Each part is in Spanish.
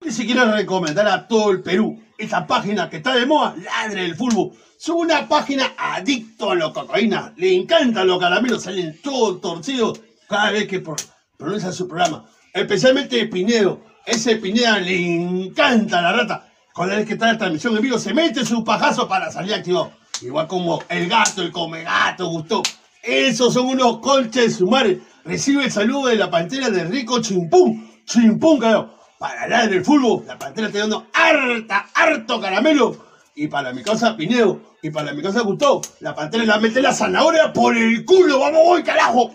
que si quiero recomendar a todo el Perú esta página que está de moda, Ladre el Fútbol. Son una página adicto a la cocaína. Le encantan los caramelos, salen todos torcidos cada vez que pronuncia su programa. Especialmente Pinedo. Ese Pineda le encanta la rata. Cada vez que está la transmisión en vivo se mete su pajazo para salir activado. Igual como el gato, el come gato, Gustavo. Esos son unos conches sumares. Recibe el saludo de la pantera de Rico Chimpún. Chimpún, carajo. Para Ladre el Fútbol, la pantera está dando harto caramelo. Y para mi casa Pinedo, y para mi casa Gustavo, la pantera la mete la zanahoria por el culo. ¡Vamos, voy, carajo!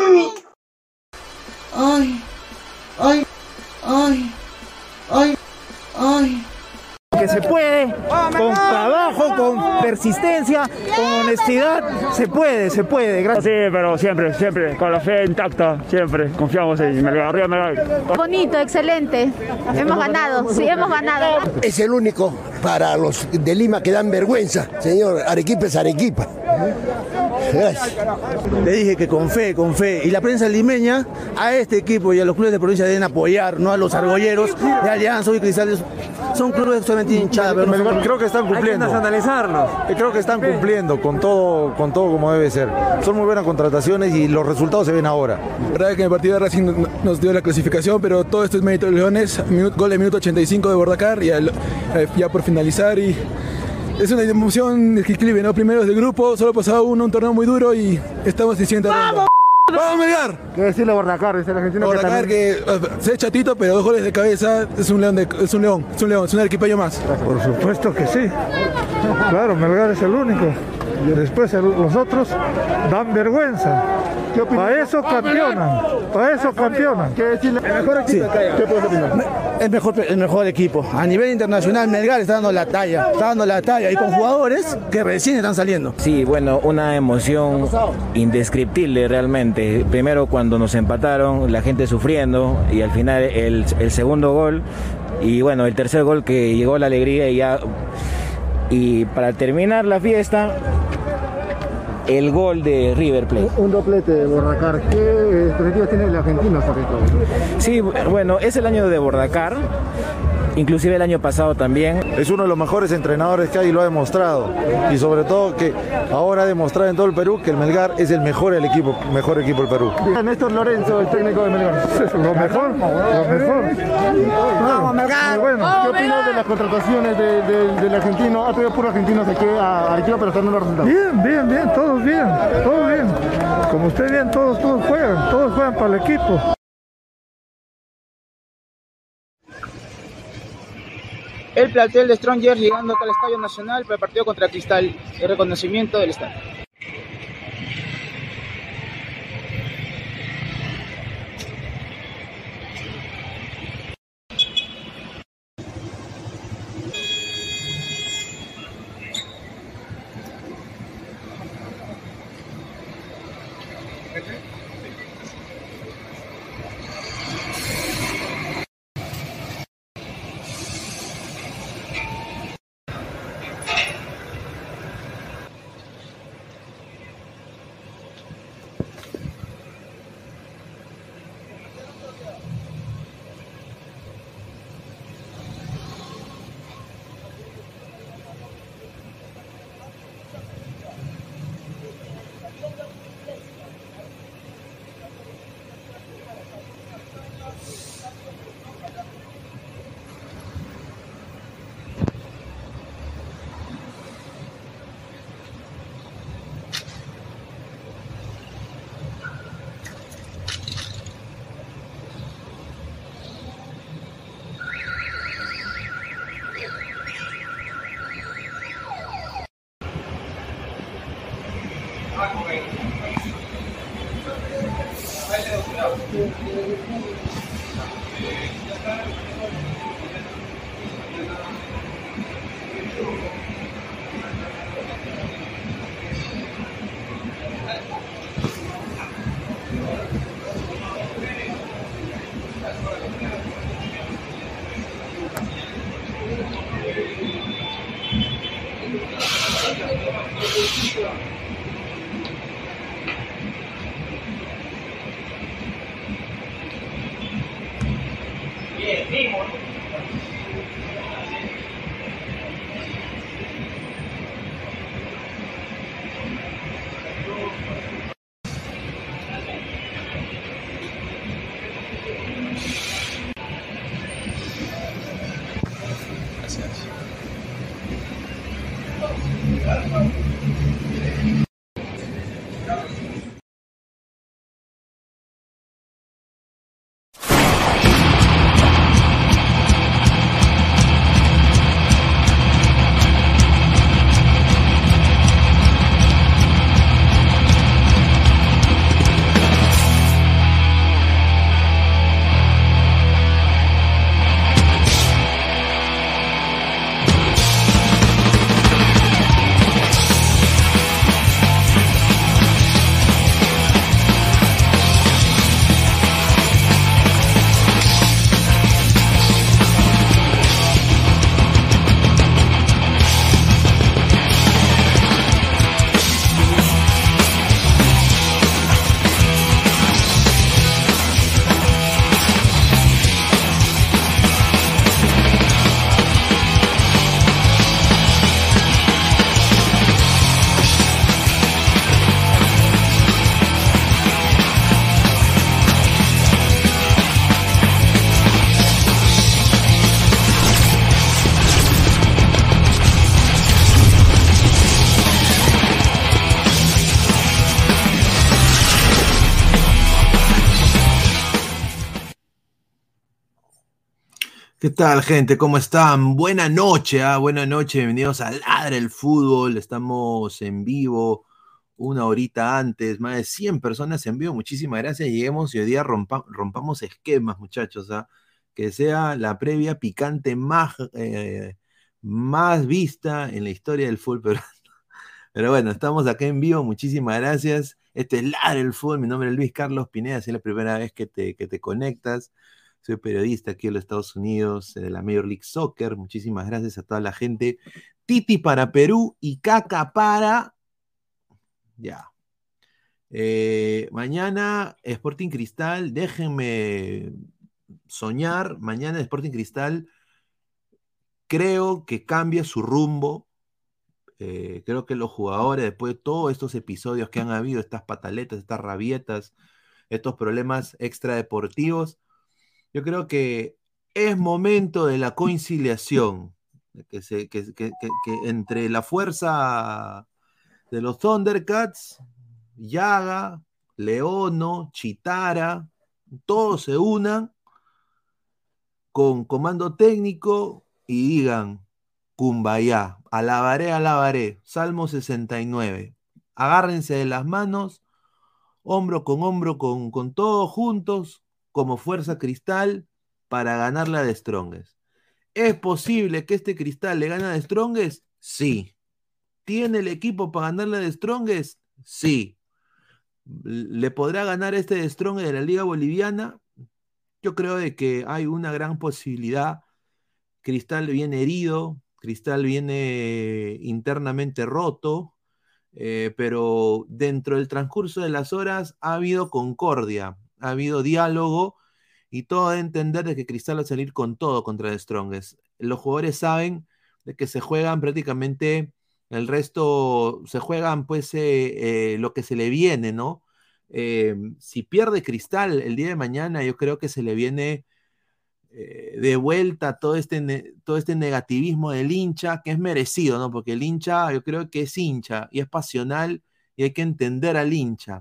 Ay, ay, ay, ay, ay. Que se puede, con trabajo, con persistencia, con honestidad, se puede, gracias. Sí, pero siempre, con la fe intacta, siempre confiamos en Melgar. Bonito, excelente, hemos ganado, sí, hemos ganado. Es el único para los de Lima que dan vergüenza, señor, Arequipa es Arequipa. Gracias. Le dije que con fe, y la prensa limeña a este equipo y a los clubes de provincia deben apoyar, no a los argolleros de Alianza y Cristales, son clubes solamente hinchadas. Creo que están cumpliendo. Hay que nacionalizarlos. Creo que están cumpliendo con todo como debe ser. Son muy buenas contrataciones y los resultados se ven ahora. La verdad es que en el partido de Racing nos dio la clasificación, pero todo esto es mérito de los Leones. Gol de minuto 85 de Bordacar, y ya por finalizar, y es una emoción descriptible, ¿no? Primeros de grupo, solo pasaba un torneo muy duro y estamos en siguiente ronda. ¡Vamos, Melgar! ¿Qué decirle a Bordacar? Dice el argentino Bordacar que se es chatito, pero 2 goles de cabeza, es un león, es un arequipeño más. Por supuesto que sí. Claro, Melgar es el único. Y después los otros dan vergüenza. Para eso campeonan. ¿Qué decirle? El mejor equipo de acá. ¿Qué puedes opinar? El mejor equipo. A nivel internacional, Melgar está dando la talla, y con jugadores que recién están saliendo. Sí, bueno, una emoción indescriptible realmente. Primero cuando nos empataron, la gente sufriendo, y al final el segundo gol, y bueno, el tercer gol que llegó la alegría y para terminar la fiesta, el gol de River Plate. Un doblete de Bordacar. ¿Qué expectativas tiene el argentino sobre todo? Sí, bueno, es el año de Bordacar, inclusive el año pasado también. Es uno de los mejores entrenadores que hay y lo ha demostrado. Y sobre todo que ahora ha demostrado en todo el Perú que el Melgar es el mejor equipo del Perú. Néstor Lorenzo, el técnico de Melgar. Lo mejor. ¡Vamos, Melgar! Bueno, ¿qué opinas de las contrataciones del argentino? Ha traído puro argentinos aquí a Arequipa, pero están dando los resultados. Bien, todos bien. Como usted bien, todos juegan para el equipo. El plantel de Strongers llegando acá al Estadio Nacional para el partido contra Cristal, el reconocimiento del estadio. Bien, Gracias. ¿Qué tal, gente? ¿Cómo están? Buena noche, buena noche. Bienvenidos a Ladre el Fútbol. Estamos en vivo una horita antes, más de 100 personas en vivo. Muchísimas gracias. Lleguemos y hoy día rompamos esquemas, muchachos. Que sea la previa picante más vista en la historia del fútbol. Pero bueno, estamos acá en vivo. Muchísimas gracias. Este es Ladre el Fútbol. Mi nombre es Luis Carlos Pineda. Si es la primera vez que te conectas. Soy periodista aquí en los Estados Unidos, de la Major League Soccer. Muchísimas gracias a toda la gente. Titi para Perú y Caca para... Ya. Mañana Sporting Cristal, déjenme soñar. Mañana Sporting Cristal creo que cambia su rumbo. Creo que los jugadores, después de todos estos episodios que han habido, estas pataletas, estas rabietas, estos problemas extradeportivos, yo creo que es momento de la conciliación, que entre la fuerza de los Thundercats, Yaga, Leono, Chitara, todos se unan con comando técnico y digan, Kumbaya, alabaré, Salmo 69, agárrense de las manos, hombro con todos juntos, como fuerza Cristal para ganarle a The Strongest. ¿Es posible que este Cristal le gane a The Strongest? Sí. ¿Tiene el equipo para ganarle a The Strongest? Sí. ¿Le podrá ganar este The Strongest de la Liga Boliviana? Yo creo de que hay una gran posibilidad. Cristal viene herido, Cristal viene internamente roto, pero dentro del transcurso de las horas ha habido concordia, ha habido diálogo y todo de entender de que Cristal va a salir con todo contra The Strongest. Los jugadores saben de que se juegan prácticamente el resto, se juegan pues lo que se le viene, ¿no? Si pierde Cristal el día de mañana, yo creo que se le viene de vuelta todo este negativismo del hincha, que es merecido, ¿no? Porque el hincha, yo creo que es hincha y es pasional y hay que entender al hincha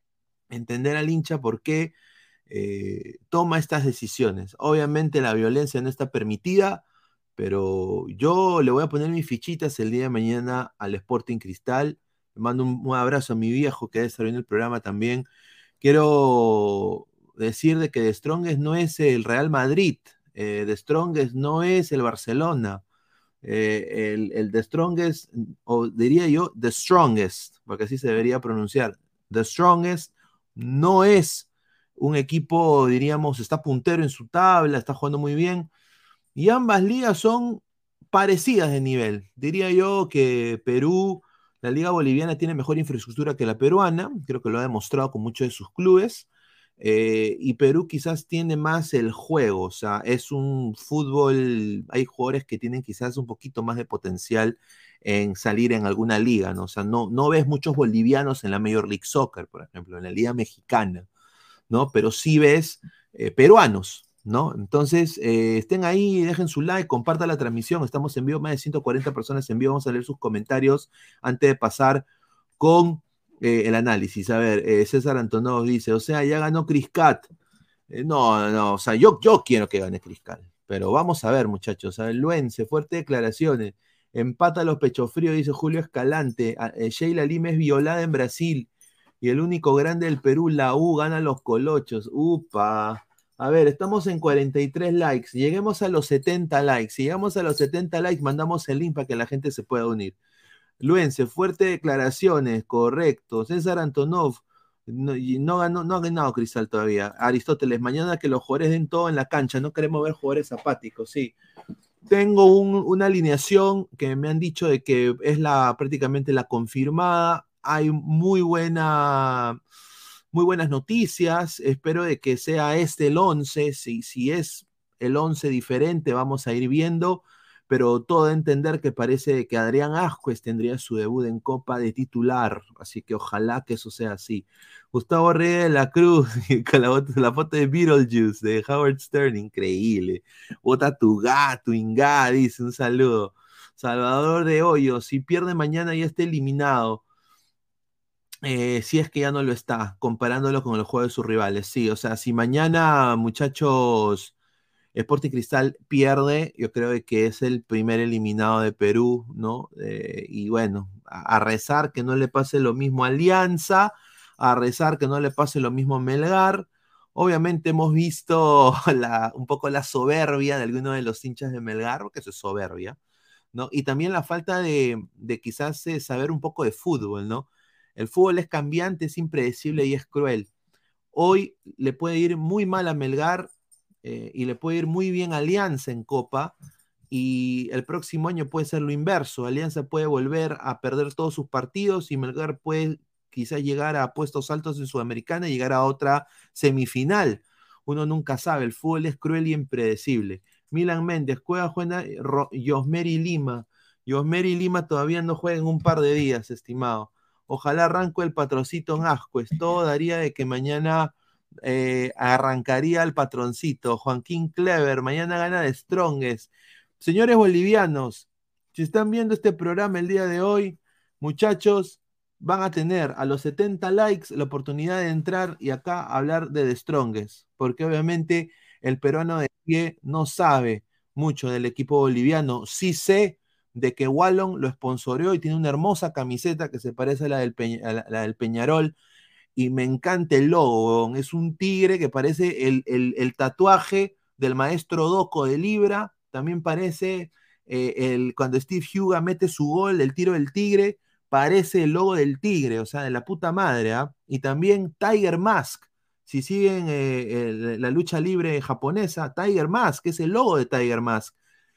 por qué toma estas decisiones. Obviamente la violencia no está permitida, pero yo le voy a poner mis fichitas el día de mañana al Sporting Cristal. Le mando un abrazo a mi viejo que debe estar viendo el programa también. Quiero decir de que The Strongest no es el Real Madrid, The Strongest no es el Barcelona, el The Strongest, o diría yo The Strongest, porque así se debería pronunciar, The Strongest no es un equipo, diríamos, está puntero en su tabla, está jugando muy bien, y ambas ligas son parecidas de nivel. Diría yo que Perú, la liga boliviana tiene mejor infraestructura que la peruana, creo que lo ha demostrado con muchos de sus clubes, y Perú quizás tiene más el juego, o sea, es un fútbol, hay jugadores que tienen quizás un poquito más de potencial en salir en alguna liga, ¿no? O sea, no ves muchos bolivianos en la Major League Soccer, por ejemplo, en la liga mexicana, ¿no? Pero sí ves peruanos, ¿no? Entonces, estén ahí, dejen su like, compartan la transmisión. Estamos en vivo, más de 140 personas en vivo. Vamos a leer sus comentarios antes de pasar con el análisis. A ver, César Antonov dice, o sea, ya ganó Criscat. No, o sea, yo quiero que gane Criscal. Pero vamos a ver, muchachos. A ver, Luense, fuertes declaraciones. Empata los pechos fríos, dice Julio Escalante. Sheila Lima es violada en Brasil. Y el único grande del Perú, la U, gana los colochos. Upa. A ver, estamos en 43 likes. Lleguemos a los 70 likes. Si llegamos a los 70 likes, mandamos el link para que la gente se pueda unir. Luense, fuertes declaraciones, correcto. César Antonov, no ha ganado Cristal todavía. Aristóteles, mañana que los jugadores den todo en la cancha. No queremos ver jugadores apáticos, sí. Tengo una alineación que me han dicho de que es prácticamente la confirmada. Hay muy buenas noticias. Espero de que sea el 11. Si es el 11 diferente, vamos a ir viendo. Pero todo a entender que parece que Adrián Ascuez tendría su debut en Copa de titular. Así que ojalá que eso sea así. Gustavo Reyes de la Cruz, con la foto de Beetlejuice, de Howard Stern, increíble. Bota tu gato, Ingá, dice, un saludo. Salvador de Hoyos, si pierde mañana ya está eliminado. Si es que ya no lo está, comparándolo con el juego de sus rivales. Sí, o sea, si mañana, muchachos, Sporting Cristal pierde, yo creo que es el primer eliminado de Perú, ¿no? Y bueno, a rezar que no le pase lo mismo a Alianza, a rezar que no le pase lo mismo a Melgar. Obviamente hemos visto un poco la soberbia de algunos de los hinchas de Melgar, porque eso es soberbia, ¿no? Y también la falta de quizás saber un poco de fútbol, ¿no? El fútbol es cambiante, es impredecible y es cruel. Hoy le puede ir muy mal a Melgar, y le puede ir muy bien a Alianza en Copa, y el próximo año puede ser lo inverso. Alianza puede volver a perder todos sus partidos y Melgar puede quizás llegar a puestos altos en Sudamericana y llegar a otra semifinal. Uno nunca sabe, el fútbol es cruel y impredecible. Milan Méndez, juega Yosmeri Lima. Yosmeri Lima todavía no juega en un par de días, estimado. Ojalá arranque el patrocito en Ascuez. Todo daría de que mañana arrancaría el patroncito. Joaquín Clever, mañana gana de Strongest. Señores bolivianos, si están viendo este programa el día de hoy, muchachos, van a tener a los 70 likes la oportunidad de entrar y acá hablar de The Strongest, porque obviamente el peruano de pie no sabe mucho del equipo boliviano. Sí sé de que Wallon lo sponsoreó y tiene una hermosa camiseta que se parece a la del Peñarol. Y me encanta el logo, es un tigre que parece el tatuaje del maestro Doco de Libra. También parece cuando Steve Huga mete su gol, el tiro del tigre, parece el logo del tigre, o sea, de la puta madre. Y también Tiger Mask, si siguen la lucha libre japonesa, Tiger Mask, que es el logo de Tiger Mask.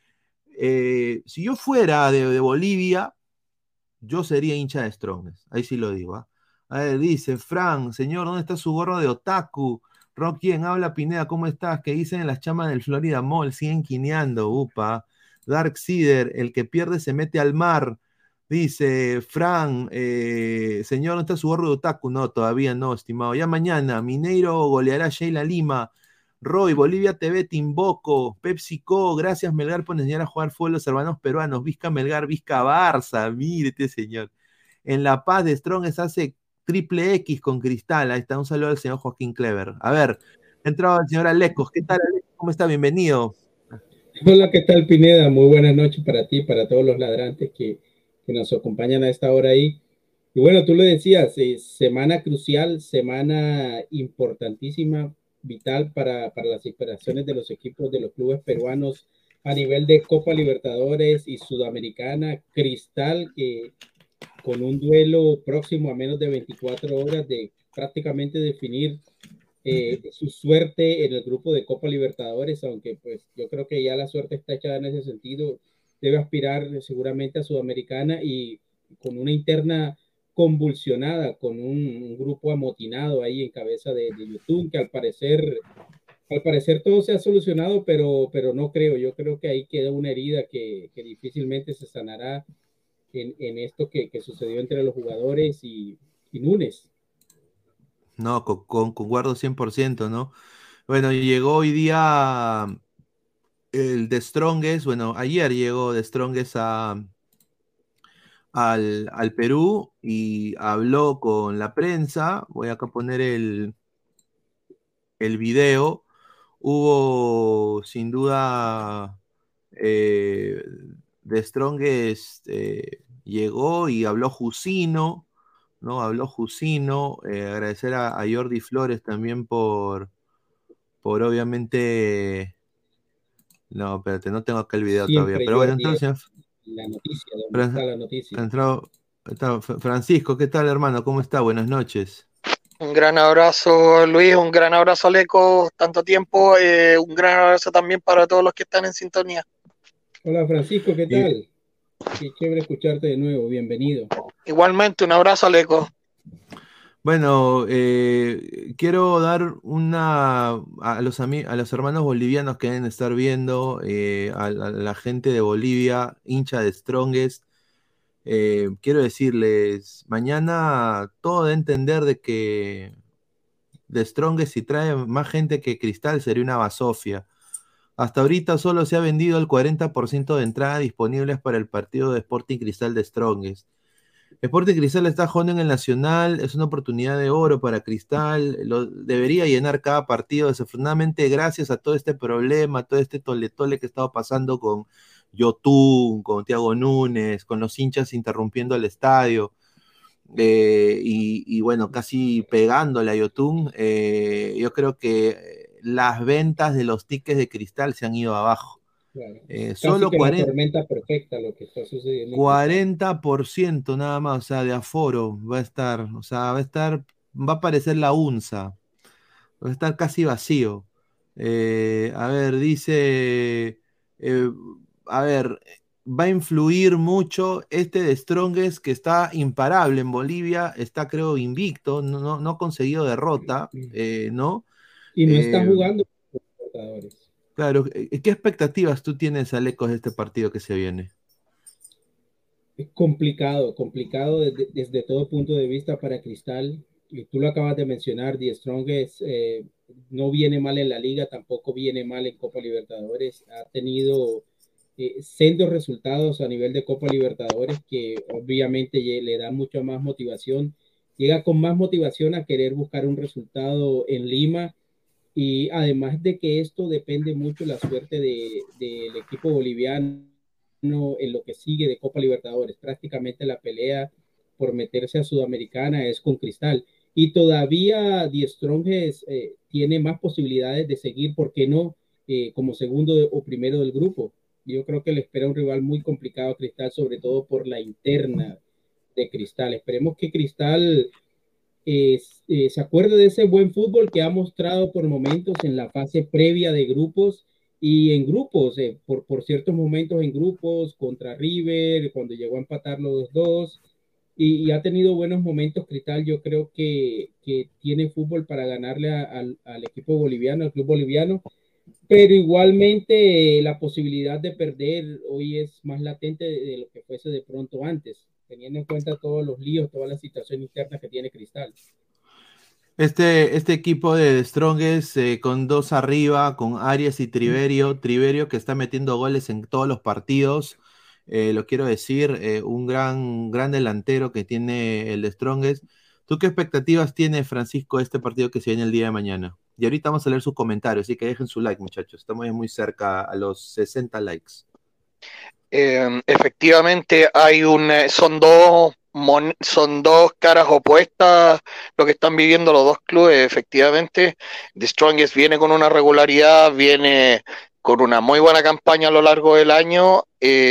Si yo fuera de Bolivia, yo sería hincha de Strongest, ahí sí lo digo. A ver, dice Frank, señor, ¿dónde está su gorro de otaku? Rockien, habla Pineda, ¿cómo estás? ¿Qué dicen en las chamas del Florida Mall? Siguen quineando, upa. Dark Cider, el que pierde se mete al mar. Dice Frank, señor, ¿dónde está su gorro de otaku? No, todavía no, estimado. Ya mañana, Mineiro goleará a Sheila Lima. Roy, Bolivia TV, Timboco, PepsiCo, gracias Melgar por enseñar a jugar fútbol los hermanos peruanos. Vizca Melgar, Vizca Barça, mírete, señor. En La Paz de Strongest hace triple X con Cristal. Ahí está, un saludo al señor Joaquín Clever. A ver, ha entrado el señor Alecos. ¿Qué tal, Alecos? ¿Cómo está? Bienvenido. Hola, ¿qué tal, Pineda? Muy buenas noches para ti, para todos los ladrantes que nos acompañan a esta hora ahí. Y bueno, tú lo decías, semana crucial, semana importantísima, vital para las inspiraciones de los equipos de los clubes peruanos a nivel de Copa Libertadores y Sudamericana. Cristal, que con un duelo próximo a menos de 24 horas de prácticamente definir su suerte en el grupo de Copa Libertadores, aunque pues yo creo que ya la suerte está echada en ese sentido, debe aspirar seguramente a Sudamericana y con una interna convulsionada, con un grupo amotinado ahí en cabeza de YouTube, que al parecer todo se ha solucionado, pero no creo, yo creo que ahí queda una herida que difícilmente se sanará en esto que sucedió entre los jugadores y Núñez. No, concuerdo 100%, ¿no? Bueno, llegó hoy día el The Strongest, bueno, ayer llegó The Strongest al Perú y habló con la prensa. Voy acá a poner el video. Hubo sin duda The Strongest llegó y habló Jusino, ¿no? Habló Jusino. Agradecer a Jordi Flores también por obviamente. No, espérate, no tengo acá el video todavía. Siempre Pero bueno, Jordi es entonces, la noticia, ¿dónde está la noticia? Francisco, ¿qué tal, hermano? ¿Cómo está? Buenas noches. Un gran abrazo, Luis, un gran abrazo, Aleco, tanto tiempo, un gran abrazo también para todos los que están en sintonía. Hola Francisco, ¿qué tal? Qué chévere escucharte de nuevo, bienvenido. Igualmente, un abrazo, Aleco. Bueno, quiero dar a los hermanos bolivianos que deben estar viendo, a la gente de Bolivia, hincha de Strongest. Quiero decirles, mañana todo de entender de que The Strongest, si trae más gente que Cristal, sería una basofia. Hasta ahorita solo se ha vendido el 40% de entradas disponibles para el partido de Sporting Cristal de Strongest. Sporting Cristal está jugando en el Nacional, es una oportunidad de oro para Cristal, debería llenar cada partido. Desafortunadamente, gracias a todo este problema, todo este tole-tole que estaba pasando con Yotun, con Thiago Núñez, con los hinchas interrumpiendo el estadio, y bueno, casi pegándole a Yotun, yo creo que las ventas de los tickets de Cristal se han ido abajo. Claro. Solo Casi que 40, la tormenta perfecta lo que está sucediendo. 40% nada más, o sea, de aforo va a estar, o sea, va a aparecer la UNSA, va a estar casi vacío. A ver, dice, a ver, va a influir mucho este de Strongest, que está imparable en Bolivia, está creo invicto, no ha conseguido derrota, ¿no? Y no está jugando con los Libertadores. Claro, ¿qué expectativas tú tienes, Alecos, de este partido que se viene? Es complicado desde todo punto de vista para Cristal. Y tú lo acabas de mencionar, The Strongest no viene mal en la liga, tampoco viene mal en Copa Libertadores. Ha tenido sendos resultados a nivel de Copa Libertadores que obviamente le da mucha más motivación. Llega con más motivación a querer buscar un resultado en Lima. Y además de que esto depende mucho de la suerte del equipo boliviano en lo que sigue de Copa Libertadores. Prácticamente la pelea por meterse a Sudamericana es con Cristal. Y todavía The Strongest tiene más posibilidades de seguir, ¿por qué no? Como segundo o primero del grupo. Yo creo que le espera un rival muy complicado a Cristal, sobre todo por la interna de Cristal. Esperemos que Cristal se acuerde de ese buen fútbol que ha mostrado por momentos en la fase previa de grupos y en grupos, por ciertos momentos en grupos contra River, cuando llegó a empatar los dos, y ha tenido buenos momentos Cristal. Yo creo que tiene fútbol para ganarle al equipo boliviano, al club boliviano, pero igualmente la posibilidad de perder hoy es más latente de lo que fuese de pronto antes, teniendo en cuenta todos los líos, toda la situación interna que tiene Cristal. Este equipo de Strongest, con dos arriba, con Arias y Triverio que está metiendo goles en todos los partidos, lo quiero decir, un gran delantero que tiene el de Strongest. ¿Tú qué expectativas tienes, Francisco, de este partido que se viene el día de mañana? Y ahorita vamos a leer sus comentarios, así que dejen su like, muchachos. Estamos ya muy cerca a los 60 likes. Efectivamente, son dos caras opuestas lo que están viviendo los dos clubes. Efectivamente, The Strongest viene con una regularidad, viene con una muy buena campaña a lo largo del año.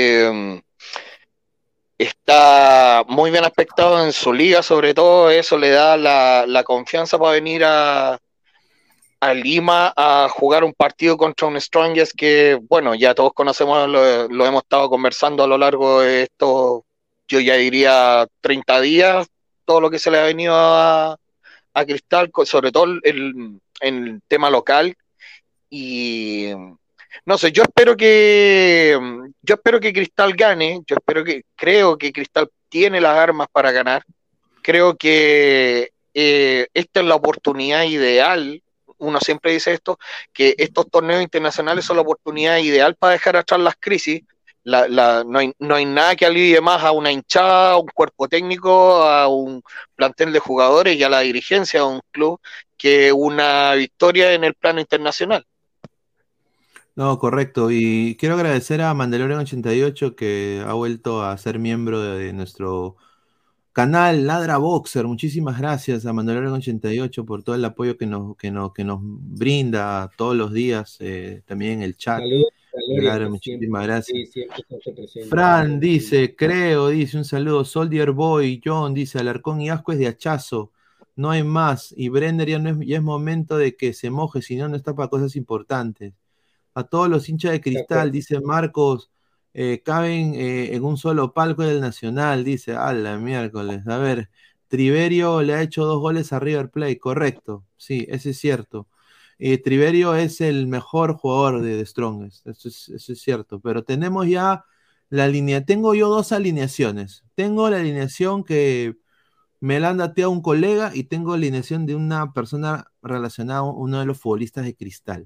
Está muy bien aspectado en su liga, sobre todo eso le da la confianza para venir a Lima a jugar un partido contra un Strongest que, bueno, ya todos conocemos, lo hemos estado conversando a lo largo de estos, yo ya diría 30 días, todo lo que se le ha venido a Cristal, sobre todo el tema local. Y no sé, yo espero que Cristal gane, creo que Cristal tiene las armas para ganar, creo que esta es la oportunidad ideal uno siempre dice esto, que estos torneos internacionales son la oportunidad ideal para dejar atrás las crisis. No hay nada que alivie más a una hinchada, a un cuerpo técnico, a un plantel de jugadores y a la dirigencia de un club que una victoria en el plano internacional. No, correcto. Y quiero agradecer a Mandalorian88 que ha vuelto a ser miembro de nuestro canal Ladra Boxer. Muchísimas gracias a Mandalorian88 por todo el apoyo que nos brinda todos los días, también en el chat. Saludos, Claro, muchísimas gracias. Sí, siempre se presenta. Fran dice, dice un saludo. Soldier Boy, John dice, Alarcón y Asco es de hachazo. No hay más. Y Brenner ya es momento de que se moje, si no, no está para cosas importantes. A todos los hinchas de Cristal, dice Marcos, caben en un solo palco del Nacional, dice, a la miércoles. A ver, Triverio le ha hecho 2 goles a River Plate, correcto, sí, ese es cierto. Triverio es el mejor jugador de Strongest, eso es cierto, pero tenemos ya tengo yo 2 alineaciones. Tengo la alineación que me la han dateado un colega y tengo la alineación de una persona relacionada a uno de los futbolistas de Cristal.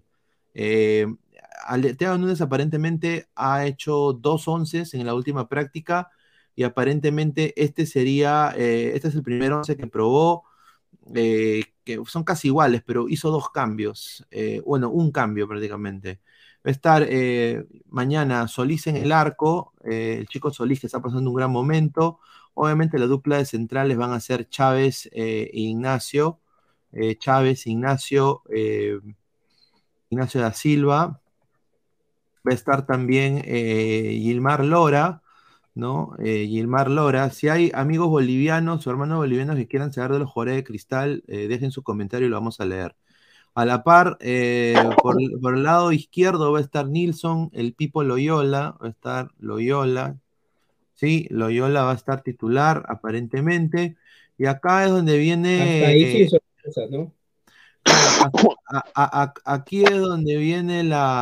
Teo Núñez aparentemente ha hecho 2 onces en la última práctica y aparentemente este es el primer once que probó, que son casi iguales, pero hizo 2 cambios, un cambio prácticamente. Va a estar mañana Solís en el arco, el chico Solís que está pasando un gran momento. Obviamente la dupla de centrales van a ser Chávez e Ignacio, Ignacio da Silva. Va a estar también Gilmar Lora, ¿no? Gilmar Lora. Si hay amigos bolivianos o hermanos bolivianos que quieran saber de los jugadores de Cristal, dejen su comentario y lo vamos a leer. A la par, por el lado izquierdo va a estar Nilson, el Pipo Loyola, va a estar Loyola. Sí, Loyola va a estar titular, aparentemente. Y acá es donde viene. Hasta ahí sí sorpresas, ¿no? Aquí es donde viene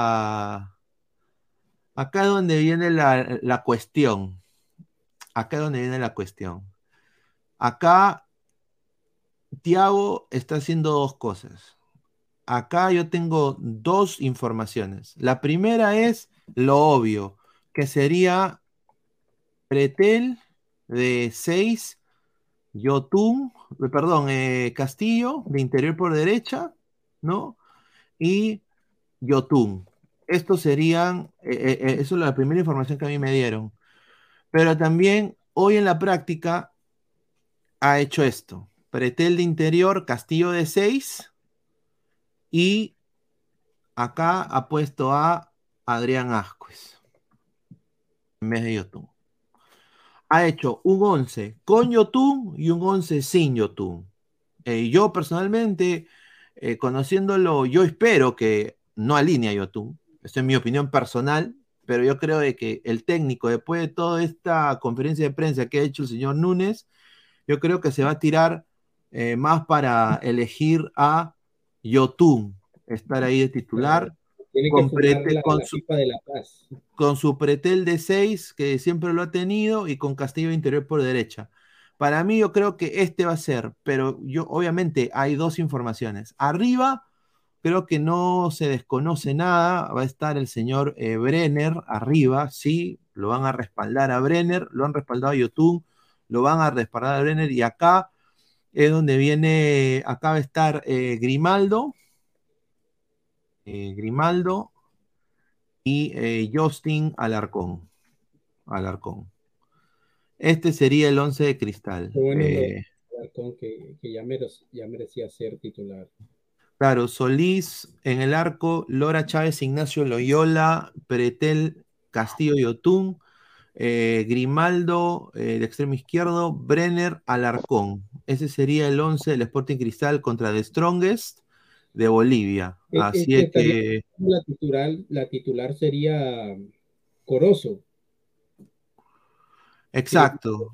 Acá es donde viene la cuestión. Acá es donde viene la cuestión. Acá Thiago está haciendo 2 cosas. Acá yo tengo 2 informaciones. La primera es lo obvio, que sería Pretel de 6, Castillo de interior por derecha, ¿no? Y Yotun. Estos serían, eso es la primera información que a mí me dieron. Pero también hoy en la práctica ha hecho esto. Pretel de interior, Castillo de 6 y acá ha puesto a Adrián Ascuez en vez de Yotun. Ha hecho un 11 con Yotun y un 11 sin Yotun. Yo personalmente, conociéndolo, yo espero que no alinee a Yotun. Esa es mi opinión personal, pero yo creo de que el técnico, después de toda esta conferencia de prensa que ha hecho el señor Núñez, yo creo que se va a tirar más para elegir a Yotun, estar ahí de titular. Tiene que con su Pretel de 6, que siempre lo ha tenido, y con Castillo interior por derecha. Para mí yo creo que este va a ser, pero obviamente hay 2 informaciones. Arriba creo que no se desconoce nada, va a estar el señor Brenner arriba, sí, lo van a respaldar a Brenner, lo han respaldado a Yotun, lo van a respaldar a Brenner, y acá es donde viene, acá va a estar Grimaldo y Justin Alarcón. Este sería el 11 de Cristal. Qué bueno Alarcón, que ya merecía ser titular. Claro, Solís en el arco, Lora, Chávez, Ignacio, Loyola, Pretel, Castillo, Yotun, Grimaldo, de extremo izquierdo, Brenner, Alarcón. Ese sería el 11 del Sporting Cristal contra The Strongest de Bolivia. Así es que la titular sería Corozo. Exacto.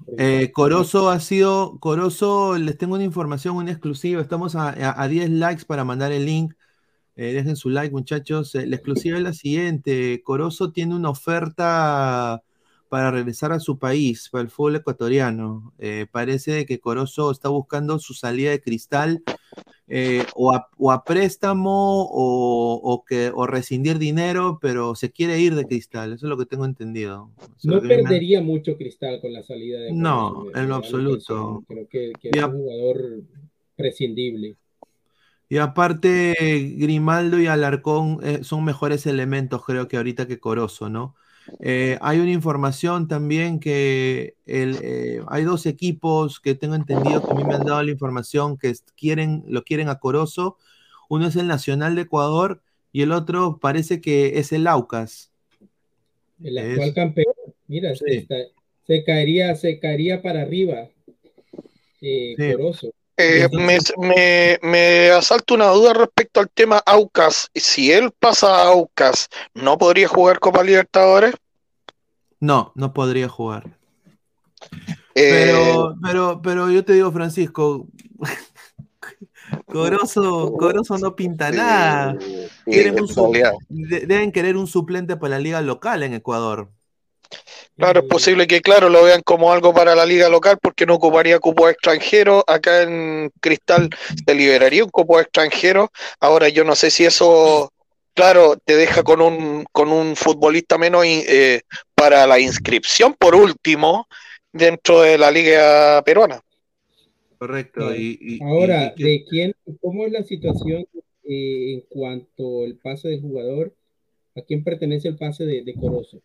Corozo, les tengo una información, una exclusiva. Estamos a 10 likes para mandar el link. Dejen su like, muchachos. La exclusiva es la siguiente. Corozo tiene una oferta para regresar a su país, para el fútbol ecuatoriano. Parece que Corozo está buscando su salida de Cristal, o a préstamo o rescindir dinero, pero se quiere ir de Cristal, eso es lo que tengo entendido. No perdería mucho Cristal con la salida de No, Corozo, en lo da la absoluto. impresión. Creo que es un jugador prescindible. Y aparte, Grimaldo y Alarcón son mejores elementos, creo que ahorita que Corozo, ¿no? Hay una información también que hay dos equipos que tengo entendido que a mí me han dado la información que lo quieren a Corozo. Uno es el Nacional de Ecuador y el otro parece que es el Aucas. El actual campeón, mira, Sí. se caería para arriba, Corozo. Me asalta una duda respecto al tema Aucas. Si él pasa a Aucas, ¿no podría jugar Copa Libertadores? No, no podría jugar. Pero yo te digo, Francisco, Corozo no pinta nada. Deben querer un suplente para la liga local en Ecuador. Claro, es posible que, claro, lo vean como algo para la liga local porque no ocuparía cupos extranjeros. Acá en Cristal se liberaría un cupo extranjero. Ahora yo no sé si eso, claro, te deja con un futbolista menos para la inscripción, por último, dentro de la liga peruana. Correcto. Ahora, ¿cómo es la situación en cuanto al pase del jugador? ¿A quién pertenece el pase de Corozo?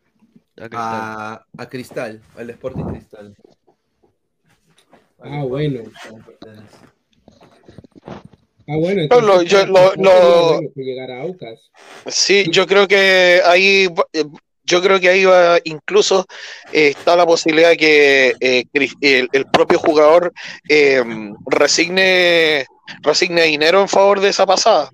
A Cristal, al Sporting Cristal. Bueno. Que llegar a Aucas. Sí, yo creo que ahí va, incluso está la posibilidad de que el propio jugador resigne dinero en favor de esa pasada.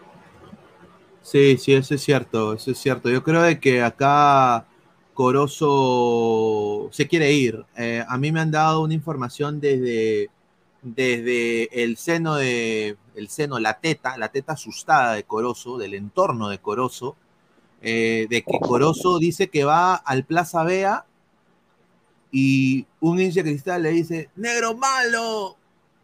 Sí, eso es cierto, Yo creo de que acá Corozo se quiere ir. A mí me han dado una información desde el seno, la teta asustada de Corozo, del entorno de Corozo, de que Corozo dice que va al Plaza Vea y un hincha Cristal le dice, negro malo,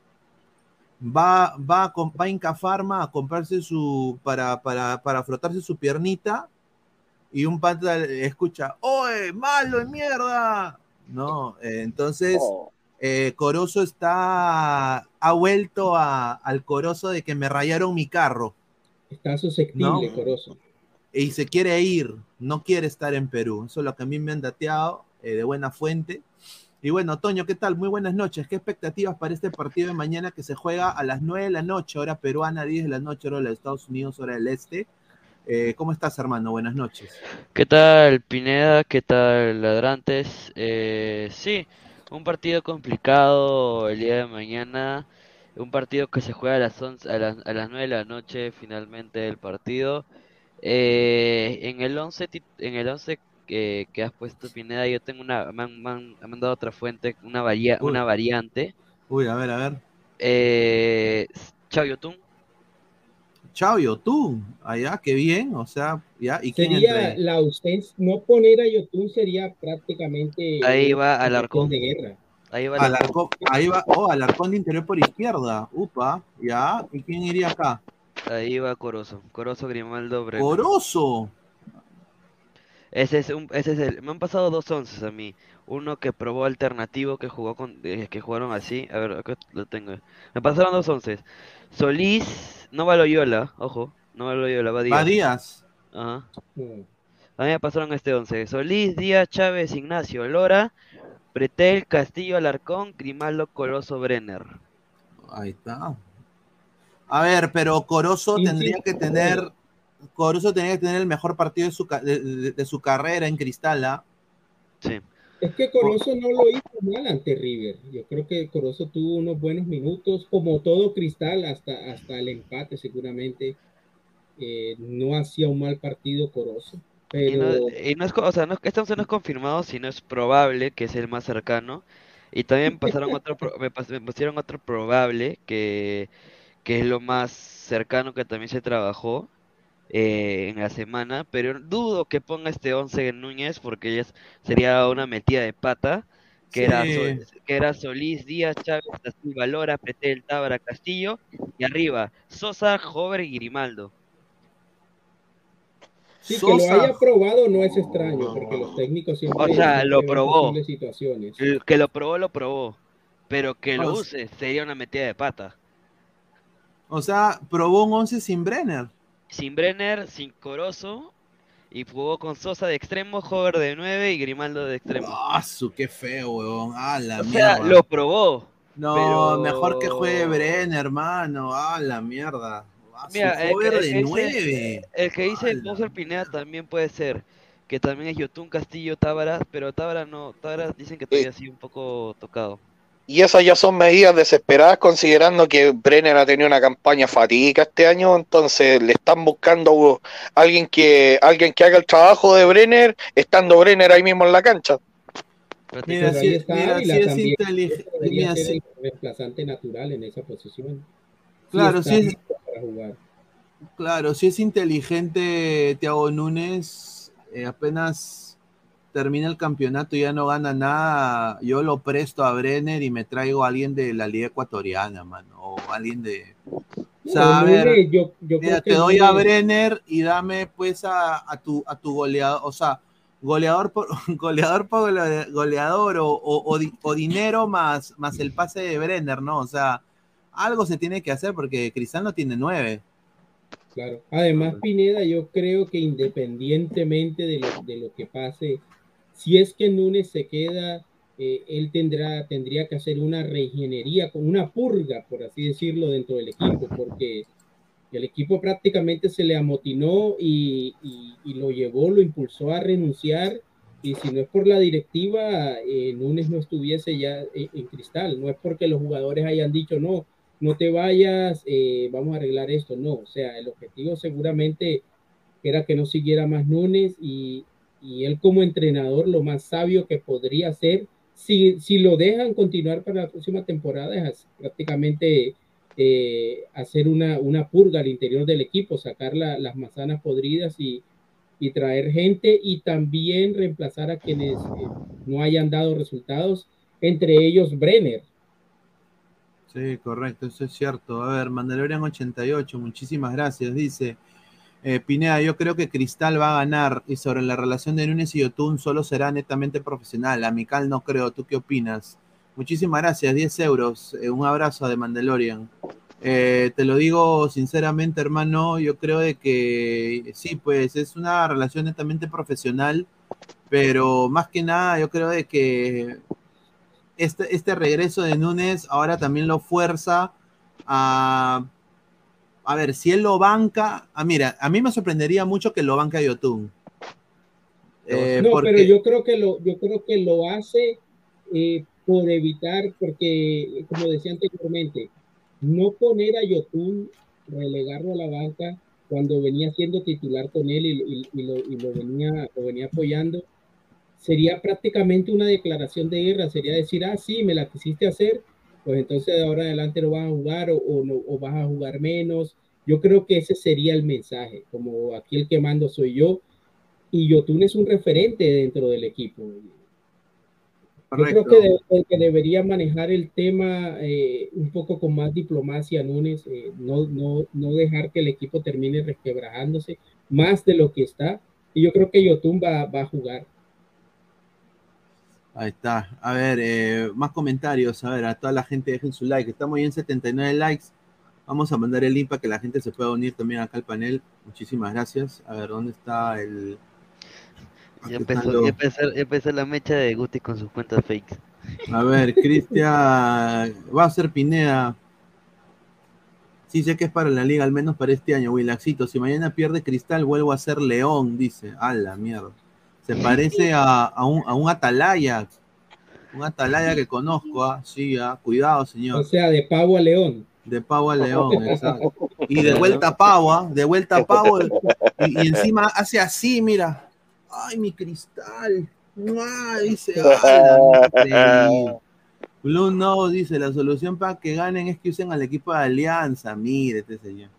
va a Inca Pharma a comprarse para frotarse su piernita y un pata escucha, ¡oye, malo de mierda! No, entonces Corozo ha vuelto al Corozo de que me rayaron mi carro. Está susceptible, ¿no? Corozo. Y se quiere ir, no quiere estar en Perú. Eso es lo que a mí me han dateado de buena fuente. Y bueno, Toño, ¿qué tal? Muy buenas noches. ¿Qué expectativas para este partido de mañana que se juega a las 9 de la noche, hora peruana, 10 de la noche, hora de los Estados Unidos, hora del este? ¿Cómo estás, hermano? Buenas noches. ¿Qué tal, Pineda? ¿Qué tal, ladrantes? Sí, un partido complicado el día de mañana. Un partido que se juega a las 9 de la noche, finalmente el partido. En el 11 que has puesto, Pineda, yo tengo me han dado otra fuente, una variante. Uy, a ver. Chao Yotun. Chao Yotun, allá, qué bien, o sea, ya. ¿Y sería la ausencia, no poner a Yotun sería prácticamente. Ahí va Alarcón de guerra. Ahí va Alarcón de interior por izquierda, upa, ya. ¿Y quién iría acá? Ahí va Corozo, Grimaldo, Brenner. ¡Corozo! Me han pasado 2 onces a mí. Uno que probó alternativo, que jugaron así. A ver, acá lo tengo. Me pasaron 2 onces. Solís, no va Loyola, ojo. No va Loyola, va Díaz. Va Díaz. Ajá. A mí me pasaron este 11. Solís, Díaz, Chávez, Ignacio, Lora, Pretel, Castillo, Alarcón, Grimaldo, Corozo, Brenner. Ahí está. A ver, pero Corozo tendría que tener el mejor partido de su carrera en Cristal, ¿ah? Sí. Es que Corozo no lo hizo mal ante River. Yo creo que Corozo tuvo unos buenos minutos, como todo Cristal, hasta el empate seguramente. No hacía un mal partido Corozo. Pero... este 11 no es confirmado, sino es probable, que es el más cercano. Y también me pusieron otro probable, que es lo más cercano que también se trabajó. en la semana, pero dudo que ponga este 11 en Núñez porque sería una metida de pata, que era, que era Solís, Díaz, Chávez, Da Silva, Lora, Pretel, Tábara, Castillo, y arriba, Sosa, Hover y Grimaldo. Sí, que lo haya probado no es extraño, porque los técnicos siempre, O sea, lo ven probó. posibles situaciones. Que lo probó. Pero que lo use sería una metida de pata. O sea, probó un 11 sin Brenner. Sin Brenner, sin Corozo, y jugó con Sosa de extremo, Hover de 9 y Grimaldo de extremo. Qué feo, weón. La O mierda. sea, lo probó. No, pero... mejor que juegue Brenner, hermano. La mierda. Mira, Hover de 9. El que dice Bowser Pineda también puede ser. Que también es Yotun, Castillo, Tábara, pero Tábara no. Tábara dicen que todavía sigue un poco tocado. Y esas ya son medidas desesperadas considerando que Brenner ha tenido una campaña fatídica este año, entonces le están buscando alguien que haga el trabajo de Brenner, estando Brenner ahí mismo en la cancha. Mira, si es inteligente. Debería ser el reemplazante natural en esa posición. Claro, Para si es inteligente Thiago Núñez, apenas termina el campeonato y ya no gana nada, yo lo presto a Brenner y me traigo a alguien de la Liga Ecuatoriana, mano, o alguien de... O sea, a ver, mira, te doy a Brenner y dame pues a tu goleador, o sea, goleador por goleador o dinero más el pase de Brenner, ¿no? O sea, algo se tiene que hacer porque Cristal no tiene 9. Claro. Además, Pineda, yo creo que independientemente de lo que pase, si es que Núñez se queda, él tendría que hacer una reingeniería, con una purga, por así decirlo, dentro del equipo, porque el equipo prácticamente se le amotinó y lo llevó, lo impulsó a renunciar, y si no es por la directiva, Núñez no estuviese ya en Cristal. No es porque los jugadores hayan dicho no te vayas, vamos a arreglar esto, no. O sea, el objetivo seguramente era que no siguiera más Núñez, y él como entrenador lo más sabio que podría hacer, si lo dejan continuar para la próxima temporada, es prácticamente hacer una purga al interior del equipo, sacar las manzanas podridas y traer gente, y también reemplazar a quienes no hayan dado resultados, entre ellos Brenner. Sí, correcto, eso es cierto. A ver, Mandalorian 88, muchísimas gracias. Dice, Pineda, yo creo que Cristal va a ganar, y sobre la relación de Núñez y Yotun solo será netamente profesional. Amical no creo. ¿Tú qué opinas? Muchísimas gracias, 10 euros. Un abrazo de Mandalorian. Te lo digo sinceramente, hermano, yo creo de que sí, pues es una relación netamente profesional, pero más que nada yo creo de que este regreso de Núñez ahora también lo fuerza a ver, si él lo banca, mira, a mí me sorprendería mucho que lo banque a Yotun. Pero yo creo que lo hace por evitar, porque como decía anteriormente, no poner a Yotun, relegarlo a la banca cuando venía siendo titular con él y lo venía apoyando, sería prácticamente una declaración de guerra. Sería decir, sí, me la quisiste hacer, pues entonces de ahora en adelante no vas a jugar o vas a jugar menos. Yo creo que ese sería el mensaje, como aquí el que mando soy yo, y Yotun es un referente dentro del equipo. Correcto. Yo creo que debería manejar el tema un poco con más diplomacia Núñez, no dejar que el equipo termine resquebrajándose más de lo que está, y yo creo que Yotun va a jugar. Ahí está. A ver, más comentarios. A ver, a toda la gente dejen su like. Estamos ya en 79 likes. Vamos a mandar el link para que la gente se pueda unir también acá al panel. Muchísimas gracias. A ver, ¿dónde está el...? Ya empezó la mecha de Guti con sus cuentas fakes. A ver, Cristian, va a ser Pineda. Sí, sé que es para la liga, al menos para este año. Willaxito, si mañana pierde Cristal, vuelvo a ser León, dice. A la mierda. Se parece a un Atalaya. Un Atalaya que conozco, sí, cuidado, señor. O sea, de pavo a león. De pavo a león, exacto. Y de vuelta a pavo, de vuelta a pavo. Y encima hace así, mira. Ay, mi Cristal. Dice, increíble. Blue No dice, la solución para que ganen es que usen al equipo de Alianza. Mire este señor.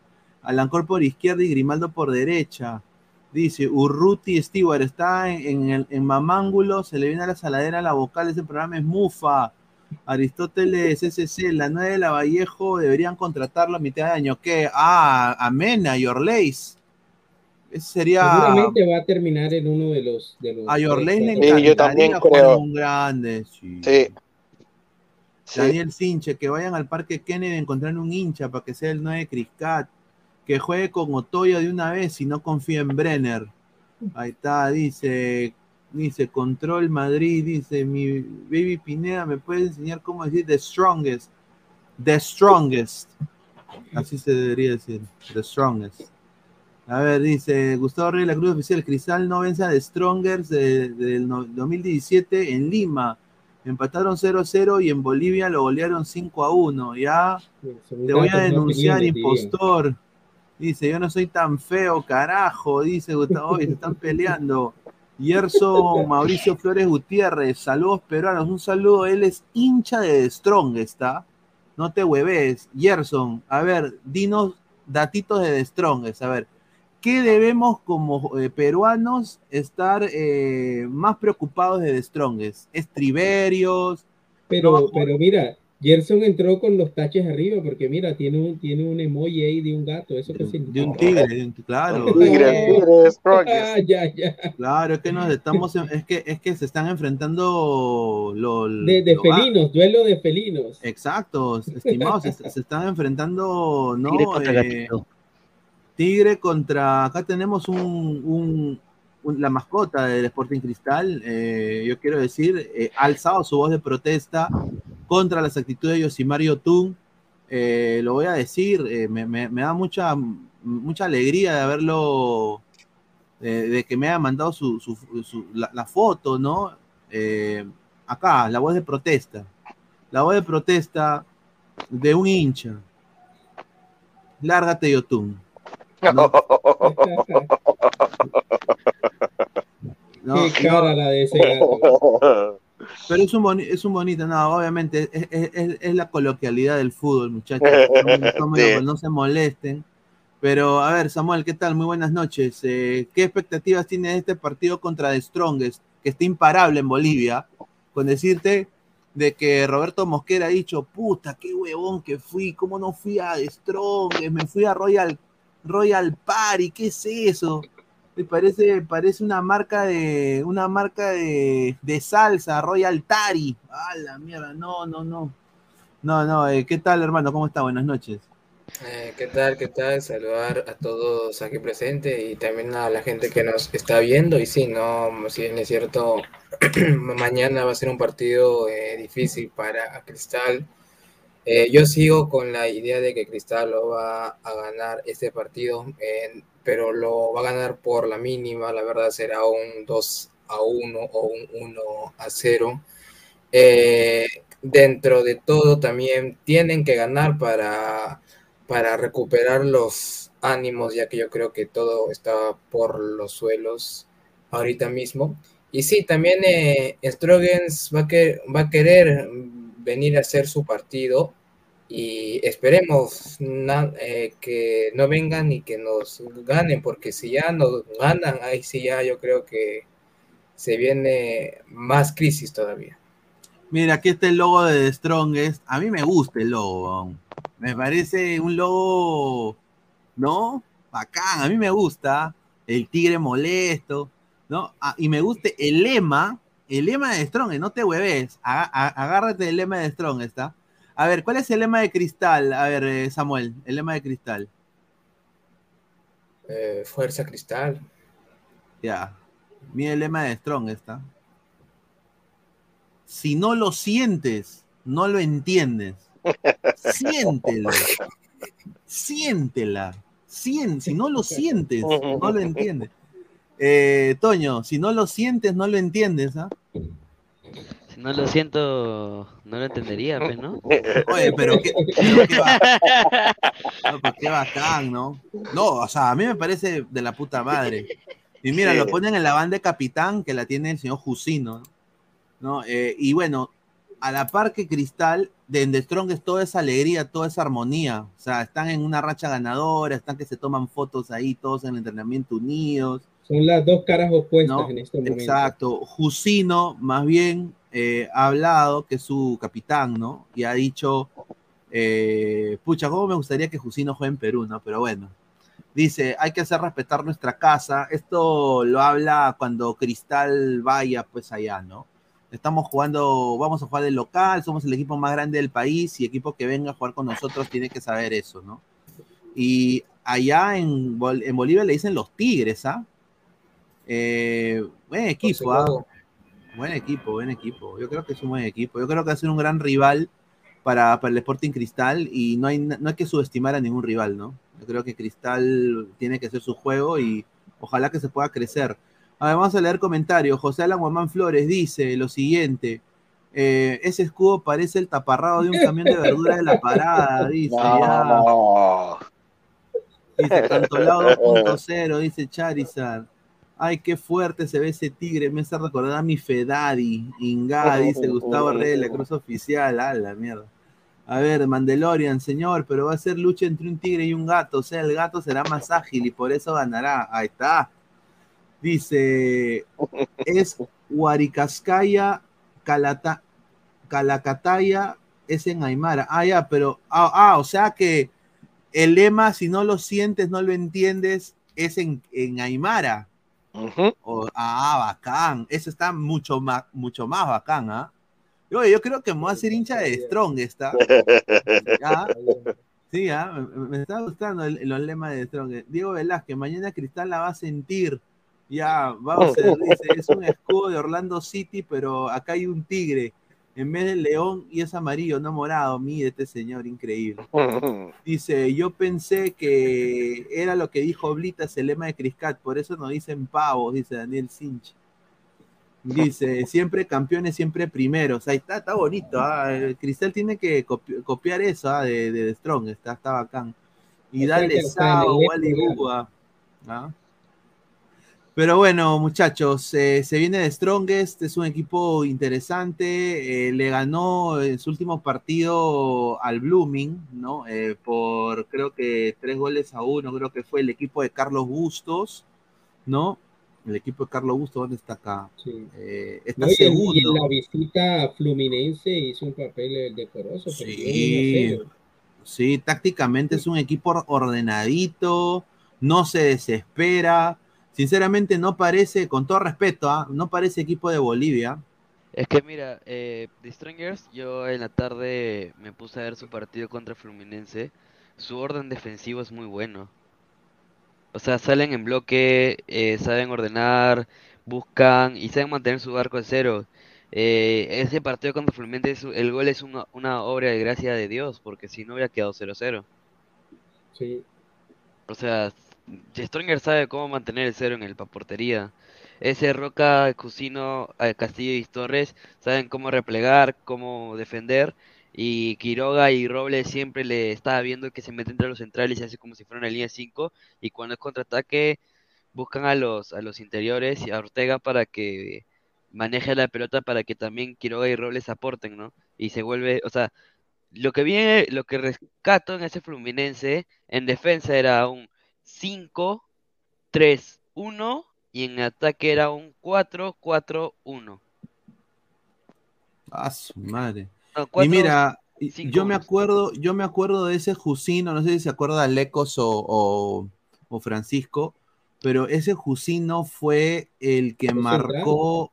Alancor por izquierda y Grimaldo por derecha. Dice, Urruti Stewart está en Mamángulo, se le viene a la saladera la vocal, ese programa es Mufa. Aristóteles SC, la 9 de la Vallejo, deberían contratarlo a mitad de año. ¿Qué? A Mena y Orleis. Ese sería... Seguramente va a terminar en uno de los a Orleis le Sí, yo también encantaría jugar creo. un grande. Sí. Sí. Daniel Sinche, que vayan al Parque Kennedy a encontrar un hincha para que sea el 9 de Criscat. Que juegue con Otoya de una vez y no confía en Brenner. Ahí está, dice Control Madrid, dice mi baby Pineda, ¿me puedes enseñar cómo decir the strongest? The strongest. Así se debería decir, the strongest. A ver, dice Gustavo Reyes, la Cruz Oficial, Cristal no vence a The Strongers del 2017 en Lima. Empataron 0-0 y en Bolivia lo golearon 5-1. Ya, te voy a denunciar, impostor. Dice, yo no soy tan feo, carajo. Dice Gustavo, se están peleando. Yerson Mauricio Flores Gutiérrez, saludos peruanos. Un saludo, él es hincha de The Strongest, ¿está? No te hueves. Yerson, a ver, dinos datitos de The Strongest. A ver, ¿qué debemos como peruanos estar más preocupados de The Strongest? ¿Estriberios? Pero mira, Gerson entró con los taches arriba porque mira, tiene un emoji ahí de un gato, eso que significa. De un tigre, claro. Ya. Claro, es que nos estamos, es que se están enfrentando de felinos, duelo de felinos. Exacto, estimados, se están enfrentando, ¿no? Tigre contra gatito. Tigre contra, acá tenemos la mascota del Sporting Cristal, yo quiero decir, ha alzado su voz de protesta contra las actitudes de Yosimario Tun. Lo voy a decir, me da mucha alegría de haberlo, de que me haya mandado la foto, ¿no? Acá, la voz de protesta de un hincha. Lárgate, Yotun. ¿No? Qué cara la de ese gato. Pero es un bonito, no, obviamente es la coloquialidad del fútbol, muchachos. No se molesten. Pero, a ver, Samuel, ¿qué tal? Muy buenas noches. ¿Qué expectativas tiene de este partido contra The Strongest, que está imparable en Bolivia? Con decirte de que Roberto Mosquera ha dicho, puta, qué huevón que fui, cómo no fui a The Strongest, me fui a Royal Party, ¿qué es eso? Me parece una marca de salsa, Royal Tari. Ah, la mierda, no. ¿Qué tal, hermano? ¿Cómo está? Buenas noches. ¿Qué tal? Saludar a todos aquí presentes y también a la gente que nos está viendo. Y sí, no, si bien es cierto, mañana va a ser un partido difícil para Cristal. Yo sigo con la idea de que Cristal lo va a ganar este partido, pero lo va a ganar por la mínima. La verdad será un 2-1 o un 1-0. Dentro de todo también tienen que ganar para recuperar los ánimos, ya que yo creo que todo está por los suelos ahorita mismo. Y sí, también Strongest va a querer venir a hacer su partido y esperemos que no vengan y que nos ganen, porque si ya nos ganan, ahí sí ya yo creo que se viene más crisis todavía. Mira, aquí está el logo de The Strongest. A mí me gusta el logo. Me parece un logo, ¿no? Bacán, a mí me gusta. El tigre molesto, ¿no? Y me gusta el lema de Strongest, no te hueves. Agárrate el lema de Strongest, ¿está? A ver, ¿cuál es el lema de Cristal? A ver, Samuel, el lema de Cristal. Fuerza Cristal. Ya. Mira el lema de Strongest, ¿está? Si no lo sientes, no lo entiendes. Siéntelo. Siéntela. Si no lo sientes, no lo entiendes. Toño, si no lo sientes, no lo entiendes, ¿ah? Si no lo siento, no lo entendería, pues, ¿no? Oye, pero qué bacán, ¿no? No, o sea, a mí me parece de la puta madre. Y mira, Sí. lo ponen en la banda de capitán, que la tiene el señor Jusino, ¿no? Y bueno, a la par que Cristal, de The Strong es toda esa alegría, toda esa armonía. O sea, están en una racha ganadora, están que se toman fotos ahí, todos en el entrenamiento unidos. Son las dos caras opuestas, ¿no? en este momento. Exacto. Jusino, más bien, ha hablado, que es su capitán, ¿no? Y ha dicho, pucha, cómo me gustaría que Jusino juegue en Perú, ¿no? Pero bueno. Dice, hay que hacer respetar nuestra casa. Esto lo habla cuando Cristal vaya, pues allá, ¿no? Estamos jugando, vamos a jugar de local, somos el equipo más grande del país y equipo que venga a jugar con nosotros tiene que saber eso, ¿no? Y allá en Bolivia le dicen los Tigres, ¿ah? Buen equipo, ¿ah? Buen equipo. Yo creo que es un buen equipo. Yo creo que va a ser un gran rival para el Sporting Cristal y no hay que subestimar a ningún rival, ¿no? Yo creo que Cristal tiene que hacer su juego y ojalá que se pueda crecer. A ver, vamos a leer comentarios. José Alan Guamán Flores dice lo siguiente. Ese escudo parece el taparrado de un camión de verdura de la parada, dice. No. Ya. Dice Cantolao 2.0, dice Charizard. Ay, qué fuerte se ve ese tigre, me hace recordar a mi Fedadi. Inga, dice Gustavo Reyes, la cruz oficial. A la mierda. A ver, Mandalorian, señor, pero va a ser lucha entre un tigre y un gato. O sea, el gato será más ágil y por eso ganará. Ahí está. Dice, es Huaricascaya, Calacataya, es en Aymara. Ah, ya, pero, o sea que el lema, si no lo sientes, no lo entiendes, es en Aymara. Bacán. Eso está mucho más bacán, ¿ah? Yo creo que me voy a hacer hincha de Strong, ¿está? Sí, me está gustando los lemas de Strong. Diego Velázquez, mañana Cristal la va a sentir. Ya, Bowser dice, es un escudo de Orlando City, pero acá hay un tigre. En vez del león y es amarillo, no morado. Mire este señor, increíble. Dice, yo pensé que era lo que dijo Blitas, el lema de Criscat, por eso nos dicen pavos, dice Daniel Sinch. Dice, siempre campeones, siempre primeros. Ahí está bonito. Cristal tiene que copiar eso de Strong, está bacán. Y dale Sao, Wally Búa. Pero bueno, muchachos, se viene de Strongest, es un equipo interesante, le ganó en su último partido al Blooming, ¿no? Por creo que 3-1, creo que fue el equipo de Carlos Bustos, ¿no? El equipo de Carlos Bustos, ¿dónde está acá? Sí. Está segundo. Y en la visita a Fluminense hizo un papel decoroso. Sí, tácticamente es un equipo ordenadito, no se desespera. Sinceramente no parece, con todo respeto, no parece equipo de Bolivia. Es que mira, The Strongers, yo en la tarde me puse a ver su partido contra Fluminense. Su orden defensivo es muy bueno. O sea, salen en bloque, saben ordenar, buscan y saben mantener su arco en cero. Ese partido contra Fluminense, el gol es una obra de gracia de Dios, porque si no hubiera quedado 0-0. Sí. O sea, Stronger sabe cómo mantener el cero en la portería. Ese Roca, Cusino, Castillo y Torres saben cómo replegar, cómo defender. Y Quiroga y Robles siempre le estaba viendo que se mete entre los centrales y se hace como si fuera una línea 5. Y cuando es contraataque, buscan a los interiores y a Ortega para que maneje la pelota para que también Quiroga y Robles aporten, ¿no? Y se vuelve, o sea, lo que rescato en ese Fluminense en defensa era un 5-3-1 y en ataque era un 4-4-1. Su madre. No, y mira, 5, yo me acuerdo de ese Jusino, no sé si se acuerda Lecos o Francisco, pero ese Jusino fue el que marcó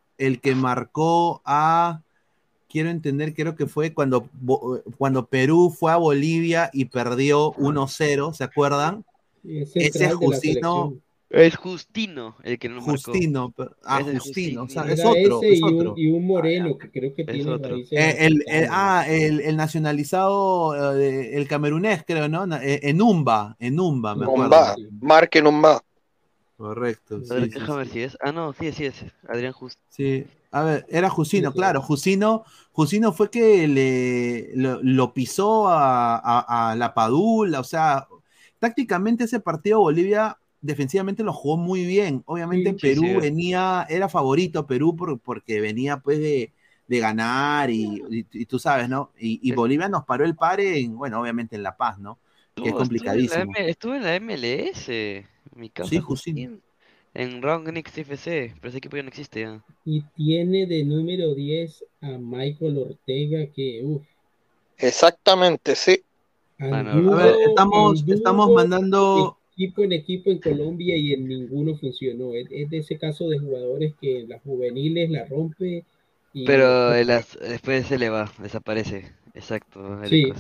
a, quiero entender, creo que fue cuando Perú fue a Bolivia y perdió 1-0, ¿se acuerdan? Ese Jusino. Es Justino el que no Justino, marcó. Justino, o sea, es Era otro. ese Es otro. y un moreno que creo que tiene raíces el nacionalizado, el camerunés, creo, ¿no? Enumba, me acuerdo. Marc Enumba. Correcto. Sí, déjame ver si es. No, sí es. Adrián Justino. Sí. A ver, era Jusino, claro. Jusino fue que lo pisó a la Padula, o sea, tácticamente ese partido Bolivia defensivamente lo jugó muy bien. Obviamente Perú era favorito Perú porque venía pues de de ganar y tú sabes, ¿no? Y Bolivia nos paró el pare, bueno, obviamente en La Paz, ¿no? Que es complicadísimo. Estuve en la MLS, mi causa Sí, Jusín. Justín, en Rangnick FC, pero ese equipo ya no existe ya. Y tiene de número 10 a Michael Ortega, que Exactamente, sí. anduvo, a ver, estamos mandando equipo en equipo en Colombia y en ninguno funcionó. Es de ese caso de jugadores que en las juveniles la rompe y Pero después se le va, desaparece. Exacto. sí,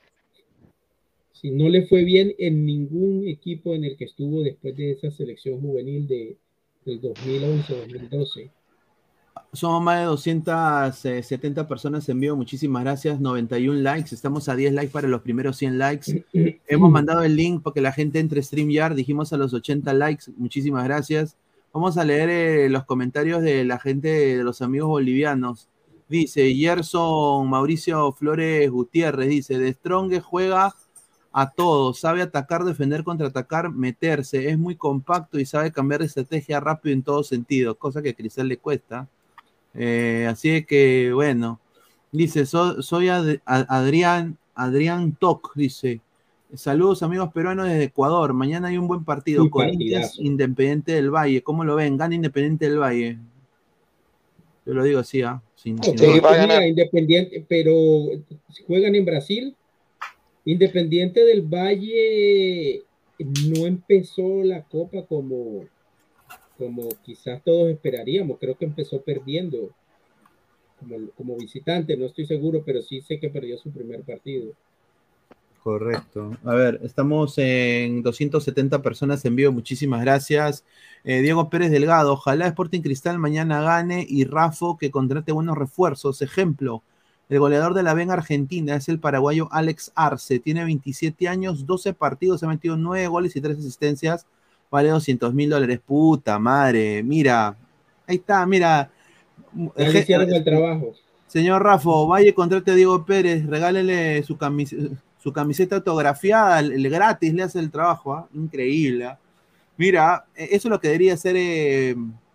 no le fue bien en ningún equipo en el que estuvo después de esa selección juvenil del 2011-2012. somos más de 270 personas en vivo, muchísimas gracias, 91 likes, estamos a 10 likes para los primeros 100 likes. Hemos mandado el link para que la gente entre a StreamYard, dijimos a los 80 likes, muchísimas gracias. Vamos a leer los comentarios de la gente, de los amigos bolivianos. Dice Gerson Mauricio Flores Gutiérrez, dice, De Strong juega a todo, sabe atacar, defender, contraatacar, meterse, es muy compacto y sabe cambiar de estrategia rápido en todo sentido, cosa que a Cristal le cuesta. Así que, bueno, dice, soy Adrián Toc, dice, saludos amigos peruanos desde Ecuador, mañana hay un buen partido, Corinthians Independiente del Valle, ¿cómo lo ven? Gana Independiente del Valle. Yo lo digo así, Va a ganar Independiente, pero juegan en Brasil. Independiente del Valle no empezó la Copa como quizás todos esperaríamos. Creo que empezó perdiendo como visitante, no estoy seguro, pero sí sé que perdió su primer partido. Correcto. A ver, estamos en 270 personas en vivo, muchísimas gracias. Diego Pérez Delgado, ojalá Sporting Cristal mañana gane y Rafo que contrate buenos refuerzos. Ejemplo, el goleador de la Venga Argentina es el paraguayo Alex Arce, tiene 27 años, 12 partidos, ha metido 9 goles y 3 asistencias, vale $200,000. Puta madre, mira, ahí está, mira. Ya le hicieron el trabajo. Señor Rafo, vaya y contrate a Diego Pérez, regálele su camiseta autografiada, el gratis le hace el trabajo, ¿eh? Increíble. ¿eh? Mira, eso es lo que debería ser,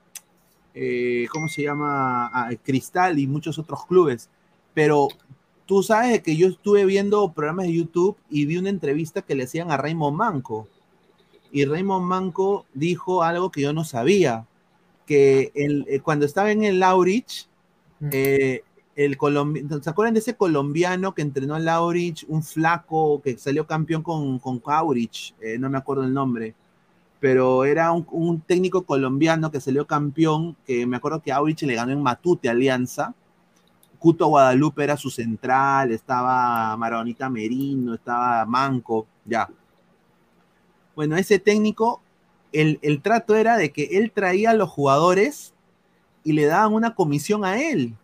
¿cómo se llama? Cristal y muchos otros clubes. Pero tú sabes que yo estuve viendo programas de YouTube y vi una entrevista que le hacían a Raymond Manco. Y Raymond Manco dijo algo que yo no sabía, que cuando estaba en el Laurich, ¿se acuerdan de ese colombiano que entrenó al Laurich, un flaco que salió campeón con Aurich? No me acuerdo el nombre, pero era un técnico colombiano que salió campeón, que me acuerdo que Aurich le ganó en Matute Alianza. Cuto Guadalupe era su central, estaba Maronita Merino, estaba Manco, ya. Bueno, ese técnico, el trato era de que él traía a los jugadores y le daban una comisión a él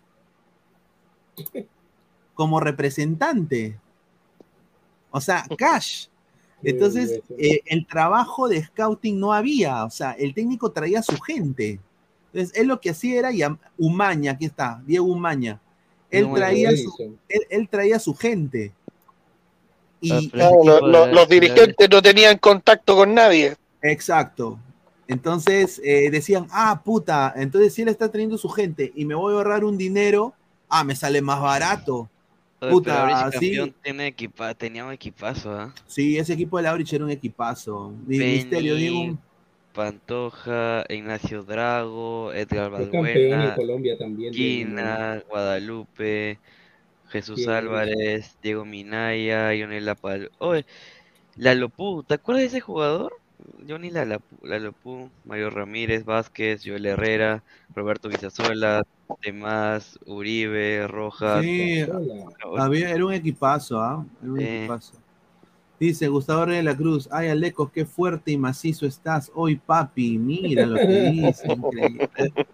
como representante. O sea, cash. Entonces, el trabajo de scouting no había. O sea, el técnico traía a su gente. Entonces, él lo que hacía era Umaña, aquí está, Diego Umaña. Él traía a su gente. Y los dirigentes no tenían contacto con nadie. Exacto. Entonces decían, puta, entonces si él está trayendo su gente y me voy a ahorrar un dinero, me sale más barato. Puta, así. Tenía un equipazo, ¿eh? Sí, ese equipo de Laurich era un equipazo. Misterio, digo. Pantoja, Ignacio Drago, Edgar campeón Valbuena, en Colombia también. Quina, Guadalupe, Jesús Álvarez, Diego Minaya, Johnny Lalopú, ¿te acuerdas de ese jugador? Johnny Lalopú, Mario Ramírez, Vázquez, Joel Herrera, Roberto Guisasola, Demás, Uribe, Rojas. Sí, era un equipazo, Era un equipazo. Dice Gustavo Reyes de la Cruz, ay Alecos, qué fuerte y macizo estás hoy, papi, mira lo que dice, increíble.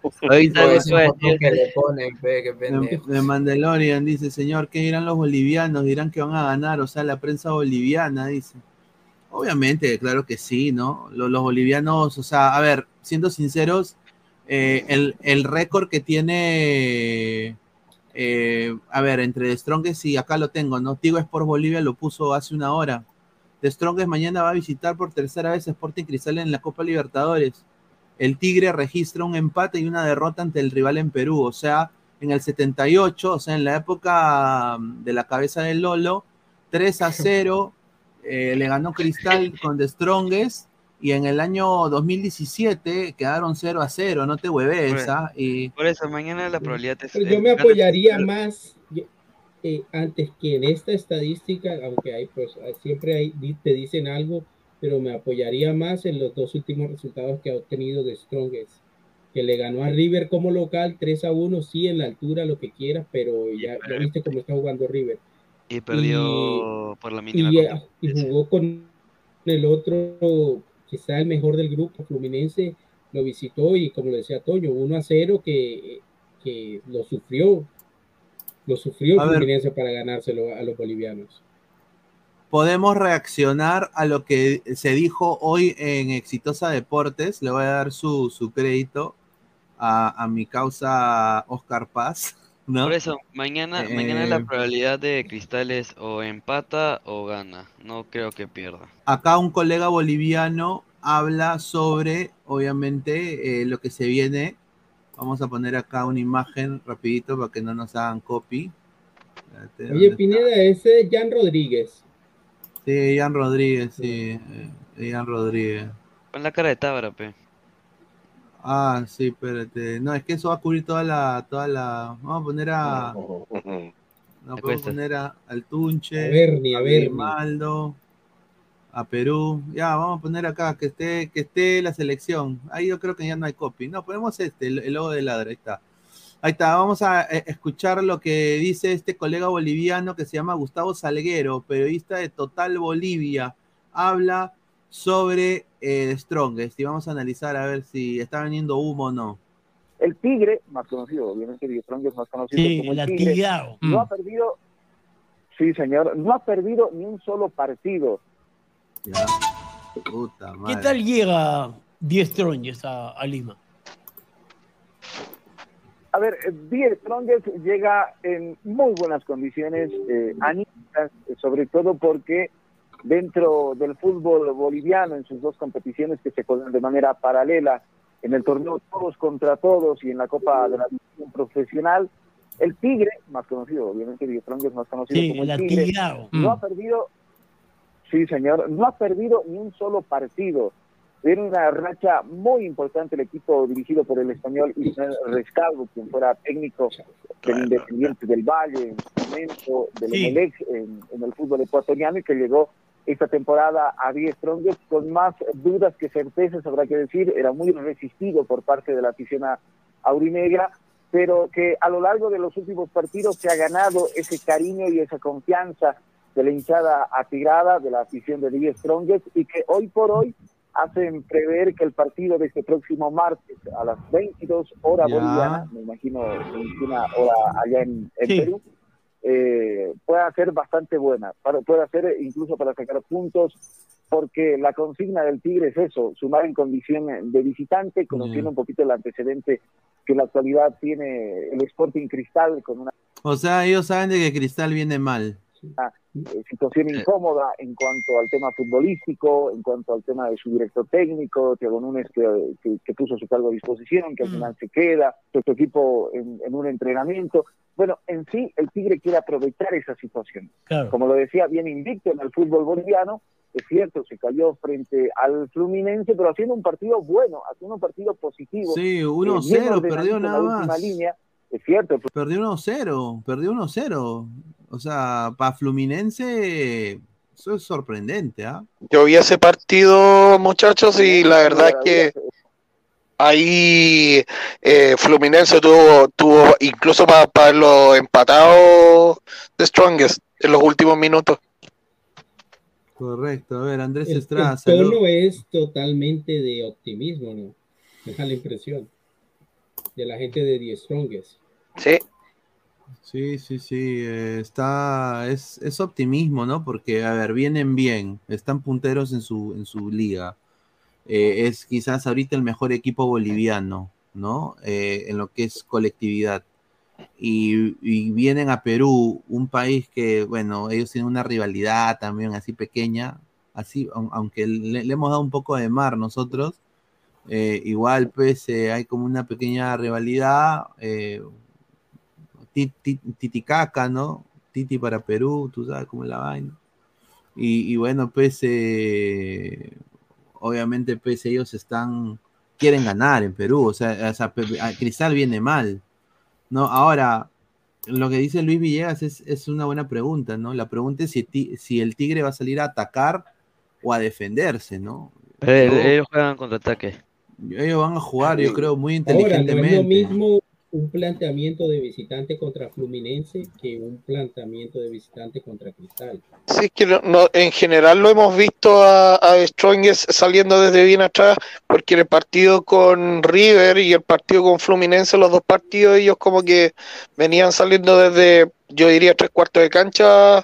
De Mandalorian dice, señor, ¿qué dirán los bolivianos? Dirán que van a ganar, o sea, la prensa boliviana, dice. Obviamente, claro que sí, ¿no? Los bolivianos, o sea, a ver, siendo sinceros, el récord que tiene, a ver, entre The Strongest y acá lo tengo, ¿no? Tigo Sport Bolivia lo puso hace una hora. The Strongest mañana va a visitar por tercera vez Sporting Cristal en la Copa Libertadores. El Tigre registra un empate y una derrota ante el rival en Perú. O sea, en el 78, o sea, en la época de la cabeza del Lolo, 3-0, le ganó Cristal con The Strongest, y en el año 2017 quedaron 0-0, no te hueves, ¿ah? Y Por eso, mañana la probabilidad es... Pero yo me apoyaría más antes que en esta estadística, aunque hay, pues siempre te dicen algo, pero me apoyaría más en los dos últimos resultados que ha obtenido de Strongest, que le ganó a River como local 3-1, sí, en la altura, lo que quieras, pero ya viste cómo está jugando River. Y perdió por la mínima. Y jugó con el otro, quizá el mejor del grupo, Fluminense, lo visitó y como le decía Toño, 1-0 que lo sufrió Fluminense para ganárselo a los bolivianos. podemos reaccionar a lo que se dijo hoy en Exitosa Deportes. Le voy a dar su crédito a mi causa Oscar Paz, ¿no? Por eso, mañana la probabilidad de Cristal es o empata o gana. No creo que pierda. Acá un colega boliviano habla sobre, obviamente, lo que se viene. Vamos a poner acá una imagen rapidito para que no nos hagan copy. Espérate, Oye, Pineda, ese es Jan Rodríguez. Sí, Jan Rodríguez, sí. Jan Rodríguez. Pon la cara de Tábara, pe. Ah, sí, espérate. No, es que eso va a cubrir toda la... Vamos a poner a... No, podemos poner al Tunche, a Berni. Grimaldo, a Perú. Ya, vamos a poner acá que esté la selección. Ahí yo creo que ya no hay copy. No, ponemos el logo de Ladra, ahí está. Ahí está, vamos a escuchar lo que dice este colega boliviano que se llama Gustavo Salguero, periodista de Total Bolivia. Habla sobre Strongest y vamos a analizar a ver si está vendiendo humo o no. El Tigre, más conocido, obviamente The Strongest más conocido como el Tigre, no ha perdido, sí señor, no ha perdido ni un solo partido. Ya. Puta madre. ¿Qué tal llega The Strongest a Lima? A ver, The Strongest llega en muy buenas condiciones anímicas, sobre todo porque dentro del fútbol boliviano, en sus dos competiciones que se juegan de manera paralela, en el torneo todos contra todos y en la Copa de la División Profesional, el Tigre, más conocido, obviamente The Strongest más conocido como el Tigre, no ha perdido, sí señor, no ha perdido ni un solo partido. Tiene una racha muy importante el equipo dirigido por el español Ismael Rescalvo, quien fuera técnico del Independiente del Valle, en su momento del Emelec en el fútbol ecuatoriano, y que llegó esta temporada a The Strongest con más dudas que certezas, habrá que decir. Era muy resistido por parte de la afición aurinegra, pero que a lo largo de los últimos partidos se ha ganado ese cariño y esa confianza de la hinchada atigrada, de la afición de The Strongest, y que hoy por hoy hacen prever que el partido de este próximo martes a las 22 horas bolivianas, me imagino 21 horas allá en Perú, pueda ser bastante buena, pueda ser incluso para sacar puntos, porque la consigna del Tigre es eso, sumar en condición de visitante, conociendo un poquito el antecedente que en la actualidad tiene el Sporting Cristal con una... O sea, ellos saben de que Cristal viene mal. Situación incómoda en cuanto al tema futbolístico, en cuanto al tema de su director técnico, Thiago Núñez, que puso su cargo a disposición, que al final se queda, su equipo en un entrenamiento. Bueno, en sí, el Tigre quiere aprovechar esa situación. Claro. Como lo decía, bien invicto en el fútbol boliviano, es cierto, se cayó frente al Fluminense, pero haciendo un partido bueno, haciendo un partido positivo. Sí, 1-0, perdió nada más. Línea. Es cierto. Perdió 1-0. O sea, para Fluminense, eso es sorprendente, ¿ah? Yo vi ese partido, muchachos, y la verdad es que ahí Fluminense tuvo incluso para lo empatado de Strongest en los últimos minutos. Correcto, a ver, Andrés Estrada. El tono es totalmente de optimismo, ¿no? Me da la impresión de la gente de The Strongest. Sí. Sí, es optimismo, ¿no? Porque, a ver, vienen bien, están punteros en su liga. Es quizás ahorita el mejor equipo boliviano, ¿no? En lo que es colectividad. Y vienen a Perú, un país que, bueno, ellos tienen una rivalidad también así pequeña, así, aunque le hemos dado un poco de mar nosotros, igual pues hay como una pequeña rivalidad, Titicaca, ¿no? Titi para Perú, tú sabes cómo es la vaina. Y bueno, pues, obviamente, pues ellos quieren ganar en Perú, o sea, Cristal viene mal, ¿no? Ahora, lo que dice Luis Villegas es una buena pregunta, ¿no? La pregunta es si el Tigre va a salir a atacar o a defenderse, ¿no? Ellos juegan contraataque. Ellos van a jugar, yo creo, muy Ahora, no es inteligentemente. lo mismo un planteamiento de visitante contra Fluminense que un planteamiento de visitante contra Cristal. Sí, es que en general lo hemos visto a Strongest saliendo desde bien atrás, porque en el partido con River y el partido con Fluminense, los dos partidos, ellos como que venían saliendo desde, yo diría, 3/4 de cancha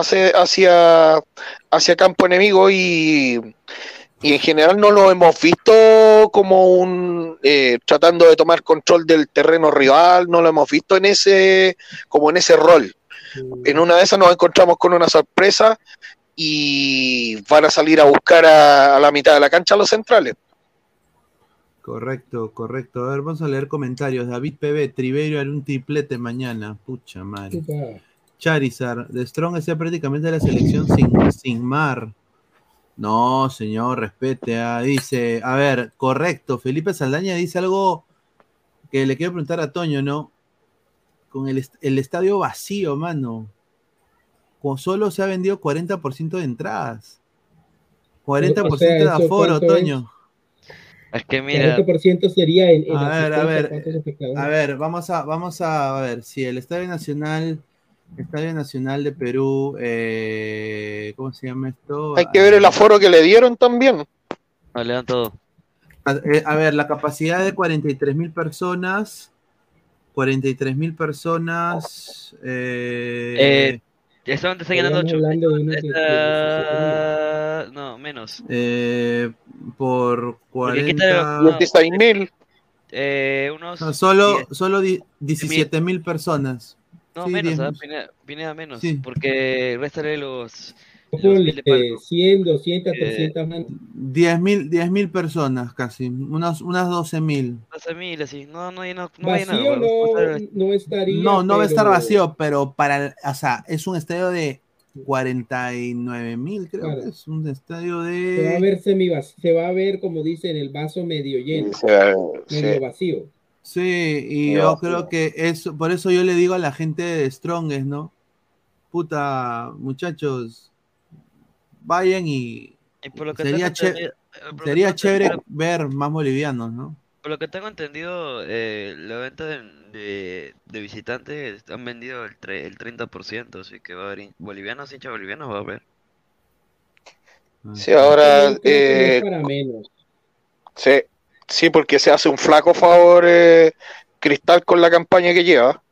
hacia campo enemigo y en general no lo hemos visto como tratando de tomar control del terreno rival, no lo hemos visto en ese rol. En una de esas nos encontramos con una sorpresa y van a salir a buscar a la mitad de la cancha a los centrales. Correcto. A ver, vamos a leer comentarios. David PB, Triverio hará un triplete mañana. Pucha madre. Charizard, de Strong sea prácticamente la selección sin mar. No, señor, respete. Dice, a ver, correcto. Felipe Saldaña dice algo que le quiero preguntar a Toño, ¿no? Con el estadio vacío, mano. Solo se ha vendido 40% de entradas. 40% de aforo, Toño. Es que mira. 40% sería en a ver, vamos a ver si el Estadio Nacional de Perú, ¿cómo se llama esto? Hay que ver el aforo que le dieron también. No, le dan todo. A ver, la capacidad de 43.000 personas. 43.000 personas. Solamente está llenando 8. No, menos. Por 40. 16.000. Solo 17.000 personas. No, sí, menos, Pineda menos. Sí. Porque réstale los 100, 200, 300 más. 10.000 personas casi, unas 12.000. 12.000, así. No vacío no estaría. No va a estar vacío, pero es un estadio de 49.000, creo. Claro. Que es un estadio de. Se va a ver, como dicen, el vaso medio lleno, medio vacío. Sí, y yo creo que por eso yo le digo a la gente de Strongest, ¿no? Puta, muchachos, vayan y por lo que sería chévere ver más bolivianos, ¿no? Por lo que tengo entendido, la venta de visitantes han vendido el 30%, así que va a haber bolivianos, hinchas bolivianos, va a haber. Sí, ahora... para menos. Sí, porque se hace un flaco favor Cristal con la campaña que lleva.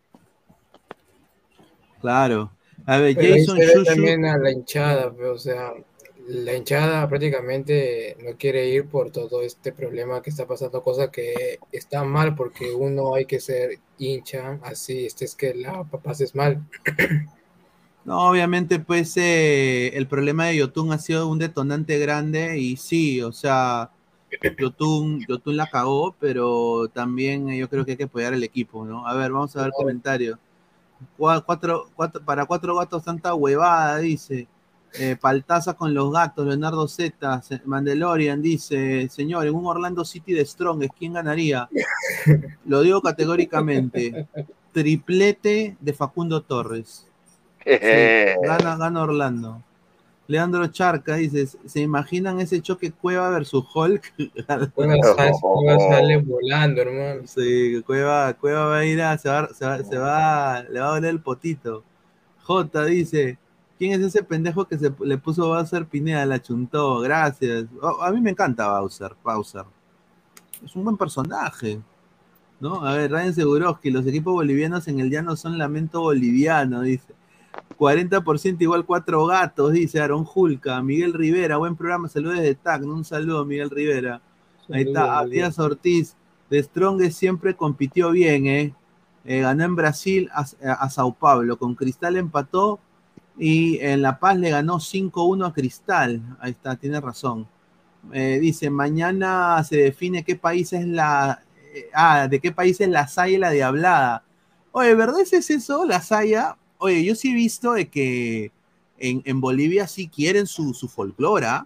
Claro. A ver, pero Jason Shushu también a la hinchada, pero, o sea, la hinchada prácticamente no quiere ir por todo este problema que está pasando, cosa que está mal porque uno hay que ser hincha, así es que la pases mal. No, obviamente pues el problema de Yotun ha sido un detonante grande y sí, o sea, Yotun la cagó, pero también yo creo que hay que apoyar al equipo, ¿no? A ver, vamos a ver comentarios. Para 4 gatos tanta huevada, dice. Paltaza con los gatos, Leonardo Z. Mandalorian dice, señor, en un Orlando City de Strongest, ¿quién ganaría? Lo digo categóricamente. Triplete de Facundo Torres. Sí, gana Orlando. Leandro Charca dice, ¿se imaginan ese choque Cueva versus Hulk? Cueva sale volando, hermano. Sí, Cueva va a ir le va a doler el potito. J dice, ¿quién es ese pendejo que le puso Bowser Pineda? La chuntó, gracias. A mí me encanta Bowser. Es un buen personaje, ¿no? A ver, Ryan Seguroski, los equipos bolivianos en el llano son lamento boliviano, dice. 40% igual 4 gatos, dice Aaron Julca. Miguel Rivera, buen programa, saludos desde TAC, un saludo Miguel Rivera. Ahí está, Díaz Ortiz, de Strongest siempre compitió bien, ganó en Brasil a Sao Paulo, con Cristal empató y en La Paz le ganó 5-1 a Cristal, ahí está, tiene razón. Dice, mañana se define qué país es de qué país es la Saya y la Diablada. Oye, ¿verdad es eso, la Saya? Oye, yo sí he visto de que en Bolivia sí quieren su folclora.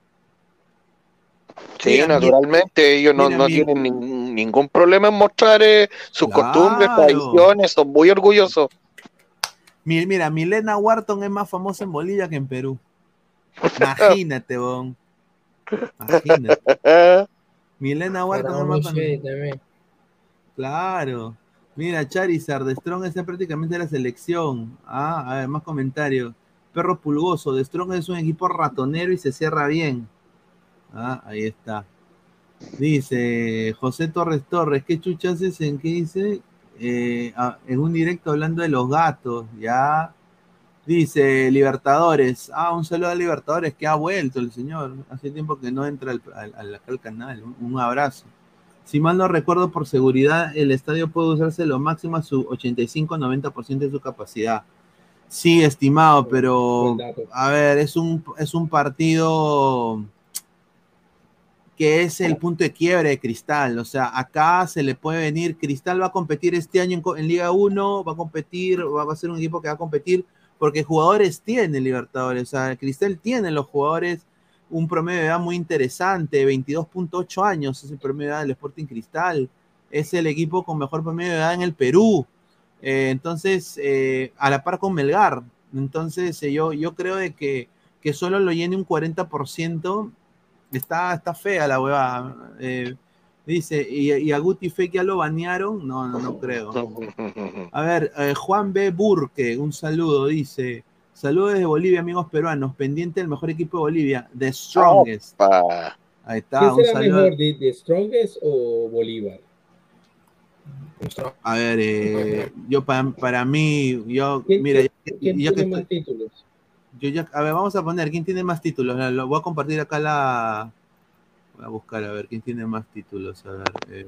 Sí, Mira, naturalmente, ellos no, mira, no tienen ningún problema en mostrar sus costumbres, Claro. tradiciones, son muy orgullosos. Mira, Milena Wharton es más famosa en Bolivia que en Perú. Imagínate, bon. Imagínate. Milena Wharton es más famosa. Claro. Mira, Charizard, de Strong es prácticamente la selección. A ver, más comentarios. Perro Pulgoso, de Strong es un equipo ratonero y se cierra bien. Ahí está. Dice José Torres Torres, ¿qué chucha haces en qué dice? En un directo hablando de los gatos, ya. Dice Libertadores. Un saludo a Libertadores, que ha vuelto el señor. Hace tiempo que no entra al canal. Un abrazo. Si mal no recuerdo, por seguridad, el estadio puede usarse lo máximo a su 85-90% de su capacidad. Sí, estimado, pero a ver, es un partido que es el punto de quiebre de Cristal. O sea, acá se le puede venir. Cristal va a competir este año en Liga 1, va a competir, va a ser un equipo que va a competir porque jugadores tiene Libertadores. O sea, Cristal tiene los jugadores un promedio de edad muy interesante, 22.8 años es el promedio de edad del Sporting Cristal. Es el equipo con mejor promedio de edad en el Perú. Entonces, a la par con Melgar. Entonces, yo creo de que solo lo llene un 40%. Está fea la huevada. Dice, ¿y a Guti Fake ya lo banearon? No creo. A ver, Juan B. Burke, un saludo, dice, saludos desde Bolivia, amigos peruanos, pendiente del mejor equipo de Bolivia, The Strongest. Opa. Ahí está, ¿Quién un será saludo. mejor, The Strongest o Bolívar? A ver, yo para mí, mira, ¿Quién ya que tiene más títulos? a ver, vamos a poner quién tiene más títulos. Lo voy a compartir acá voy a buscar a ver quién tiene más títulos. A ver,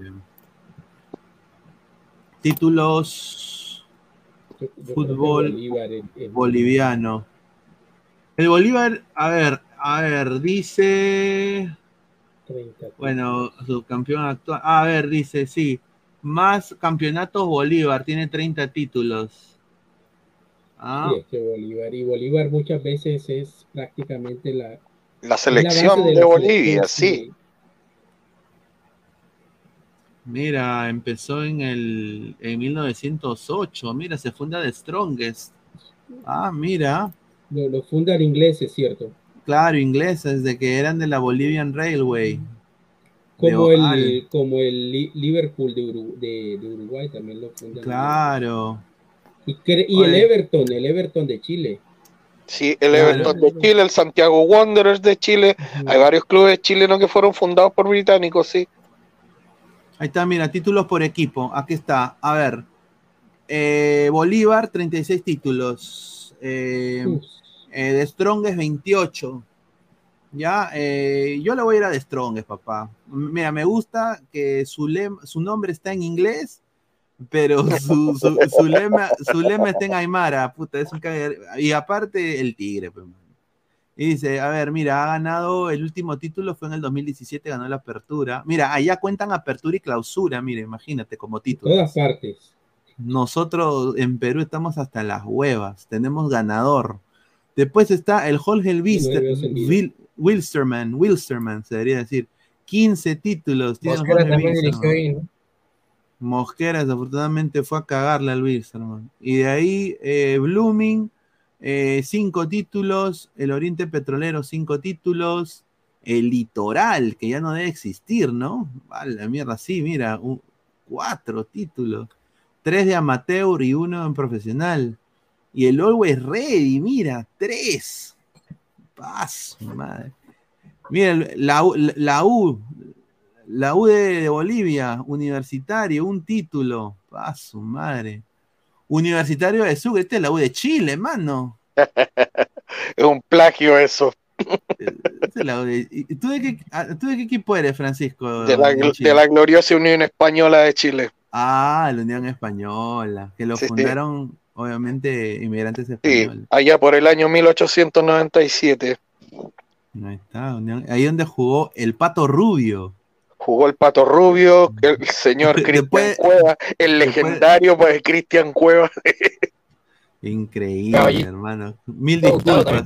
títulos fútbol boliviano. El Bolívar, a ver, dice, bueno, subcampeón actual. A ver, dice, sí, más campeonatos Bolívar, tiene 30 títulos. Sí, es que Bolívar muchas veces es prácticamente la selección de Bolivia, sí. Mira, empezó en 1908. Mira, se funda The Strongest. Mira. Lo fundan ingleses, ¿cierto? Claro, ingleses, de que eran de la Bolivian Railway. Como el Liverpool de Uruguay también lo fundan. Claro. Y el Everton de Chile. Sí, el Everton de Chile, el Santiago Wanderers de Chile. Hay varios clubes chilenos que fueron fundados por británicos, sí. Ahí está, mira, títulos por equipo. Aquí está. A ver. Bolívar, 36 títulos. The Strongest, 28. Ya, yo le voy a ir a The Strongest, papá. Mira, me gusta que su nombre está en inglés, pero su lema está en Aymara. Puta, es un cagadero. Y aparte, el Tigre, pues. Y dice, a ver, mira, ha ganado el último título, fue en el 2017, ganó la apertura. Mira, allá cuentan apertura y clausura, mira, imagínate, como título. Todas partes. Nosotros en Perú estamos hasta las huevas, tenemos ganador. Después está el Jorge Wilstermann, se debería decir. 15 títulos. Tiene Mosquera también dirigió ahí, ¿no? Mosquera desafortunadamente fue a cagarle al Wilstermann. Y de ahí Blooming, 5 títulos. El Oriente Petrolero, 5 títulos. El Litoral, que ya no debe existir, ¿no? Vale, la mierda, sí, mira, 4 títulos. 3 de amateur y 1 en profesional. Y el Always Ready, mira, 3. Paso, madre. Mira, la U de Bolivia, Universitario, un título. Paso, madre. Universitario de Sucre, este es la U de Chile, mano. Es un plagio eso. ¿Tú de qué equipo eres, Francisco? De la gloriosa Unión Española de Chile. La Unión Española, que lo fundaron, obviamente, inmigrantes españoles. Sí, allá por el año 1897. Ahí está, ahí donde jugó el Pato Rubio. Jugó el Pato Rubio, el señor Cristian Cueva, el legendario pues Cristian Cueva. Increíble, hermano. Mil disculpas.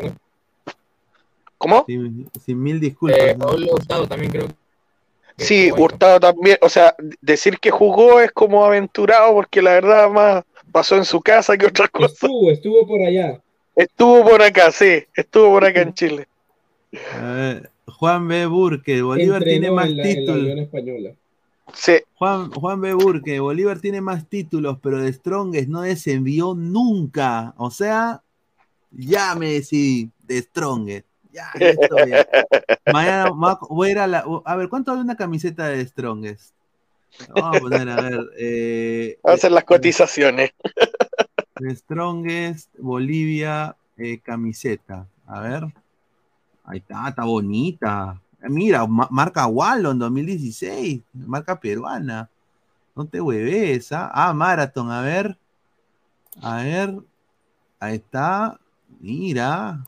¿Cómo? Sí, mil disculpas. ¿no? Hurtado también creo. Sí, Hurtado también, o sea, decir que jugó es como aventurado porque la verdad más pasó en su casa que otra cosa. Estuvo por allá. Estuvo por acá, sí, estuvo por acá en Chile. A ver, Juan B. Burke, Bolívar tiene más títulos. Sí. Juan B. Burke, Bolívar tiene más títulos, pero de Strongest no descendió nunca. O sea, ya me decidí, de Strongest. Ya, estoy. Mañana voy a ir a ver, ¿cuánto vale una camiseta de Strongest? Vamos a poner, a ver. Hacen las cotizaciones. De Strongest, Bolivia, camiseta. A ver. Ahí está bonita. Mira, marca Wallon 2016, marca peruana. No te hueves, ¿ah? Ah, Marathon, a ver. A ver. Ahí está. Mira.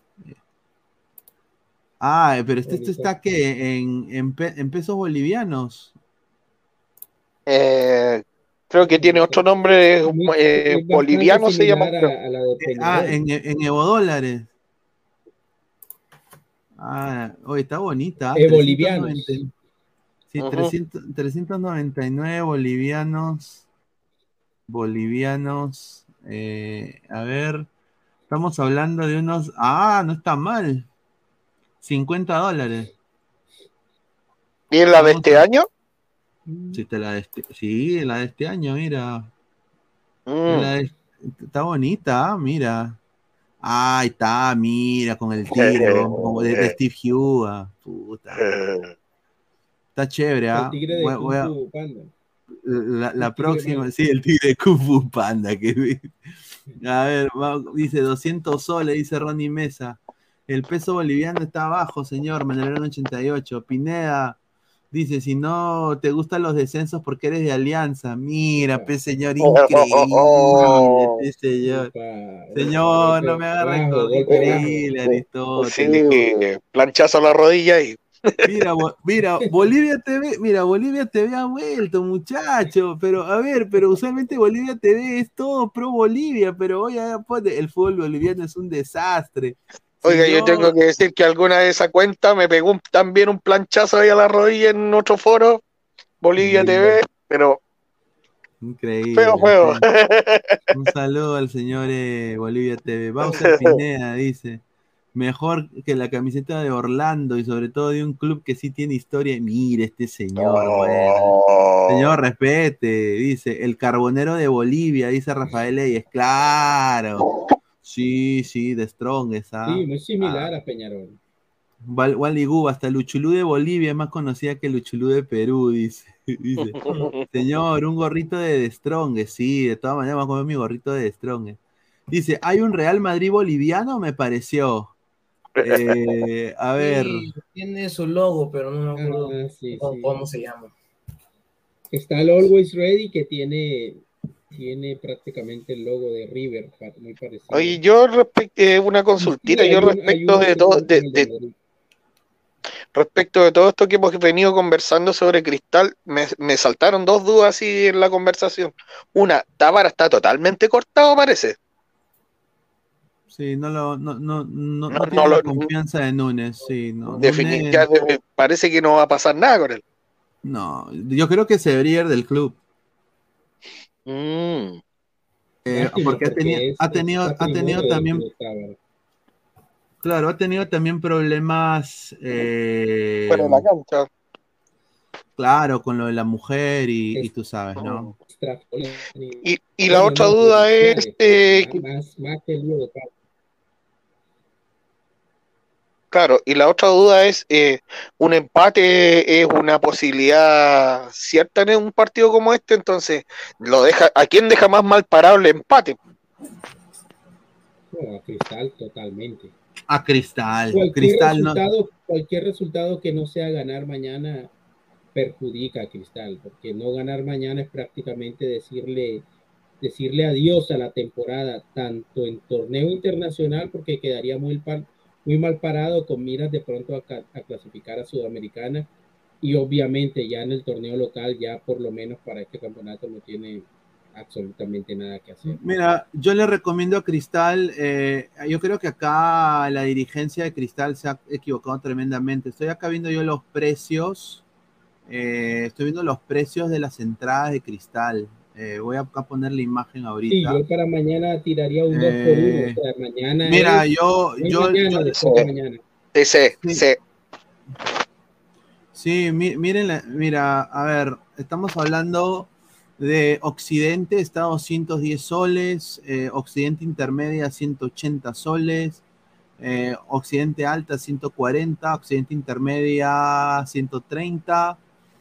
Ah, pero este está ¿qué? En pesos bolivianos. Creo que tiene otro nombre boliviano, se llama. En evodólares. Ah, hoy está bonita. Bolivianos. Sí, 399 bolivianos. Bolivianos. A ver. Estamos hablando de unos. Ah, no está mal. $50. ¿Y en la de este año? Sí, la de este año, mira. Está bonita, mira. Ah, ahí está, mira, con el tigre, como de Steve Hughes. Puta. Está chévere, ¿ah? El tigre de Kung Fu Panda. La próxima, sí, el tigre de Kung Fu Panda. A ver, dice 200 soles, dice Ronnie Mesa. El peso boliviano está abajo, señor, Mandalorian 88. Pineda dice, si no te gustan los descensos porque eres de Alianza. Mira, señor, increíble, señor. Señor, no me agarre con increíble, Aristóteles. Sí, planchazo a la rodilla y... Mira, Bolivia TV ha vuelto, muchacho, pero a ver, usualmente Bolivia TV es todo pro Bolivia, pero hoy el fútbol boliviano es un desastre. Oiga, yo tengo que decir que alguna de esa cuenta me pegó también un planchazo ahí a la rodilla en otro foro, Bolivia TV, pero... Increíble. Feo juego. Un saludo al señor Bolivia TV. Bauser Pineda dice, mejor que la camiseta de Orlando y sobre todo de un club que sí tiene historia. Mire este señor, bueno. Señor, respete, dice, el carbonero de Bolivia, dice Rafael Leyes. Claro. Sí, de Strongest. Sí, muy similar a Peñarol. Wally Gu, hasta Luchulú de Bolivia es más conocida que Luchulú de Perú, dice. Señor, un gorrito de The Strongest, sí, de todas maneras vamos a comer mi gorrito de The Strongest. Dice, ¿hay un Real Madrid boliviano? Me pareció. A ver. Sí, tiene su logo, pero no me acuerdo cómo se llama. Está el Always Ready, que tiene prácticamente el logo de River, muy parecido. Oye, yo una consultita, Sí, respecto de todo esto que hemos venido conversando sobre Cristal, me saltaron dos dudas así en la conversación. Una, Tábara está totalmente cortado, parece. Sí, no tiene la confianza de Núñez, sí. Definitivamente parece que no va a pasar nada con él. No, yo creo que se debería ir del club. Porque ha tenido también... Claro, ha tenido también problemas fuera de la cancha. Claro, con lo de la mujer y tú sabes, ¿no? Y la otra duda es claro, y la otra duda es un empate es una posibilidad cierta en un partido como este, entonces ¿a quién deja más mal parado el empate? No, a Cristal totalmente. A Cristal. Cualquier resultado que no sea ganar mañana perjudica a Cristal, porque no ganar mañana es prácticamente decirle adiós a la temporada, tanto en torneo internacional, porque quedaría muy mal parado con miras de pronto a clasificar a Sudamericana, y obviamente ya en el torneo local, ya por lo menos para este campeonato no tiene absolutamente nada que hacer. Mira, yo le recomiendo a Cristal, yo creo que acá la dirigencia de Cristal se ha equivocado tremendamente. Estoy acá viendo yo los precios, estoy viendo los precios de las entradas de Cristal. Voy a acá poner la imagen Sí, ahorita. yo para mañana tiraría un 2 por 1, o sea, mañana Mira, es, yo, no es yo, mañana, yo- después de mañana. Sí, miren, mira, a ver, estamos hablando de Occidente, está a 210 soles, Occidente Intermedia 180 soles, Occidente Alta 140, Occidente Intermedia 130.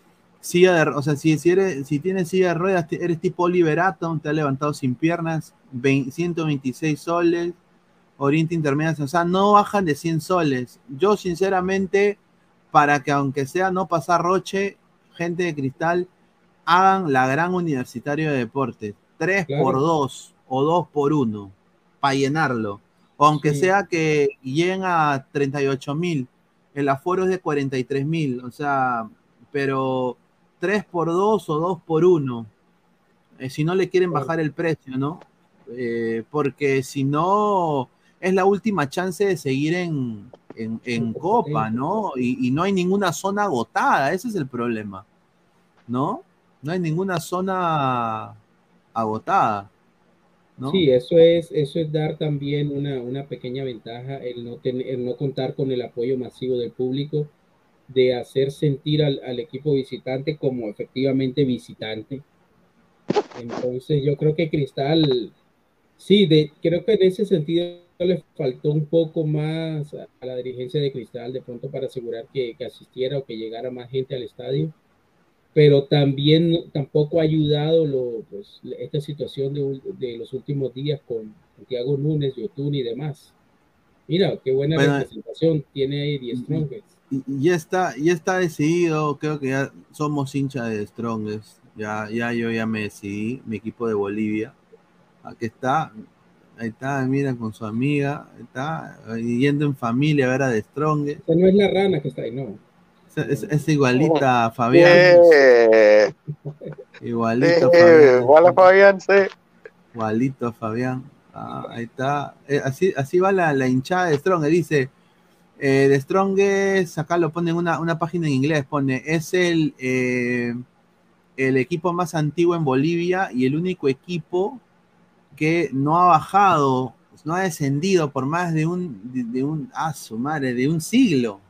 O sea, si tienes silla de ruedas, eres tipo Oliver Atom, te has levantado sin piernas, 126 soles, Oriente Intermedia, o sea, no bajan de 100 soles. Yo, sinceramente, para que aunque sea no pasar roche, gente de Cristal, hagan la gran Universitario de Deportes, 3 por Claro. 2 o 2 por 1, para llenarlo. O aunque Sí. sea que lleguen a 38.000, el aforo es de 43.000, o sea, pero 3 por 2 o 2 por 1, si no le quieren bajar el precio, ¿no? Porque si no, es la última chance de seguir en Copa, ¿no? Y no hay ninguna zona agotada, ese es el problema, ¿no? No hay ninguna zona agotada, ¿no? Sí, eso es dar también una pequeña ventaja, el no contar con el apoyo masivo del público, de hacer sentir al equipo visitante como efectivamente visitante. Entonces yo creo que Cristal, sí, creo que en ese sentido le faltó un poco más a la dirigencia de Cristal de pronto para asegurar que asistiera o que llegara más gente al estadio, pero también tampoco ha ayudado esta situación de los últimos días con Santiago Núñez, Yotun y demás. Mira, qué buena Bueno, representación tiene ahí The Strongest. y ya está decidido, creo que ya somos hinchas de Strongest, yo ya me decidí, mi equipo de Bolivia, aquí está, ahí está, mira, con su amiga, ahí está, yendo en familia a ver a The Strongest. Esa no es la rana que está ahí, no. Es igualita a Fabián. Igualito a Sí, Fabián. igual a Fabián, sí. Igualito a Fabián. Ahí está. Así va la hinchada de Strongest. Dice, de Strongest, acá lo pone en una página en inglés, pone, es el equipo más antiguo en Bolivia y el único equipo que no ha bajado, no ha descendido por más de su madre, de un siglo.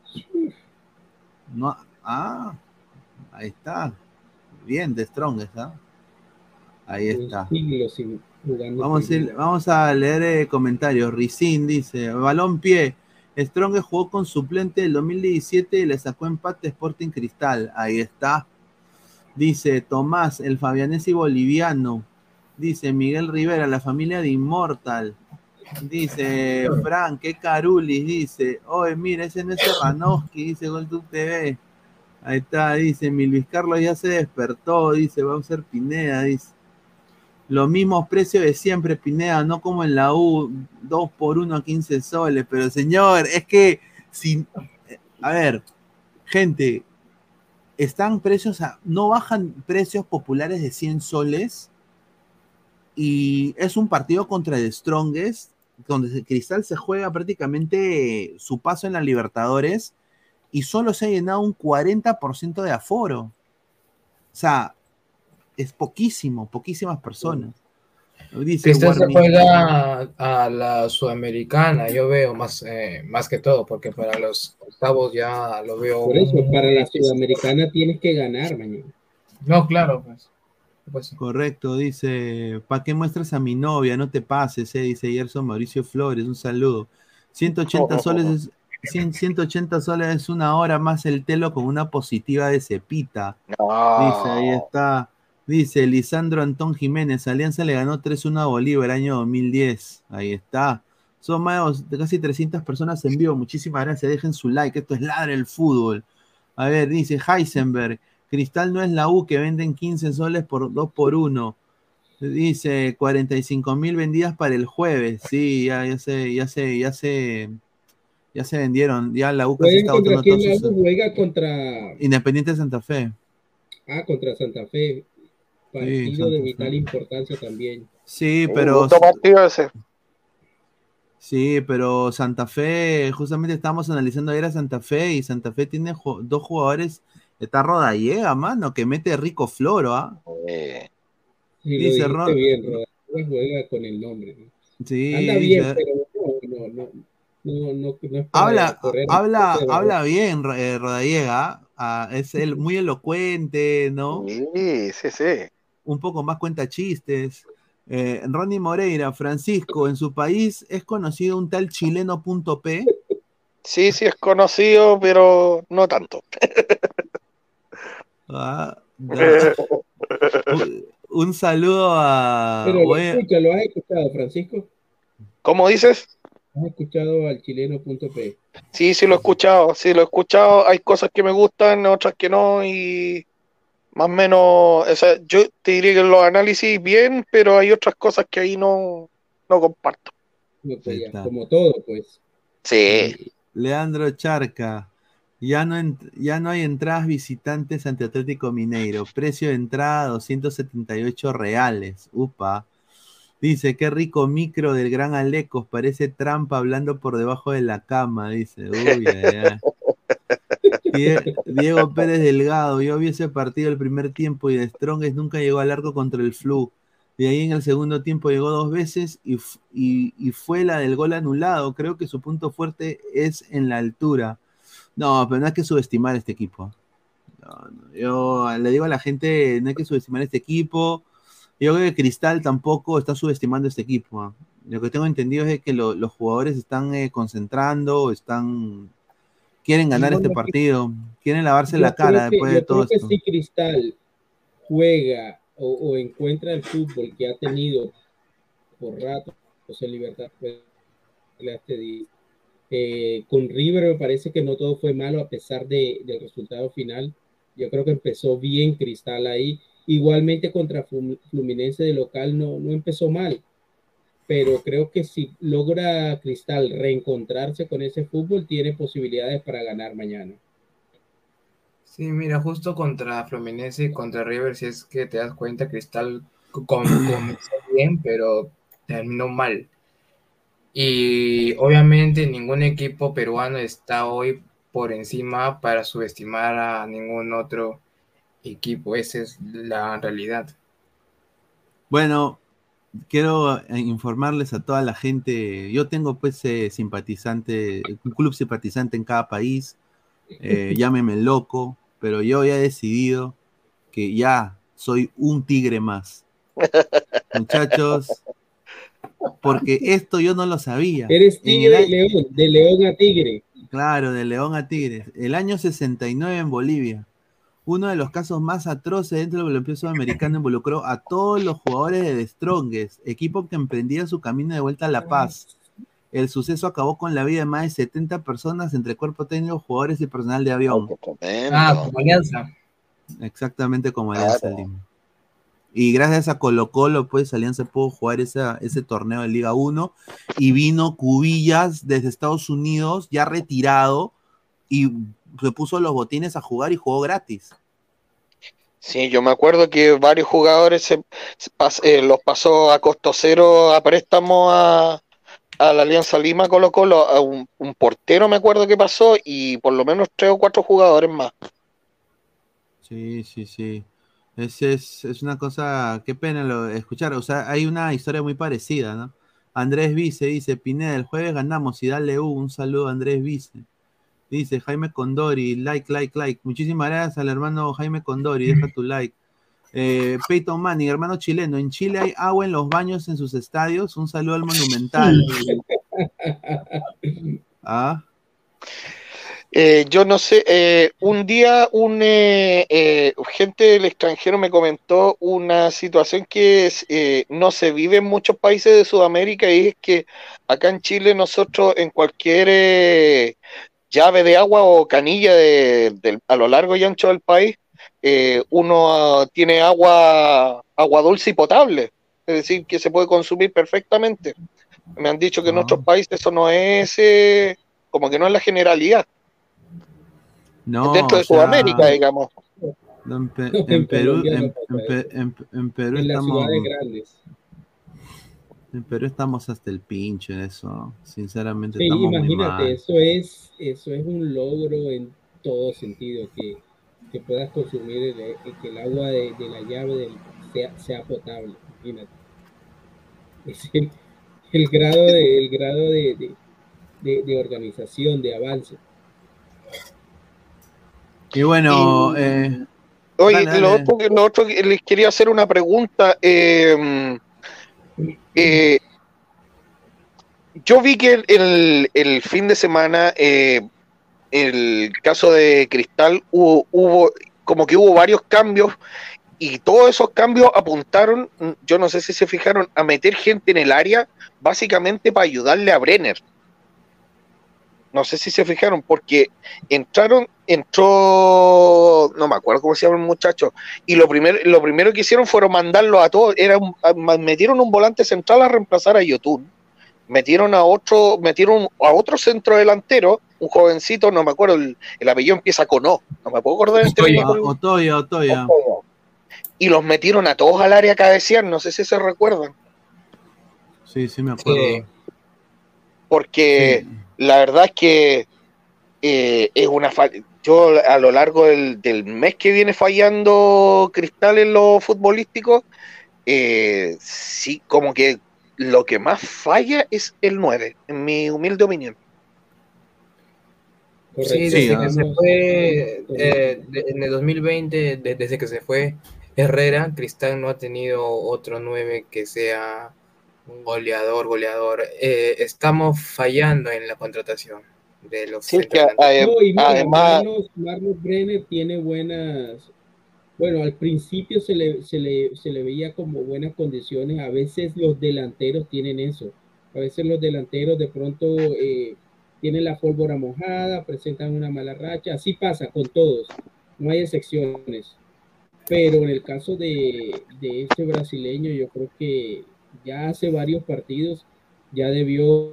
No, ahí está. Bien, de Strongest, ¿ah? Ahí está. Vamos a leer comentarios. Ricin dice, balón pie. Strongest jugó con suplente del 2017 y le sacó empate a Sporting Cristal. Ahí está. Dice Tomás, el fabianesi boliviano. Dice Miguel Rivera, la familia de Immortal. Dice Frank, qué carulis. Dice, oye, mira, ese no es Serranowski. Dice GolTube TV. Ahí está, dice, mi Luis Carlos ya se despertó. Dice, va a ser Pineda. Dice, los mismos precios de siempre, Pineda, no como en la U, 2 por 1 a 15 soles. Pero señor, es que, a ver, gente, están precios, no bajan precios populares de 100 soles. Y es un partido contra el Strongest, donde Cristal se juega prácticamente su paso en la Libertadores y solo se ha llenado un 40% de aforo. O sea, es poquísimas personas. Dice Cristal se Warmi, juega a la Sudamericana, yo veo más que todo, porque para los octavos ya lo veo. Por eso, para la Sudamericana tienes que ganar mañana. No, claro, pues. Correcto, dice, ¿para qué muestras a mi novia? No te pases, dice Gerson Mauricio Flores, un saludo. 180 soles 180 soles es una hora más el telo con una positiva de Cepita. Dice, ahí está. Dice Lisandro Antón Jiménez, Alianza le ganó 3-1 a Bolívar año 2010. Ahí está. Son más de casi 300 personas en vivo. Muchísimas gracias. Dejen su like. Esto es Ladra el Fútbol. A ver, dice Heisenberg. Cristal no es la U que venden 15 soles por 2 por 1. Dice 45.000 vendidas para el jueves. Sí, ya Ya se vendieron, ya la U casi ¿Juega está contra votando quién todos la sus... U? Juega contra... Independiente de Santa Fe. Contra Santa Fe. Partido de Santa vital Fe. importancia también. Sí, pero... Otro partido ese. Sí, pero Santa Fe, justamente estamos analizando ayer a Santa Fe y Santa Fe tiene dos jugadores, está Rodallega, mano, que mete rico floro, ¿ah? Sí, lo Dice dijiste bien, Rodallega juega con el nombre, ¿no? Sí, Anda bien, dice, pero no es para correr. habla bien Rodallega, es él muy elocuente, ¿no? Sí. Un poco más cuenta chistes. Ronnie Moreira, Francisco, en su país es conocido un tal chileno.p. Sí, es conocido, pero no tanto. Un saludo a... Pero ¿lo has escuchado, Francisco? ¿Cómo dices? ¿Has escuchado al chileno.p? Sí, lo he escuchado. Hay cosas que me gustan, otras que no, y más o menos, o sea, yo te diría que los análisis bien, pero hay otras cosas que ahí no comparto. Como todo, pues. Sí. Leandro Charca, ya no hay entradas visitantes ante Atlético Mineiro. Precio de entrada 278 reales. Upa. Dice, qué rico micro del gran Alecos, parece trampa hablando por debajo de la cama, dice. Uy, Diego Pérez Delgado, yo vi ese partido el primer tiempo y de Strongest nunca llegó al arco contra el Flu. De ahí en el segundo tiempo llegó 2 veces y fue la del gol anulado. Creo que su punto fuerte es en la altura. No, pero no hay que subestimar este equipo. Yo le digo a la gente, no hay que subestimar este equipo. Yo creo que Cristal tampoco está subestimando este equipo. Lo que tengo entendido es que los jugadores están concentrando, quieren ganar este partido, quieren lavarse la cara después de todo esto. Yo creo que si Cristal juega o encuentra el fútbol que ha tenido por rato, José Libertad, con River me parece que no todo fue malo a pesar del resultado final. Yo creo que empezó bien Cristal ahí. Igualmente contra Fluminense de local no empezó mal, pero creo que si logra Cristal reencontrarse con ese fútbol, tiene posibilidades para ganar mañana. Sí, mira, justo contra Fluminense y contra River, si es que te das cuenta, Cristal comenzó bien, pero terminó mal. Y obviamente ningún equipo peruano está hoy por encima para subestimar a ningún otro equipo. Esa es la realidad. Bueno, quiero informarles a toda la gente. Yo tengo pues un club simpatizante en cada país. Llámeme loco, pero yo ya he decidido que ya soy un tigre más. Muchachos, porque esto yo no lo sabía. Eres tigre de León, de León a Tigre. Claro, de León a Tigre. El año 69 en Bolivia. Uno de los casos más atroces dentro del balompié sudamericano involucró a todos los jugadores de The Strongest, equipo que emprendía su camino de vuelta a La Paz. El suceso acabó con la vida de más de 70 personas entre cuerpo técnico, jugadores y personal de avión. Como Alianza. Exactamente como Alianza Lima. Y gracias a Colo Colo, pues Alianza pudo jugar ese torneo de Liga 1 y vino Cubillas desde Estados Unidos, ya retirado, y se puso los botines a jugar y jugó gratis. Sí, yo me acuerdo que varios jugadores los pasó a costo cero a préstamo a la Alianza Lima Colo Colo, a un portero me acuerdo que pasó y por lo menos 3 o 4 jugadores más. Sí. Es una cosa, qué pena escuchar, o sea, hay una historia muy parecida, ¿no? Andrés Vice dice, Pineda, el jueves ganamos y dale un saludo a Andrés Vice. Dice Jaime Condori, like. Muchísimas gracias al hermano Jaime Condori, deja tu like. Peyton Manning, hermano chileno, en Chile hay agua en los baños en sus estadios. Un saludo al Monumental. Yo no sé, un día gente del extranjero me comentó una situación que no se vive en muchos países de Sudamérica, y es que acá en Chile nosotros en cualquier llave de agua o canilla a lo largo y ancho del país, uno tiene agua dulce y potable, es decir, que se puede consumir perfectamente. Me han dicho que en otros países eso no es como que no es la generalidad. No, Dentro de o sea, Sudamérica, digamos. no, en En Perú, Colombia no pasa eso. en Perú En las estamos, ciudades grandes. en Perú estamos hasta el pinche de eso. Sinceramente Sí, estamos muy imagínate, mal. eso es un logro en todo sentido, que puedas consumir que el agua de la llave sea potable, imagínate. Es el grado de organización, de avance. Y bueno, Oye, dale, lo dale. otro que les quería hacer una pregunta. Yo vi que el fin de semana, el caso de Cristal, como que hubo varios cambios y todos esos cambios apuntaron, yo no sé si se fijaron, a meter gente en el área básicamente para ayudarle a Brenner. No sé si se fijaron, porque entró, no me acuerdo cómo se llama el muchacho, y lo primero que hicieron fueron mandarlo a todos, metieron un volante central a reemplazar a Yotun, metieron a otro centro delantero, un jovencito, no me acuerdo, el apellido empieza con O, no me puedo acordar Otoya. Y los metieron a todos al área a cabecear, no sé si se recuerdan. Sí, me acuerdo. Porque la verdad es que es una falta. Yo a lo largo del mes que viene fallando Cristal en lo futbolístico, sí, como que lo que más falla es el 9, en mi humilde opinión. Sí, desde que se fue en el 2020, desde que se fue Herrera, Cristal no ha tenido otro 9 que sea un goleador. Estamos fallando en la contratación de los No, y mira, además Marlos Brenner tiene buenas. Bueno, al principio se le veía como buenas condiciones. A veces los delanteros tienen eso. A veces los delanteros de pronto tienen la pólvora mojada, presentan una mala racha. Así pasa con todos. No hay excepciones. Pero en el caso de este brasileño, yo creo que ya hace varios partidos ya debió,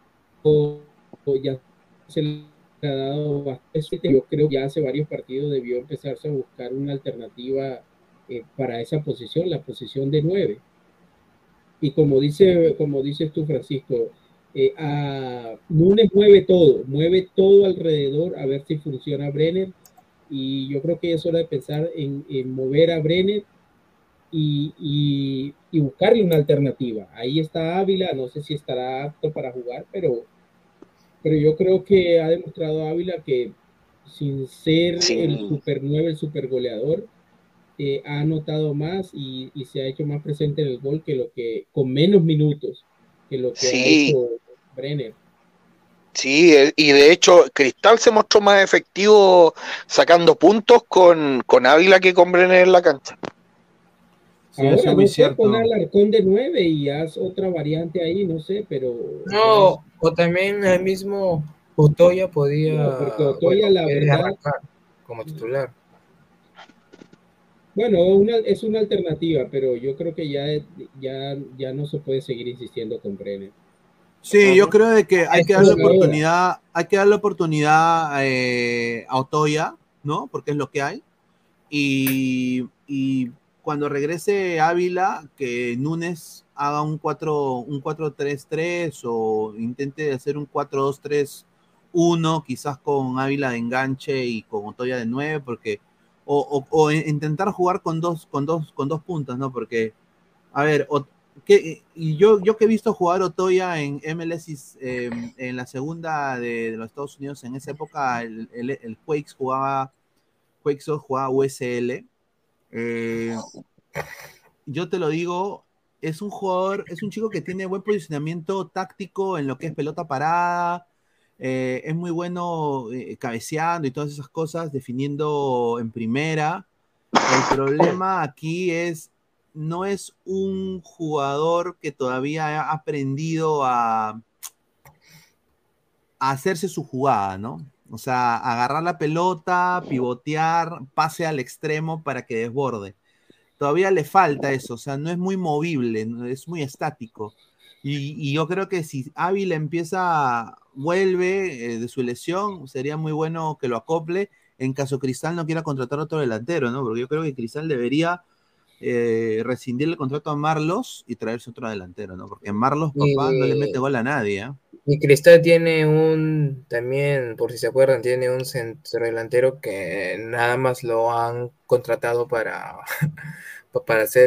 ya se le ha dado bastante. Yo creo que ya hace varios partidos debió empezarse a buscar una alternativa para esa posición, la posición de 9. Y como dices tú, Francisco, a Núñez mueve todo alrededor a ver si funciona Brenner. Y yo creo que es hora de pensar en mover a Brenner y buscarle una alternativa. Ahí está Ávila, no sé si estará apto para jugar, pero yo creo que ha demostrado Ávila que sin ser el super 9, el super goleador, ha anotado más y se ha hecho más presente en el gol con menos minutos que lo que ha hecho Brenner. Sí, y de hecho Cristal se mostró más efectivo sacando puntos con Ávila que con Brenner en la cancha. Sí, ahora no sé, pon al Alarcón de 9 y haz otra variante ahí, no sé, pero... No, o también el mismo Otoya podía... No, porque Otoya, la verdad... como titular. Bueno, es una alternativa, pero yo creo que ya no se puede seguir insistiendo con Brenner. Sí, yo creo de que hay que darle oportunidad a Otoya, ¿no? Porque es lo que hay. Y cuando regrese Ávila, que Núñez haga un 4-3-3 o intente hacer un 4-2-3-1, quizás con Ávila de enganche y con Otoya de 9, porque o intentar jugar con dos puntas, ¿no? Porque, a ver, y yo que he visto jugar Otoya en MLS en la segunda de los Estados Unidos, en esa época el Quakes jugaba USL. Yo te lo digo, es un chico que tiene buen posicionamiento táctico en lo que es pelota parada, es muy bueno cabeceando y todas esas cosas, definiendo en primera. El problema aquí no es un jugador que todavía ha aprendido a hacerse su jugada, ¿no? O sea, agarrar la pelota, pivotear, pase al extremo para que desborde. Todavía le falta eso, o sea, no es muy movible, es muy estático. Y yo creo que si Ávila empieza vuelve de su lesión, sería muy bueno que lo acople en caso Cristal no quiera contratar otro delantero, ¿no? Porque yo creo que Cristal debería rescindir el contrato a Marlos y traerse otro delantero, ¿no? Porque Marlos, papá, no le mete gol a nadie, ¿eh? Y Cristal tiene también, por si se acuerdan, tiene un centro delantero que nada más lo han contratado para hacer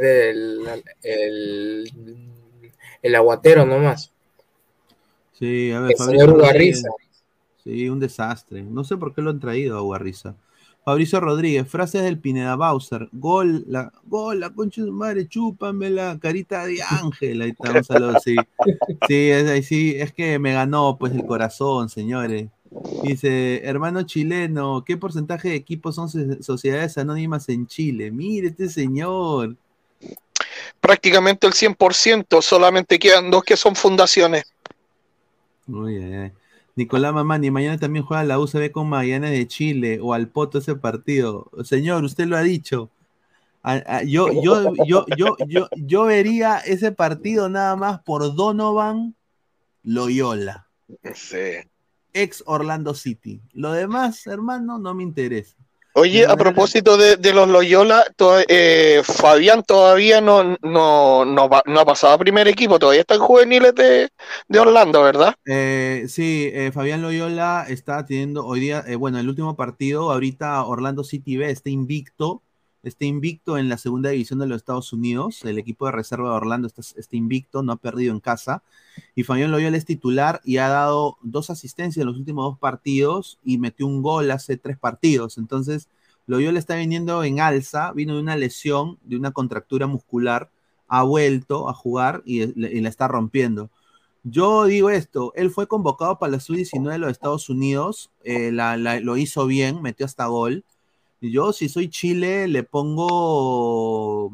el aguatero nomás. Sí, a ver, El Fabrizio señor Rodríguez. Ugarriza. Sí, un desastre. No sé por qué lo han traído a Ugarriza. Fabricio Rodríguez, frases del Pineda Bowser. Gol, la concha de su madre, chúpamela, carita de ángel. Ahí está, un saludo, sí. Sí, es que me ganó pues el corazón, señores. Dice, hermano chileno, ¿qué porcentaje de equipos son sociedades anónimas en Chile? Mire este señor. Prácticamente el 100%, solamente quedan 2 que son fundaciones. Uy, ay, ay. Nicolás Mamani, mañana también juega la UCB con Magallanes de Chile o al Poto ese partido. Señor, usted lo ha dicho. Yo vería ese partido nada más por Donovan Loyola. Sí. Ex Orlando City. Lo demás, hermano, no me interesa. Oye, a propósito de los Loyola, Fabián todavía no ha pasado a primer equipo, todavía está en juveniles de Orlando, ¿verdad? Sí, Fabián Loyola está teniendo hoy día, bueno, el último partido, ahorita Orlando City B está invicto en la segunda división de los Estados Unidos, el equipo de reserva de Orlando está invicto, no ha perdido en casa, y Fabián Loyola es titular y ha dado 2 asistencias en los últimos 2 partidos y metió un gol hace 3 partidos, entonces Loyola está viniendo en alza, vino de una lesión, de una contractura muscular, ha vuelto a jugar y la está rompiendo. Yo digo esto, él fue convocado para la sub-19 de los Estados Unidos, lo hizo bien, metió hasta gol. Y yo, si soy Chile, le pongo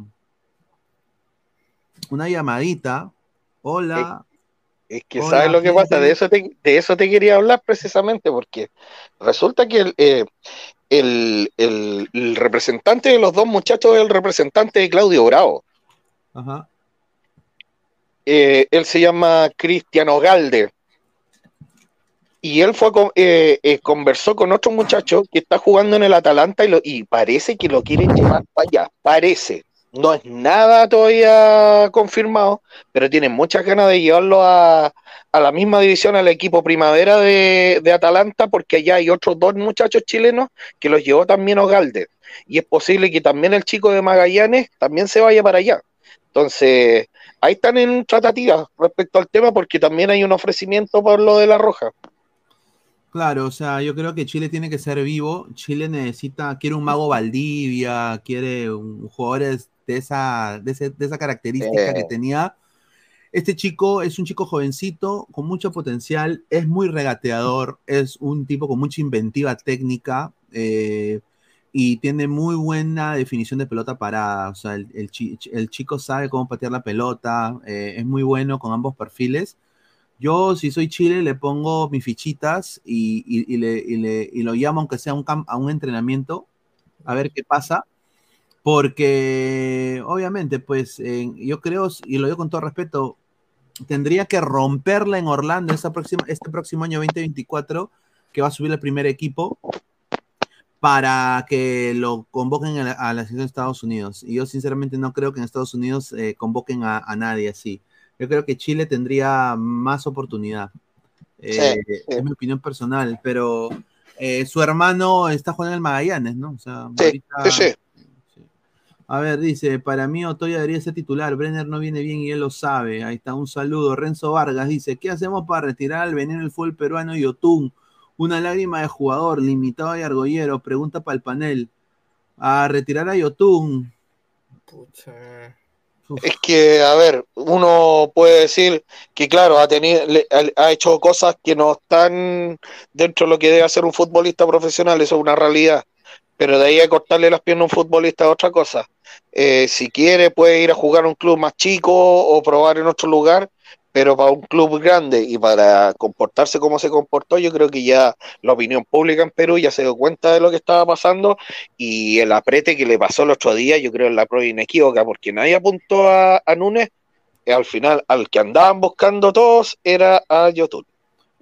una llamadita. Hola. Es que hola, ¿sabes lo que gente. pasa? De eso te quería hablar precisamente, porque resulta que el representante de los 2 muchachos es el representante de Claudio Bravo. Ajá. Él se llama Cristiano Galde. Y él conversó con otro muchacho que está jugando en el Atalanta y parece que lo quieren llevar para allá. Parece. No es nada todavía confirmado, pero tienen muchas ganas de llevarlo a la misma división, al equipo primavera de Atalanta, porque allá hay otros 2 muchachos chilenos que los llevó también Ogalde. Y es posible que también el chico de Magallanes también se vaya para allá. Entonces, ahí están en tratativas respecto al tema, porque también hay un ofrecimiento por lo de La Roja. Claro, o sea, yo creo que Chile tiene que ser vivo. Chile quiere un Mago Valdivia, quiere jugadores de esa característica que tenía. Este chico es un chico jovencito, con mucho potencial, es muy regateador, es un tipo con mucha inventiva técnica y tiene muy buena definición de pelota parada. O sea, el chico sabe cómo patear la pelota, es muy bueno con ambos perfiles. Yo, si soy Chile, le pongo mis fichitas y lo llamo, aunque sea a un entrenamiento, a ver qué pasa. Porque, obviamente, pues, yo creo, y lo digo con todo respeto, tendría que romperla en Orlando este próximo año 2024, que va a subir el primer equipo, para que lo convoquen a la selección de Estados Unidos. Y yo, sinceramente, no creo que en Estados Unidos convoquen a nadie así. Yo creo que Chile tendría más oportunidad. Es mi opinión personal, pero su hermano está jugando en el Magallanes, ¿no? O sea, ahorita, sí. A ver, dice, para mí Otoya debería ser titular, Brenner no viene bien y él lo sabe. Ahí está, un saludo. Renzo Vargas dice, ¿qué hacemos para retirar al veneno del fútbol peruano y Yotun? Una lágrima de jugador, limitado y argollero, pregunta para el panel. A retirar a Yotun. Pucha. Es que, a ver, uno puede decir que, claro, ha hecho cosas que no están dentro de lo que debe hacer un futbolista profesional, eso es una realidad. Pero de ahí a cortarle las piernas a un futbolista es otra cosa. Si quiere, puede ir a jugar a un club más chico o probar en otro lugar, pero para un club grande y para comportarse como se comportó, yo creo que ya la opinión pública en Perú ya se dio cuenta de lo que estaba pasando, y el aprete que le pasó el otro día, yo creo en la prueba inequívoca, porque nadie apuntó a Núñez, al final al que andaban buscando todos era a Yotun.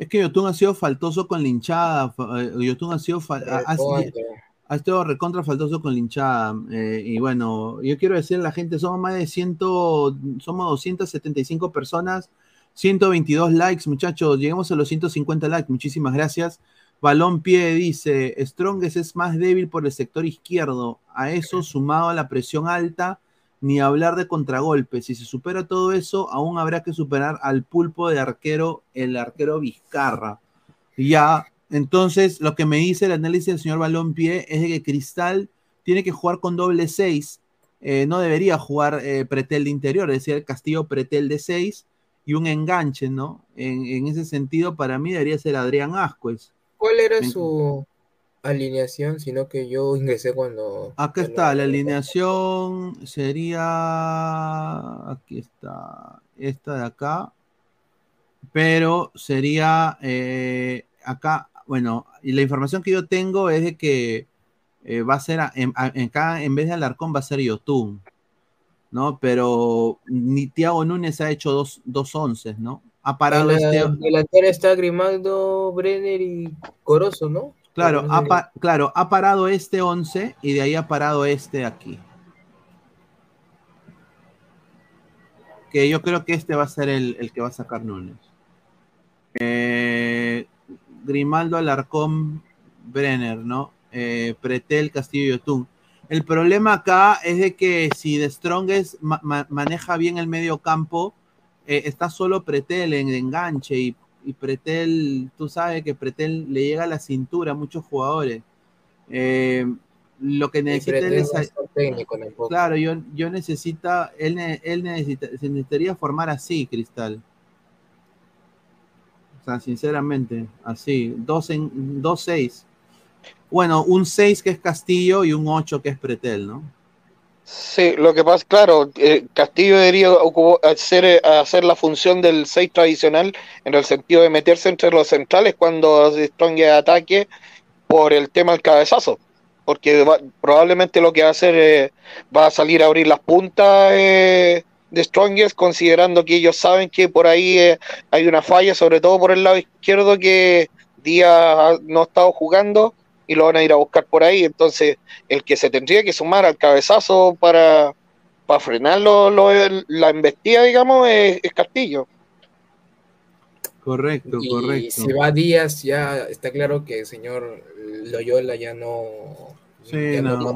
Es que Yotun ha sido faltoso con la hinchada. Yotun ha sido ha estado recontra faltoso con la hinchada. Y bueno, yo quiero decirle a la gente, somos más de somos 275 personas, 122 likes, muchachos. Lleguemos a los 150 likes. Muchísimas gracias. Balón Pie dice, Strongest es más débil por el sector izquierdo. A eso, sumado a la presión alta, ni hablar de contragolpes. Si se supera todo eso, aún habrá que superar al pulpo de arquero, el arquero Vizcarra. Ya, entonces, lo que me dice el análisis del señor Balón Pie es de que Cristal tiene que jugar con doble 6. No debería jugar Pretel de interior, es decir, el Castillo Pretel de 6 y un enganche, ¿no? En ese sentido, para mí debería ser Adrián Ascuez. ¿Cuál era su alineación? Sino que yo ingresé cuando... Acá está, la alineación sería... Aquí está, esta de acá. Pero sería acá, bueno, y la información que yo tengo es de que va a ser, acá en vez de Alarcón va a ser Yotun, ¿no? Pero ni Thiago Núñez ha hecho dos onces, ¿no? Ha parado delantera está Grimaldo, Brenner y Corozo, ¿no? Claro, ha parado este 11 y de ahí ha parado este aquí. Que yo creo que este va a ser el que va a sacar Núñez. Grimaldo, Alarcón, Brenner, ¿no? Pretel, Castillo y Yotun. El problema acá es de que si The Strongest maneja bien el medio campo, está solo Pretel en enganche y Pretel, tú sabes que Pretel le llega a la cintura a muchos jugadores. Lo que necesita él es técnico, claro, él necesitaría formar así, Cristal. O sea, sinceramente, así, 2-6. Bueno, un 6 que es Castillo y un 8 que es Pretel, ¿no? Sí, lo que pasa, claro, Castillo debería hacer la función del 6 tradicional en el sentido de meterse entre los centrales cuando Strong ataque por el tema del cabezazo, porque probablemente lo que va a hacer va a salir a abrir las puntas de Strongest, considerando que ellos saben que por ahí hay una falla, sobre todo por el lado izquierdo, que Díaz no ha estado jugando y lo van a ir a buscar por ahí. Entonces el que se tendría que sumar al cabezazo para frenar la embestida, digamos, es Castillo. Correcto. Si va Díaz, ya está claro que el señor Loyola ya no... Sí, ya no.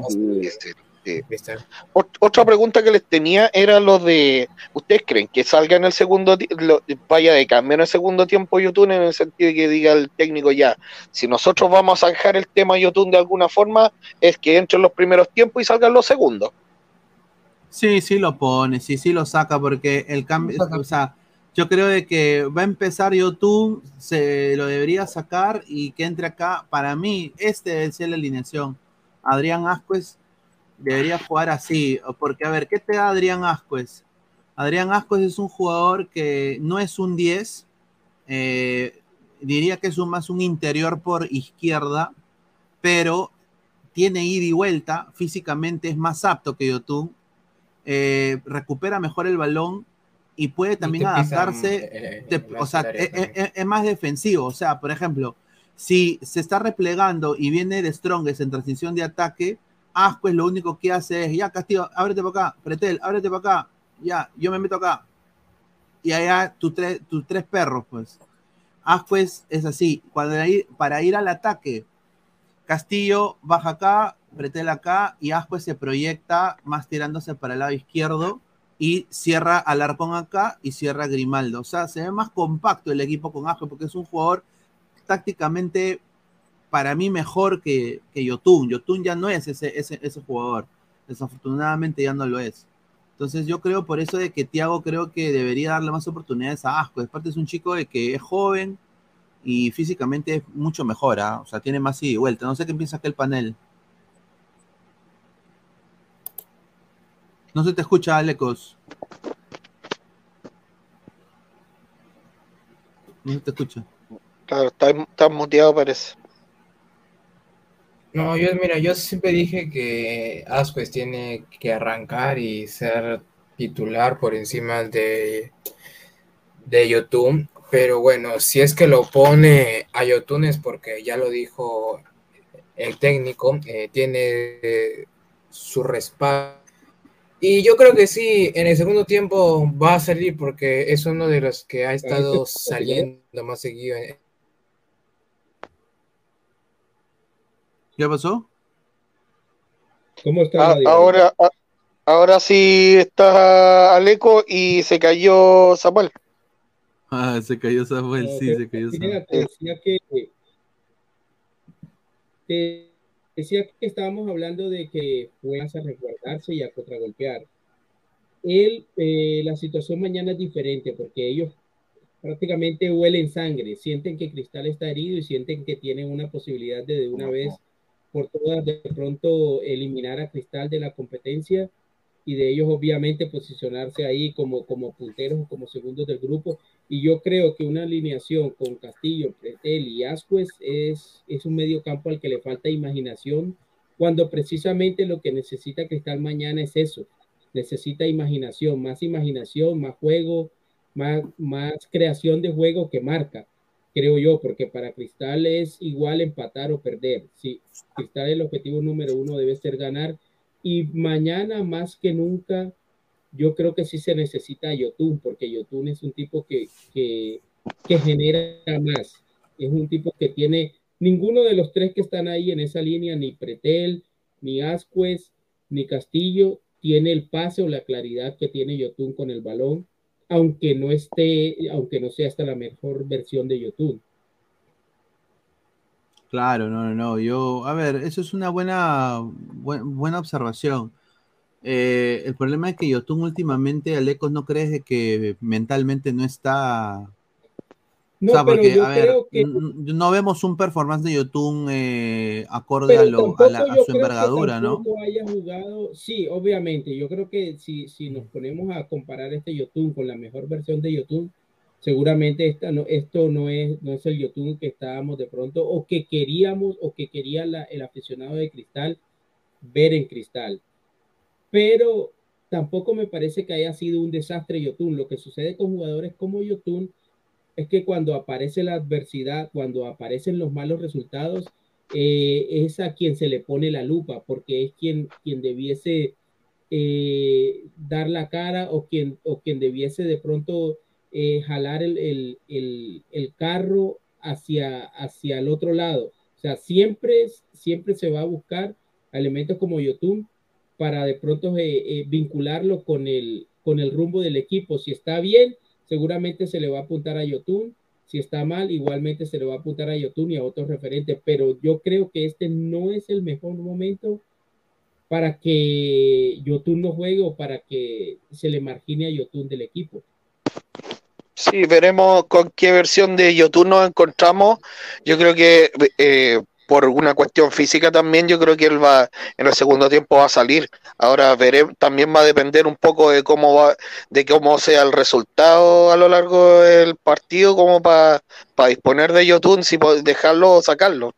Otra pregunta que les tenía era lo de, ¿ustedes creen que salga en el segundo vaya de cambio en el segundo tiempo Yotun, en el sentido de que diga el técnico ya, si nosotros vamos a zanjar el tema Yotun de alguna forma, es que entre en los primeros tiempos y salgan los segundos? Sí lo pone, sí lo saca, porque el cambio, o sea, yo creo de que va a empezar Yotun, se lo debería sacar y que entre acá. Para mí, debe ser la alineación. Adrián Ascuez debería jugar así, porque a ver, ¿qué te da Adrián Ascuez? Adrián Ascuez es un jugador que no es un 10, diría que es más un interior por izquierda, pero tiene ida y vuelta, físicamente es más apto que Yotun, recupera mejor el balón y puede también adaptarse, o sea, es más defensivo. O sea, por ejemplo, si se está replegando y viene de Strongest en transición de ataque, Ascuez lo único que hace es, ya Castillo, ábrete para acá, Pretel, ábrete para acá, ya, yo me meto acá. Y allá tus tres perros, pues. Ascuez es así, para ir al ataque, Castillo baja acá, Pretel acá, y Ascuez se proyecta más tirándose para el lado izquierdo y cierra Alarcón acá y cierra Grimaldo. O sea, se ve más compacto el equipo con Ascuez porque es un jugador tácticamente, para mí, mejor que Yotun. Yotun ya no es ese jugador. Desafortunadamente ya no lo es. Entonces yo creo por eso de que Thiago creo que debería darle más oportunidades a Ascuez. Aparte es un chico de que es joven y físicamente es mucho mejor, ¿eh? O sea, tiene más ida y vuelta. No sé qué piensa que el panel. No se te escucha, Alecos. No se te escucha. Claro, está muteado, parece. No, yo siempre dije que Ascuez tiene que arrancar y ser titular por encima de Yotun, pero bueno, si es que lo pone a Yotun es porque ya lo dijo el técnico, tiene su respaldo. Y yo creo que sí, en el segundo tiempo va a salir porque es uno de los que ha estado saliendo más seguido. ¿Qué pasó? ¿Cómo está? Ahora sí está Aleco y se cayó Samuel. Ah, se cayó Samuel, sí, se cayó Samuel. Te decía que estábamos hablando de que puedas a resguardarse y a contragolpear. La situación mañana es diferente porque ellos prácticamente huelen sangre, sienten que Cristal está herido y sienten que tienen una posibilidad de una vez por todas de pronto eliminar a Cristal de la competencia y de ellos obviamente posicionarse ahí como punteros o como segundos del grupo. Y yo creo que una alineación con Castillo, Pretel y Ascuez es un medio campo al que le falta imaginación, cuando precisamente lo que necesita Cristal mañana es eso. Necesita imaginación, más juego, más creación de juego que marca, creo yo, porque para Cristal es igual empatar o perder. Sí, Cristal el objetivo número 1 debe ser ganar, y mañana más que nunca yo creo que sí se necesita a Yotun, porque Yotun es un tipo que genera más, es un tipo que tiene, ninguno de los tres que están ahí en esa línea, ni Pretel, ni Ascuez, ni Castillo, tiene el pase o la claridad que tiene Yotun con el balón, aunque no sea hasta la mejor versión de Yotun. Claro, no. A ver, eso es una buena observación. El problema es que Yotun últimamente, Alecos, ¿no crees de que mentalmente no está? No, o sea, pero porque, yo a ver, creo que no vemos un performance de Yotun acorde a su envergadura, ¿no? Haya jugado, sí, obviamente. Yo creo que si nos ponemos a comparar este Yotun con la mejor versión de Yotun, seguramente esto no es el Yotun que estábamos de pronto, o que queríamos, o que quería el aficionado de Cristal ver en Cristal. Pero tampoco me parece que haya sido un desastre Yotun. Lo que sucede con jugadores como Yotun es que cuando aparece la adversidad, cuando aparecen los malos resultados, es a quien se le pone la lupa, porque es quien debiese dar la cara, o quien debiese de pronto jalar el carro hacia el otro lado. O sea, siempre se va a buscar elementos como Yotun para de pronto vincularlo con el rumbo del equipo. Si está bien, seguramente se le va a apuntar a Yotun. Si está mal, igualmente se le va a apuntar a Yotun y a otros referentes. Pero yo creo que este no es el mejor momento para que Yotun no juegue, o para que se le margine a Yotun del equipo. Sí, veremos con qué versión de Yotun nos encontramos. Yo creo que por una cuestión física también, yo creo que él en el segundo tiempo va a salir. Ahora también va a depender un poco de cómo sea el resultado a lo largo del partido, como para disponer de Yotun, si dejarlo o sacarlo.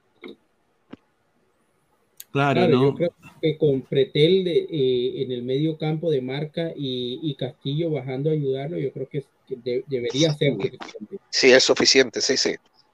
Claro, ¿no? Yo creo que con Pretel en el medio campo de marca y Castillo bajando a ayudarlo, yo creo que debería ser suficiente. Sí, es suficiente, sí.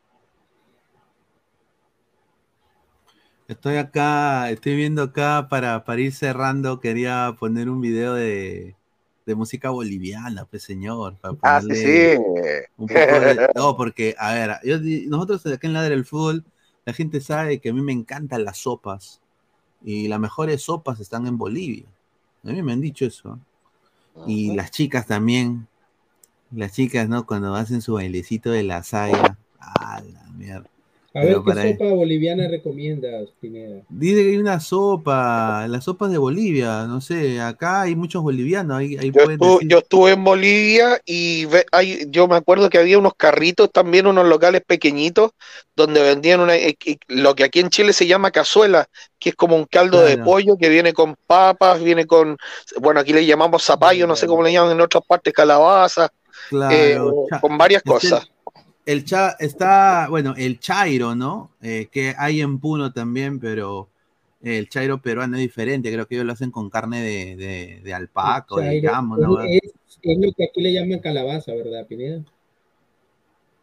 Estoy viendo acá para ir cerrando, quería poner un video de música boliviana, pues señor, para ponerle sí. un poco de... No, porque, a ver, nosotros acá en Ladra del Fútbol, la gente sabe que a mí me encantan las sopas, y las mejores sopas están en Bolivia. A mí me han dicho eso. Y las chicas también, ¿no? Cuando hacen su bailecito de la saya, ¡ah, la mierda! A ver, ¿qué sopa boliviana recomiendas, Pineda? Dice que hay una sopa, las sopas de Bolivia, no sé, acá hay muchos bolivianos. Yo estuve en Bolivia y yo me acuerdo que había unos carritos también, unos locales pequeñitos, donde vendían lo que aquí en Chile se llama cazuela, que es como un caldo de pollo que viene con papas, bueno, aquí le llamamos zapallo, no sé cómo le llaman en otras partes, calabaza, con varias cosas. El chairo, ¿no? Que hay en Puno también, pero el chairo peruano es diferente. Creo que ellos lo hacen con carne de alpaca o de llamo, ¿no? Es lo que aquí le llaman calabaza, ¿verdad, Pineda?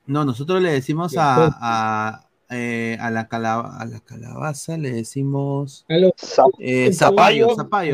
No, nosotros le decimos a la calabaza, le decimos zapallo.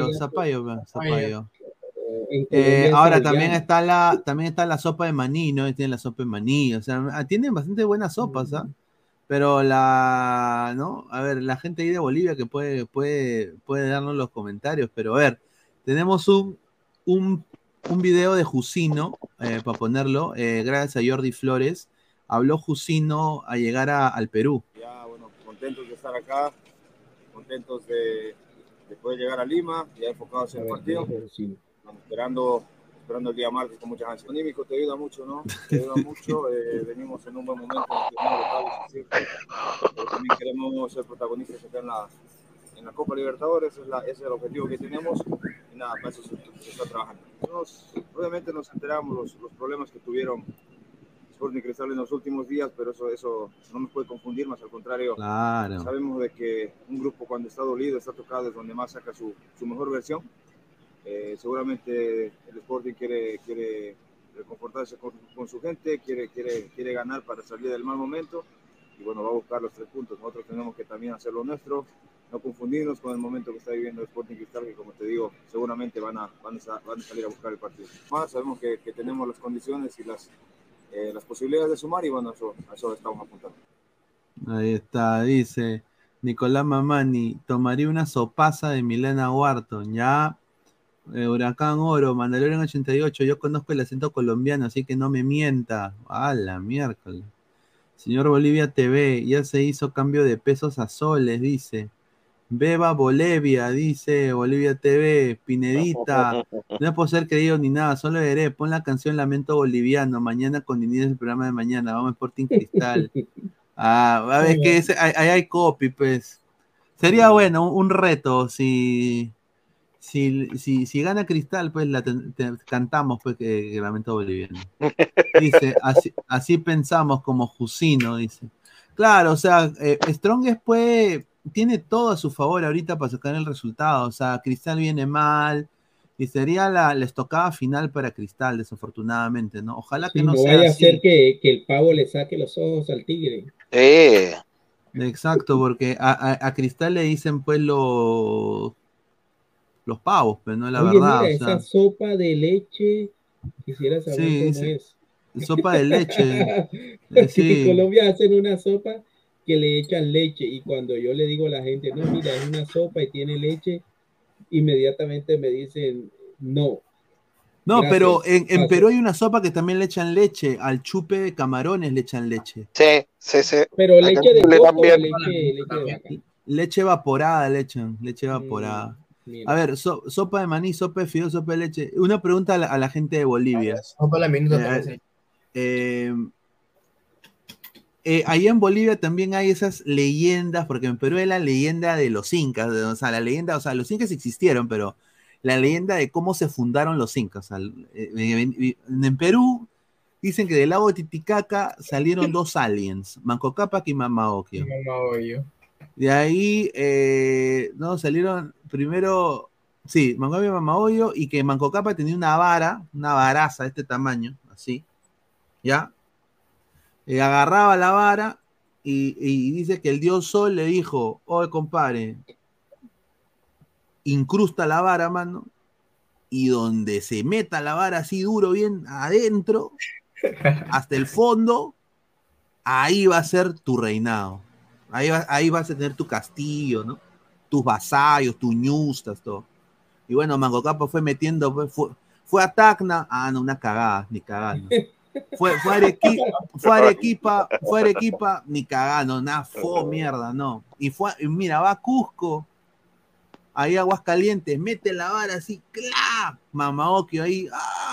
Ahora también está la sopa de maní, ¿no? Tienen la sopa de maní, o sea, tienen bastante buenas sopas, ¿ah? Pero ¿no? A ver, la gente ahí de Bolivia que puede darnos los comentarios, pero a ver, tenemos un video de Jusino, para ponerlo, gracias a Jordi Flores. Habló Jusino a llegar al Perú. Ya, bueno, contentos de estar acá, contentos de poder llegar a Lima, ya enfocados en el partido, esperando el día martes con muchas ansias. Anímico te ayuda mucho, ¿no? Te ayuda mucho, venimos en un buen momento, también queremos ser protagonistas acá en la Copa Libertadores, ese es el objetivo que tenemos, y nada, para eso se está trabajando. Obviamente nos enteramos los problemas que tuvieron Sporting Cristal en los últimos días, pero eso no nos puede confundir, más al contrario, claro. Sabemos de que un grupo cuando está dolido, está tocado, es donde más saca su mejor versión. Seguramente el Sporting quiere reconfortarse con su gente, quiere ganar para salir del mal momento, y bueno, va a buscar los 3 puntos. Nosotros tenemos que también hacer lo nuestro, no confundirnos con el momento que está viviendo el Sporting Cristal, que como te digo, seguramente van a salir a buscar el partido. Más sabemos que tenemos las condiciones y las posibilidades de sumar, y bueno, a eso estamos apuntando. Ahí está, dice Nicolás Mamani, tomaría una sopaza de Milena Wharton, ya. Huracán Oro, Mandalorian 88, yo conozco el acento colombiano, así que no me mienta. A la miércoles. Señor Bolivia TV, ya se hizo cambio de pesos a soles, dice. Beba Bolivia, dice Bolivia TV, Pinedita, no es por ser creído ni nada, solo veré, pon la canción Lamento Boliviano, mañana con Inés el programa de mañana, vamos Sporting Cristal. A ver, que ahí hay copy, pues. Sería bueno, un reto, si gana Cristal, pues cantamos, pues, que Lamento Boliviano. Dice, así pensamos como Jusino, dice. Claro, o sea, Strongest tiene todo a su favor ahorita para sacar el resultado. O sea, Cristal viene mal y sería la estocada final para Cristal, desafortunadamente, ¿no? Ojalá que no sea vaya así. A ser que el pavo le saque los ojos al tigre. Exacto, porque a Cristal le dicen pues los pavos, pero no la verdad. Mira, esa sopa de leche, quisiera saber cómo es. Sopa de leche. En Colombia hacen una sopa que le echan leche, y cuando yo le digo a la gente, no, mira, es una sopa y tiene leche, inmediatamente me dicen, no. No, gracias, pero en Perú hay una sopa que también le echan leche, al chupe de camarones le echan leche. Sí. Pero leche de coco o leche de vaca. Leche evaporada le echan, leche evaporada. A ver, sopa de maní, sopa de fideo, sopa de leche. Una pregunta a la gente de Bolivia. Sopa la minuto ahí en Bolivia también hay esas leyendas, porque en Perú es la leyenda de los incas, o sea, los incas existieron, pero la leyenda de cómo se fundaron los incas. O sea, en Perú dicen que del lago de Titicaca salieron 2 aliens, Manco Cápac y Mama Ocllo. De ahí, no, salieron primero, sí, Manco Cápac y Mama Ocllo, y que Manco Cápac tenía una varaza de este tamaño, así, ¿ya? Agarraba la vara y dice que el dios Sol le dijo, oye, compadre, incrusta la vara, mano, y donde se meta la vara así duro, bien adentro, hasta el fondo, ahí va a ser tu reinado. Ahí vas a tener tu castillo, ¿no? Tus vasallos, tus ñustas, todo. Y bueno, Manco Cápac fue metiendo, fue a Tacna, no, una cagada, ni cagada, ¿no? Fue Arequipa, ni cagando, nada, mierda, no. Y mira, va a Cusco, ahí Aguascalientes, mete la vara así, ¡clap! Mamaoquio ahí,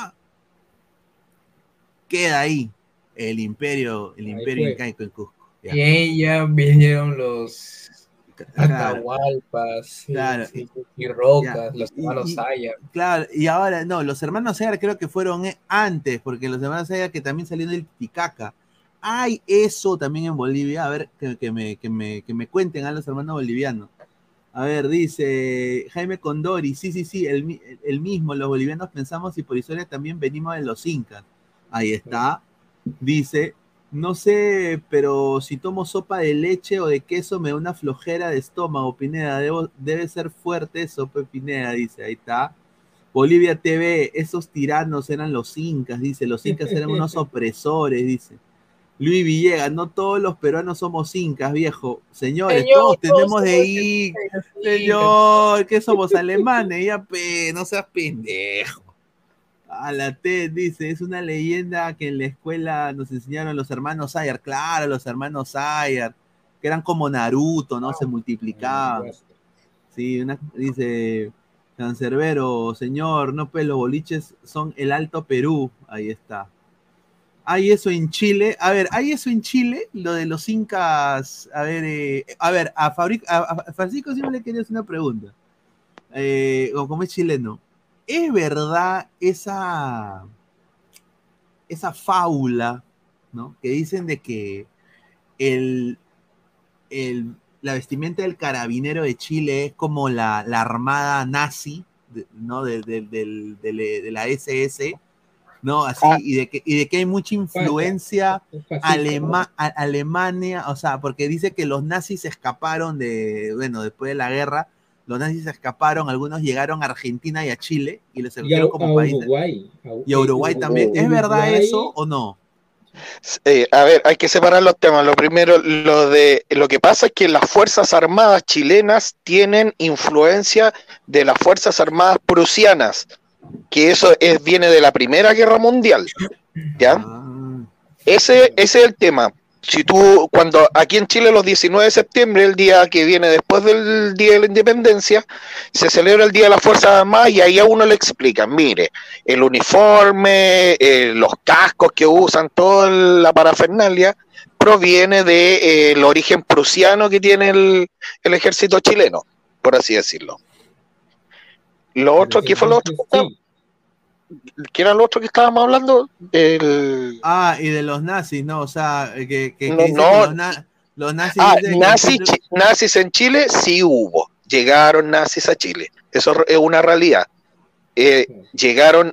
queda ahí el imperio incaico en Cusco. Y ahí ya vinieron los Atahualpas, y Rocas, los hermanos Sayar. Claro, y ahora, no, los hermanos Sayar creo que fueron antes, porque los hermanos Sayar que también salieron del Titicaca. Hay eso también en Bolivia, a ver, que me cuenten a los hermanos bolivianos. A ver, dice Jaime Condori, sí, el mismo, los bolivianos pensamos y por historia también venimos de los incas. Ahí está, dice No sé, pero si tomo sopa de leche o de queso me da una flojera de estómago, Pineda. Debe ser fuerte eso, Pineda, dice. Ahí está. Bolivia TV, esos tiranos eran los incas, dice. Los incas eran unos opresores, dice. Luis Villegas, no todos los peruanos somos incas, viejo. Señores, Señor, todos tenemos todos de somos ir. incas. Señor, ¿qué somos alemanes? Ya, no seas pendejo. A la T dice, es una leyenda que en la escuela nos enseñaron los hermanos Ayer. Claro, los hermanos Ayer, que eran como Naruto, ¿no? Se multiplicaban. Sí, dice Cancerbero, señor, no, pues los boliches son el Alto Perú. Ahí está. ¿Hay eso en Chile? A ver, ¿hay eso en Chile? Lo de los incas. A ver, a Francisco siempre le quería hacer una pregunta. O como es chileno. ¿Es verdad esa fábula, ¿no? Que dicen de que la vestimenta del carabinero de Chile es como la armada nazi, ¿no? De la SS, ¿no? Así, y de que hay mucha influencia Alemania, o sea, porque dice que los nazis escaparon después de la guerra, los nazis se escaparon, algunos llegaron a Argentina y a Chile y les escogieron como país. Y a Uruguay también. ¿Es verdad eso o no? A ver, hay que separar los temas. Lo primero, lo que pasa es que las Fuerzas Armadas chilenas tienen influencia de las Fuerzas Armadas prusianas, que eso viene de la Primera Guerra Mundial, ¿ya? Ese es el tema. Si tú, cuando aquí en Chile los 19 de septiembre, el día que viene después del Día de la Independencia, se celebra el Día de las Fuerzas Armadas y ahí a uno le explican, mire, el uniforme, los cascos que usan, toda la parafernalia, proviene del origen prusiano que tiene el ejército chileno, por así decirlo. Lo otro, ¿qué fue lo otro? ¿Qué era lo otro que estábamos hablando? Y de los nazis, ¿no? O sea, los nazis... Nazis en Chile sí hubo. Llegaron nazis a Chile. Eso es una realidad. Llegaron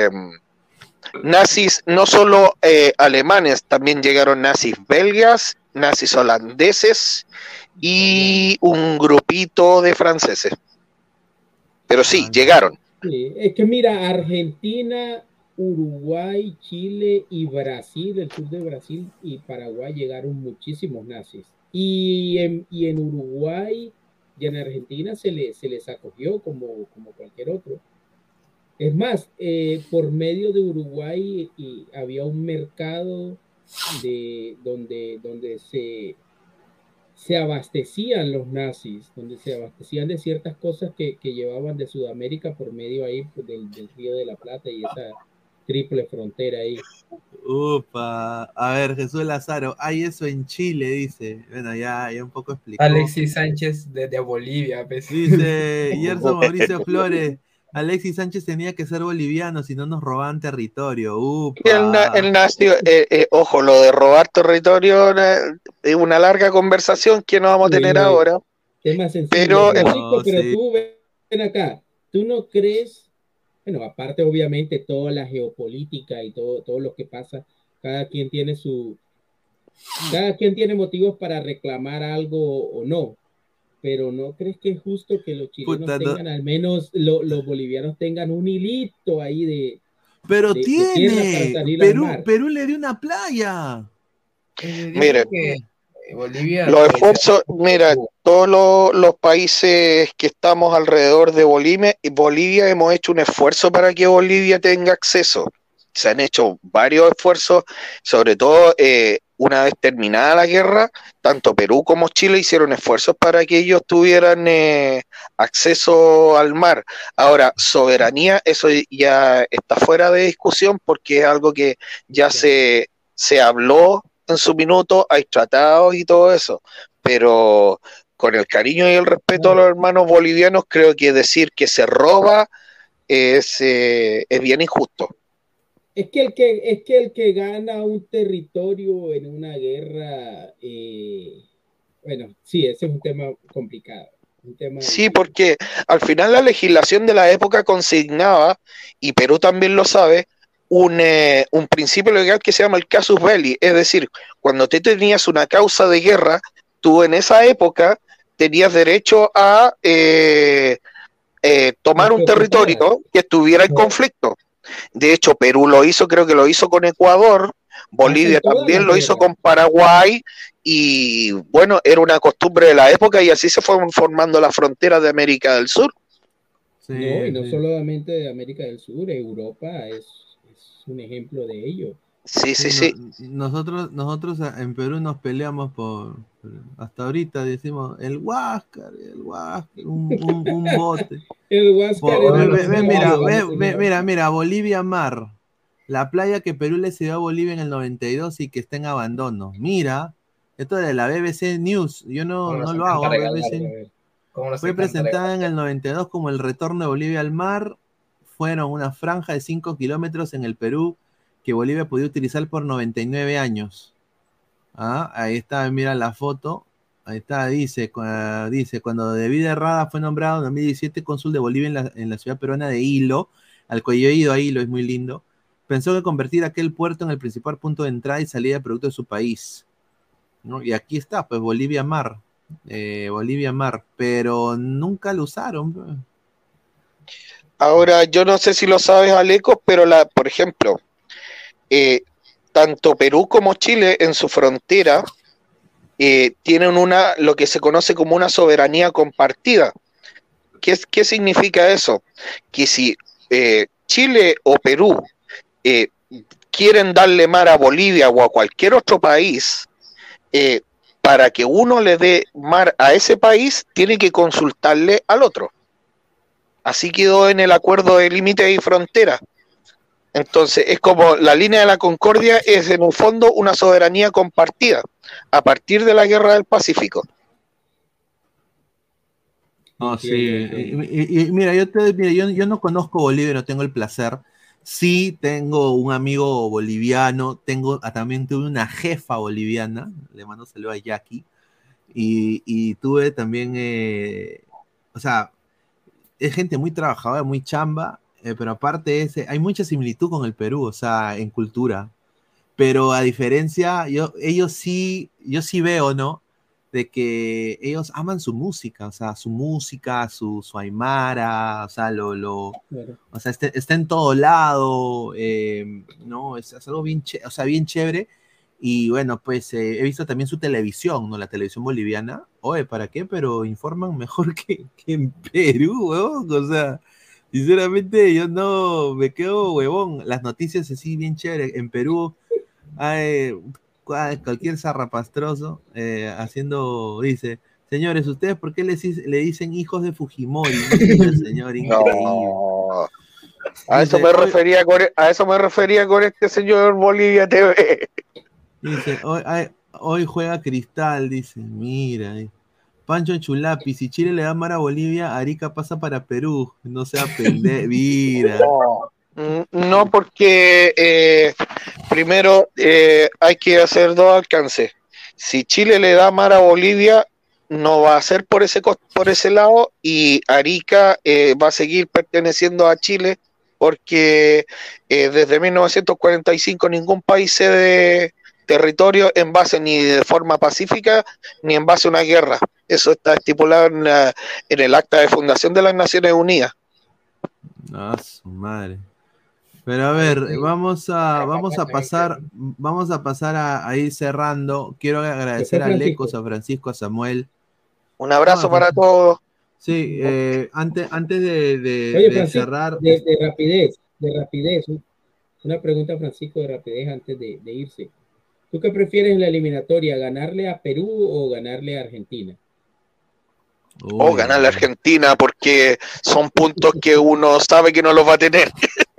nazis, no solo alemanes, también llegaron nazis belgas, nazis holandeses y un grupito de franceses. Pero sí, llegaron. Sí, es que mira, Argentina, Uruguay, Chile y Brasil, el sur de Brasil y Paraguay llegaron muchísimos nazis. Y en Uruguay y en Argentina se les acogió como cualquier otro. Es más, por medio de Uruguay había un mercado donde se abastecían los nazis, donde se abastecían de ciertas cosas que llevaban de Sudamérica por medio ahí del Río de la Plata y esa triple frontera ahí. Upa, a ver, Jesús Lázaro, hay eso en Chile, dice. Bueno, ya un poco explicado. Alexis Sánchez desde Bolivia. Pues. Dice Yerso Mauricio Flores, Alexis Sánchez tenía que ser boliviano, si no nos robaban territorio. Upa. El nazi, ojo, lo de robar territorio es una larga conversación que no vamos a tener ahora. Tema sensible, pero sí. Tú ven acá, ¿tú no crees? Bueno, aparte obviamente toda la geopolítica y todo lo que pasa, cada quien tiene motivos para reclamar algo o no. Pero ¿no crees que es justo que los chilenos tengan, al menos los bolivianos tengan un hilito ahí de... Pero de tiene, Perú le dio una playa. Mire, los esfuerzos, mira, todos los países que estamos alrededor de Bolivia hemos hecho un esfuerzo para que Bolivia tenga acceso. Se han hecho varios esfuerzos, sobre todo una vez terminada la guerra, tanto Perú como Chile hicieron esfuerzos para que ellos tuvieran acceso al mar. Ahora, soberanía, eso ya está fuera de discusión porque es algo que ya se habló en su minuto, hay tratados y todo eso, pero con el cariño y el respeto a los hermanos bolivianos, creo que decir que se roba es bien injusto. Es que el que gana un territorio en una guerra, bueno, sí, ese es un tema complicado. Sí, porque al final la legislación de la época consignaba, y Perú también lo sabe, un principio legal que se llama el casus belli, es decir, cuando tú tenías una causa de guerra, tú en esa época tenías derecho a tomar un territorio que estuviera en conflicto. De hecho, Perú lo hizo, creo que lo hizo con Ecuador, Bolivia también lo hizo con Paraguay, y bueno, era una costumbre de la época y así se fueron formando las fronteras de América del Sur. Sí, no, y no solamente de América del Sur, Europa es un ejemplo de ello. Sí. Nosotros en Perú nos peleamos hasta ahorita decimos el Huáscar, un bote. El Huáscar mira, Bolivia Mar, la playa que Perú le cedió a Bolivia en el 92 y que está en abandono. Mira, esto de la BBC News, yo no lo hago. Fue presentada en el 92 como el retorno de Bolivia al mar. Fueron una franja de 5 kilómetros en el Perú que Bolivia podía utilizar por 99 años. Ahí está, mira la foto. Ahí está, dice, cuando David Herrada fue nombrado en 2017 cónsul de Bolivia en la ciudad peruana de Hilo, al cual yo he ido a Hilo, es muy lindo, pensó que convertir aquel puerto en el principal punto de entrada y salida de productos de su país, ¿no? Y aquí está, pues Bolivia Mar, pero nunca lo usaron. Ahora, yo no sé si lo sabes, Alecos, pero por ejemplo, tanto Perú como Chile en su frontera tienen lo que se conoce como una soberanía compartida. ¿Qué significa eso? Que si Chile o Perú quieren darle mar a Bolivia o a cualquier otro país, para que uno le dé mar a ese país, tiene que consultarle al otro. Así quedó en el acuerdo de límites y fronteras. Entonces, es como la línea de la Concordia es en un fondo una soberanía compartida a partir de la Guerra del Pacífico. Sí. Y mira, yo no conozco Bolivia, no tengo el placer. Sí tengo un amigo boliviano, también tuve una jefa boliviana, le mando saludo a Jackie, y tuve también, o sea, es gente muy trabajadora, muy chamba, pero aparte hay mucha similitud con el Perú, o sea, en cultura. Pero a diferencia, yo sí veo, ¿no? De que ellos aman su música, o sea, su aymara, o sea, Claro. o sea, está en todo lado, ¿no? Es algo bien chévere. Y bueno, pues he visto también su televisión, ¿no? La televisión boliviana. Oye, ¿para qué? Pero informan mejor que en Perú, huevón. O sea, sinceramente yo no me quedo huevón. Las noticias así bien chévere. En Perú hay cualquier zarrapastroso dice, señores, ¿ustedes por qué le dicen hijos de Fujimori? Mira, señor, increíble. No. A eso me refería con este señor Bolivia TV. Dice, hoy juega Cristal, dice, mira. Pancho Chulapi, si Chile le da mar a Bolivia, Arica pasa para Perú. No sea pendejo, mira. No, porque primero hay que hacer dos alcances. Si Chile le da mar a Bolivia, no va a ser por ese lado, y Arica va a seguir perteneciendo a Chile, porque desde 1945 ningún país cede territorio en base ni de forma pacífica ni en base a una guerra. Eso está estipulado en el acta de fundación de las Naciones Unidas. Ah, su madre. Pero a ver, vamos a pasar a ir cerrando. Quiero agradecer a Lecos, a Francisco, a Samuel. Un abrazo para todos. Sí, antes de Oye, Francisco, cerrar. De rapidez. Una pregunta, Francisco, de rapidez antes de irse. ¿Tú qué prefieres en la eliminatoria, ganarle a Perú o ganarle a Argentina? Ganarle a Argentina, porque son puntos que uno sabe que no los va a tener.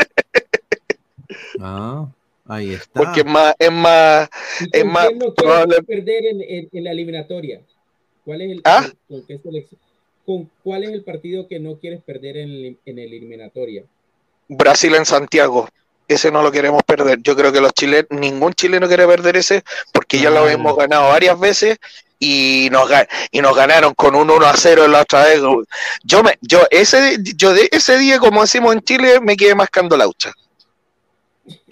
Ahí está. Porque es más no probable perder en la eliminatoria. ¿Cuál es ¿Cuál es el partido que no quieres perder en la eliminatoria? Brasil en Santiago. Ese no lo queremos perder. Yo creo que ningún chileno quiere perder ese, porque ya lo hemos ganado varias veces y nos ganaron con un 1-0 la otra vez. Ese día, como decimos en Chile, me quedé mascando la hucha.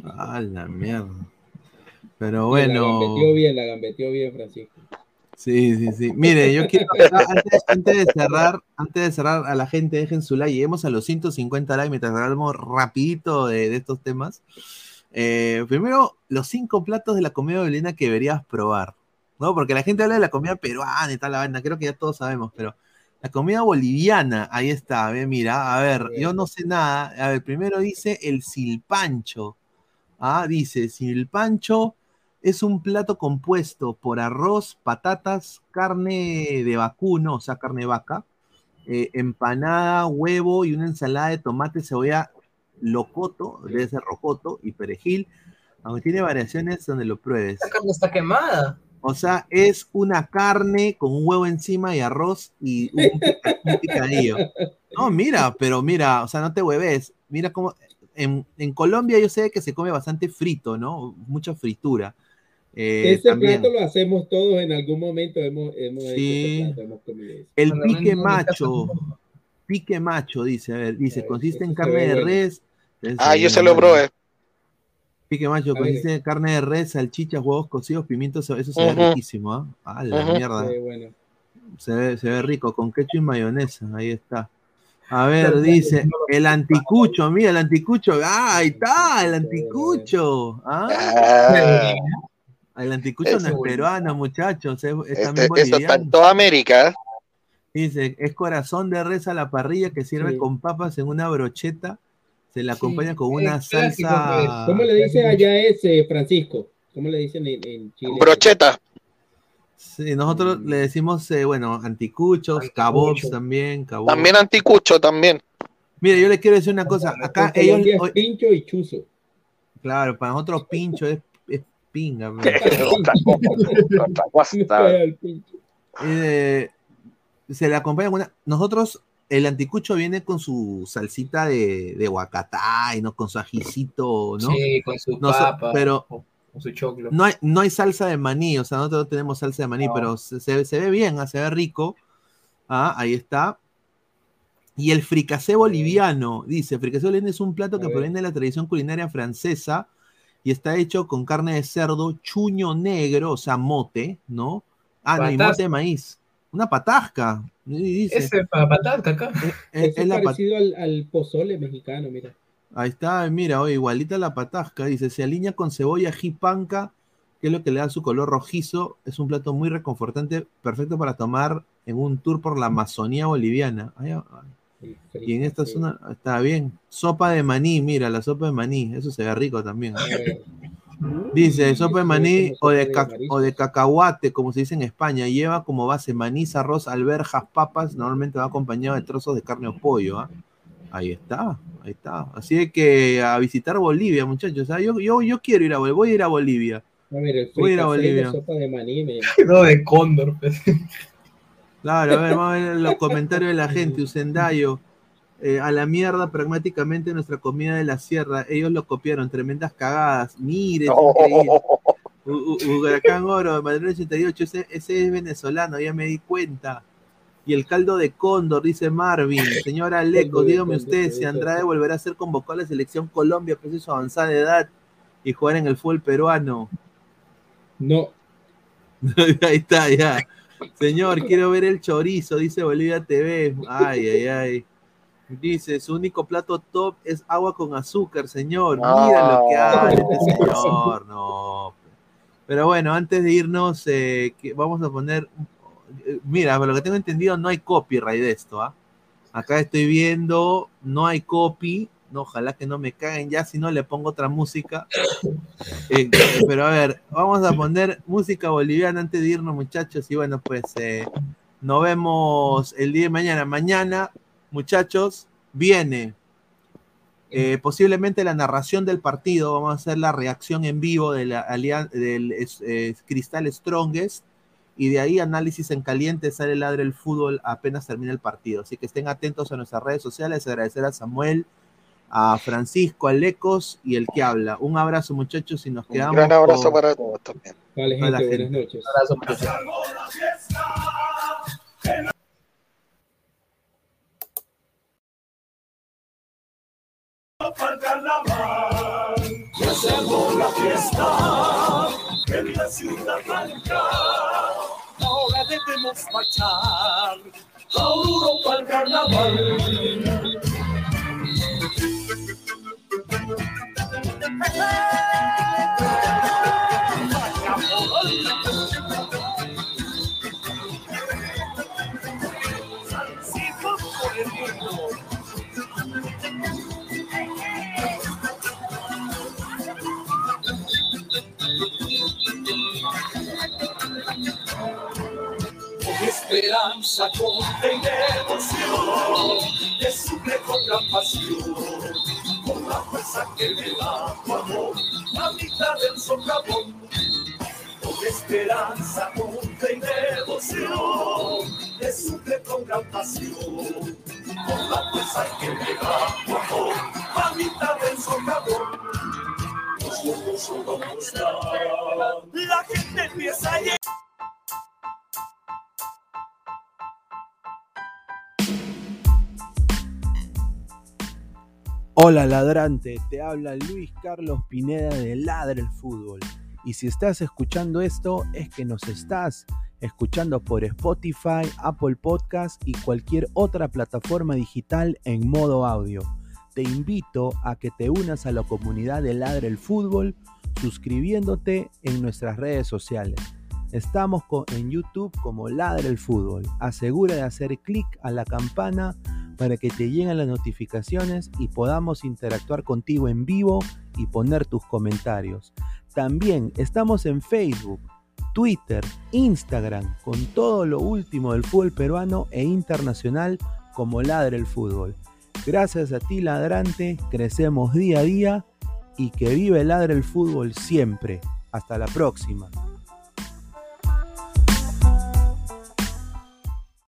Ah, la mierda. Pero Bien, bueno. La gambeteó bien, Francisco. Sí. Mire, yo quiero, antes de cerrar a la gente, dejen su like. Lleguemos a los 150 likes mientras hablamos rapidito de estos temas. Primero, los 5 platos de la comida boliviana que deberías probar, ¿no? Porque la gente habla de la comida peruana y tal, la vaina, creo que ya todos sabemos, pero la comida boliviana, ahí está, mira, a ver, yo no sé nada. A ver, primero dice el silpancho. Dice, silpancho es un plato compuesto por arroz, patatas, carne de vacuno, o sea, carne de vaca, empanada, huevo y una ensalada de tomate, cebolla, locoto, debe ser rocoto y perejil, aunque tiene variaciones donde lo pruebes. La carne está quemada. O sea, es una carne con un huevo encima y arroz y un picadillo. No, mira, o sea, no te hueves. Mira cómo en Colombia yo sé que se come bastante frito, ¿no? Mucha fritura. Ese también. plato lo hacemos todos en algún momento, hemos hecho Sí. ese plato, hemos comido eso. El Bueno, pique en mi caso, macho, dice, consiste en carne de bueno. res. Yo se lo probé. Pique macho, consiste en carne de res, salchichas, huevos cocidos, pimientos, eso se ve riquísimo, ¿ah? A la mierda. Bueno. Se ve rico, con ketchup y mayonesa, ahí está. A ver, dice, el anticucho, mira, el anticucho, ahí está, el anticucho. El anticucho no es peruano, muchachos, es también Eso está boliviano. en toda América. Dice, es corazón de res a la parrilla que sirve con papas en una brocheta, se le acompaña con una salsa. ¿Cómo le dicen allá ese, Francisco? ¿Cómo le dicen en Chile? Brocheta. Sí, nosotros le decimos, anticuchos, kabobs también. Kabobs. También anticucho, también. Mire, yo le quiero decir una cosa. Acá ellos. Es pincho y chuzo. Claro, para nosotros pincho es pinga. Otra cosa. Se le acompaña con una. Nosotros, el anticucho viene con su salsita de huacatá y no con su ajicito, ¿no? Sí, con su papa. Pero con su choclo. no hay salsa de maní, o sea, nosotros no tenemos salsa de maní, pero se ve bien, se ve rico. Ahí está. Y el fricasé boliviano, dice, fricasé boliviano es un plato que proviene de la tradición culinaria francesa y está hecho con carne de cerdo, chuño negro, o sea, mote, ¿no? No, y mote de maíz. Una patasca. Dice, ese es para patasca acá. Es parecido al pozole mexicano, mira. Ahí está, mira, igualita la patasca, dice, se alinea con cebolla, ají, panca, que es lo que le da su color rojizo, es un plato muy reconfortante, perfecto para tomar en un tour por la Amazonía boliviana. Y en esta zona está bien. Sopa de maní, mira, la sopa de maní, eso se ve rico también. Dice, sopa de maní o de cacahuate, como se dice en España, lleva como base maní, arroz, alberjas, papas, normalmente va acompañado de trozos de carne o pollo. Ahí está. Así que a visitar Bolivia, muchachos. Yo quiero ir a Bolivia, voy a ir a Bolivia. Voy a ir a Bolivia. Sopa de maní, no, de cóndor. Pues. Claro, a ver, vamos a ver los comentarios de la gente. Usendayo, a la mierda pragmáticamente nuestra comida de la sierra. Ellos lo copiaron, tremendas cagadas. Mire, Huracán Oro, Madrid 88, ese es venezolano, ya me di cuenta. Y el caldo de cóndor, dice Marvin. Señora Leco, dígame usted si Andrade volverá a ser convocado a la selección Colombia, pese a su avanzada edad, y jugar en el fútbol peruano. No. Ahí está, ya. Señor, quiero ver el chorizo, dice Bolivia TV. Ay. Dice, su único plato top es agua con azúcar, señor. Mira lo que hace este señor. No. Pero bueno, antes de irnos, vamos a poner... Mira, por lo que tengo entendido, no hay copyright de esto, Acá estoy viendo, no hay copy. No, ojalá que no me caguen ya, si no le pongo otra música. Pero a ver, vamos a poner música boliviana antes de irnos, muchachos. Y bueno, pues nos vemos el día de mañana. Mañana, muchachos, viene posiblemente la narración del partido. Vamos a hacer la reacción en vivo de del Cristal Strongest. Y de ahí análisis en caliente, sale Ladre el Fútbol apenas termine el partido. Así que estén atentos a nuestras redes sociales. Agradecer a Samuel, a Francisco, a Lecos y el que habla. Un abrazo, muchachos, y nos quedamos. Un gran abrazo para todos también. Vale, gente, buenas noches. Un abrazo, muchachos. Yo sé armó la fiesta en la ciudad blanca. Ahora debemos marchar a Europa al carnaval. Salsito por el mundo. Con esperanza, con fe y devoción, que sufre con gran pasión, con la fuerza que me da tu amor, a mitad del socavón. Con esperanza, con fe y devoción, que sufre con gran pasión, con la fuerza que me da tu amor, a mitad del socavón. La gente empieza a llegar. Hola ladrante, te habla Luis Carlos Pineda de Ladra el Fútbol. Y si estás escuchando esto, es que nos estás escuchando por Spotify, Apple Podcast y cualquier otra plataforma digital en modo audio. Te invito a que te unas a la comunidad de Ladra el Fútbol suscribiéndote en nuestras redes sociales. Estamos en YouTube como Ladra el Fútbol. Asegura de hacer clic a la campana para que te lleguen las notificaciones y podamos interactuar contigo en vivo y poner tus comentarios. También estamos en Facebook, Twitter, Instagram, con todo lo último del fútbol peruano e internacional como Ladra el Fútbol. Gracias a ti, ladrante, crecemos día a día y que vive Ladra el Fútbol siempre. Hasta la próxima.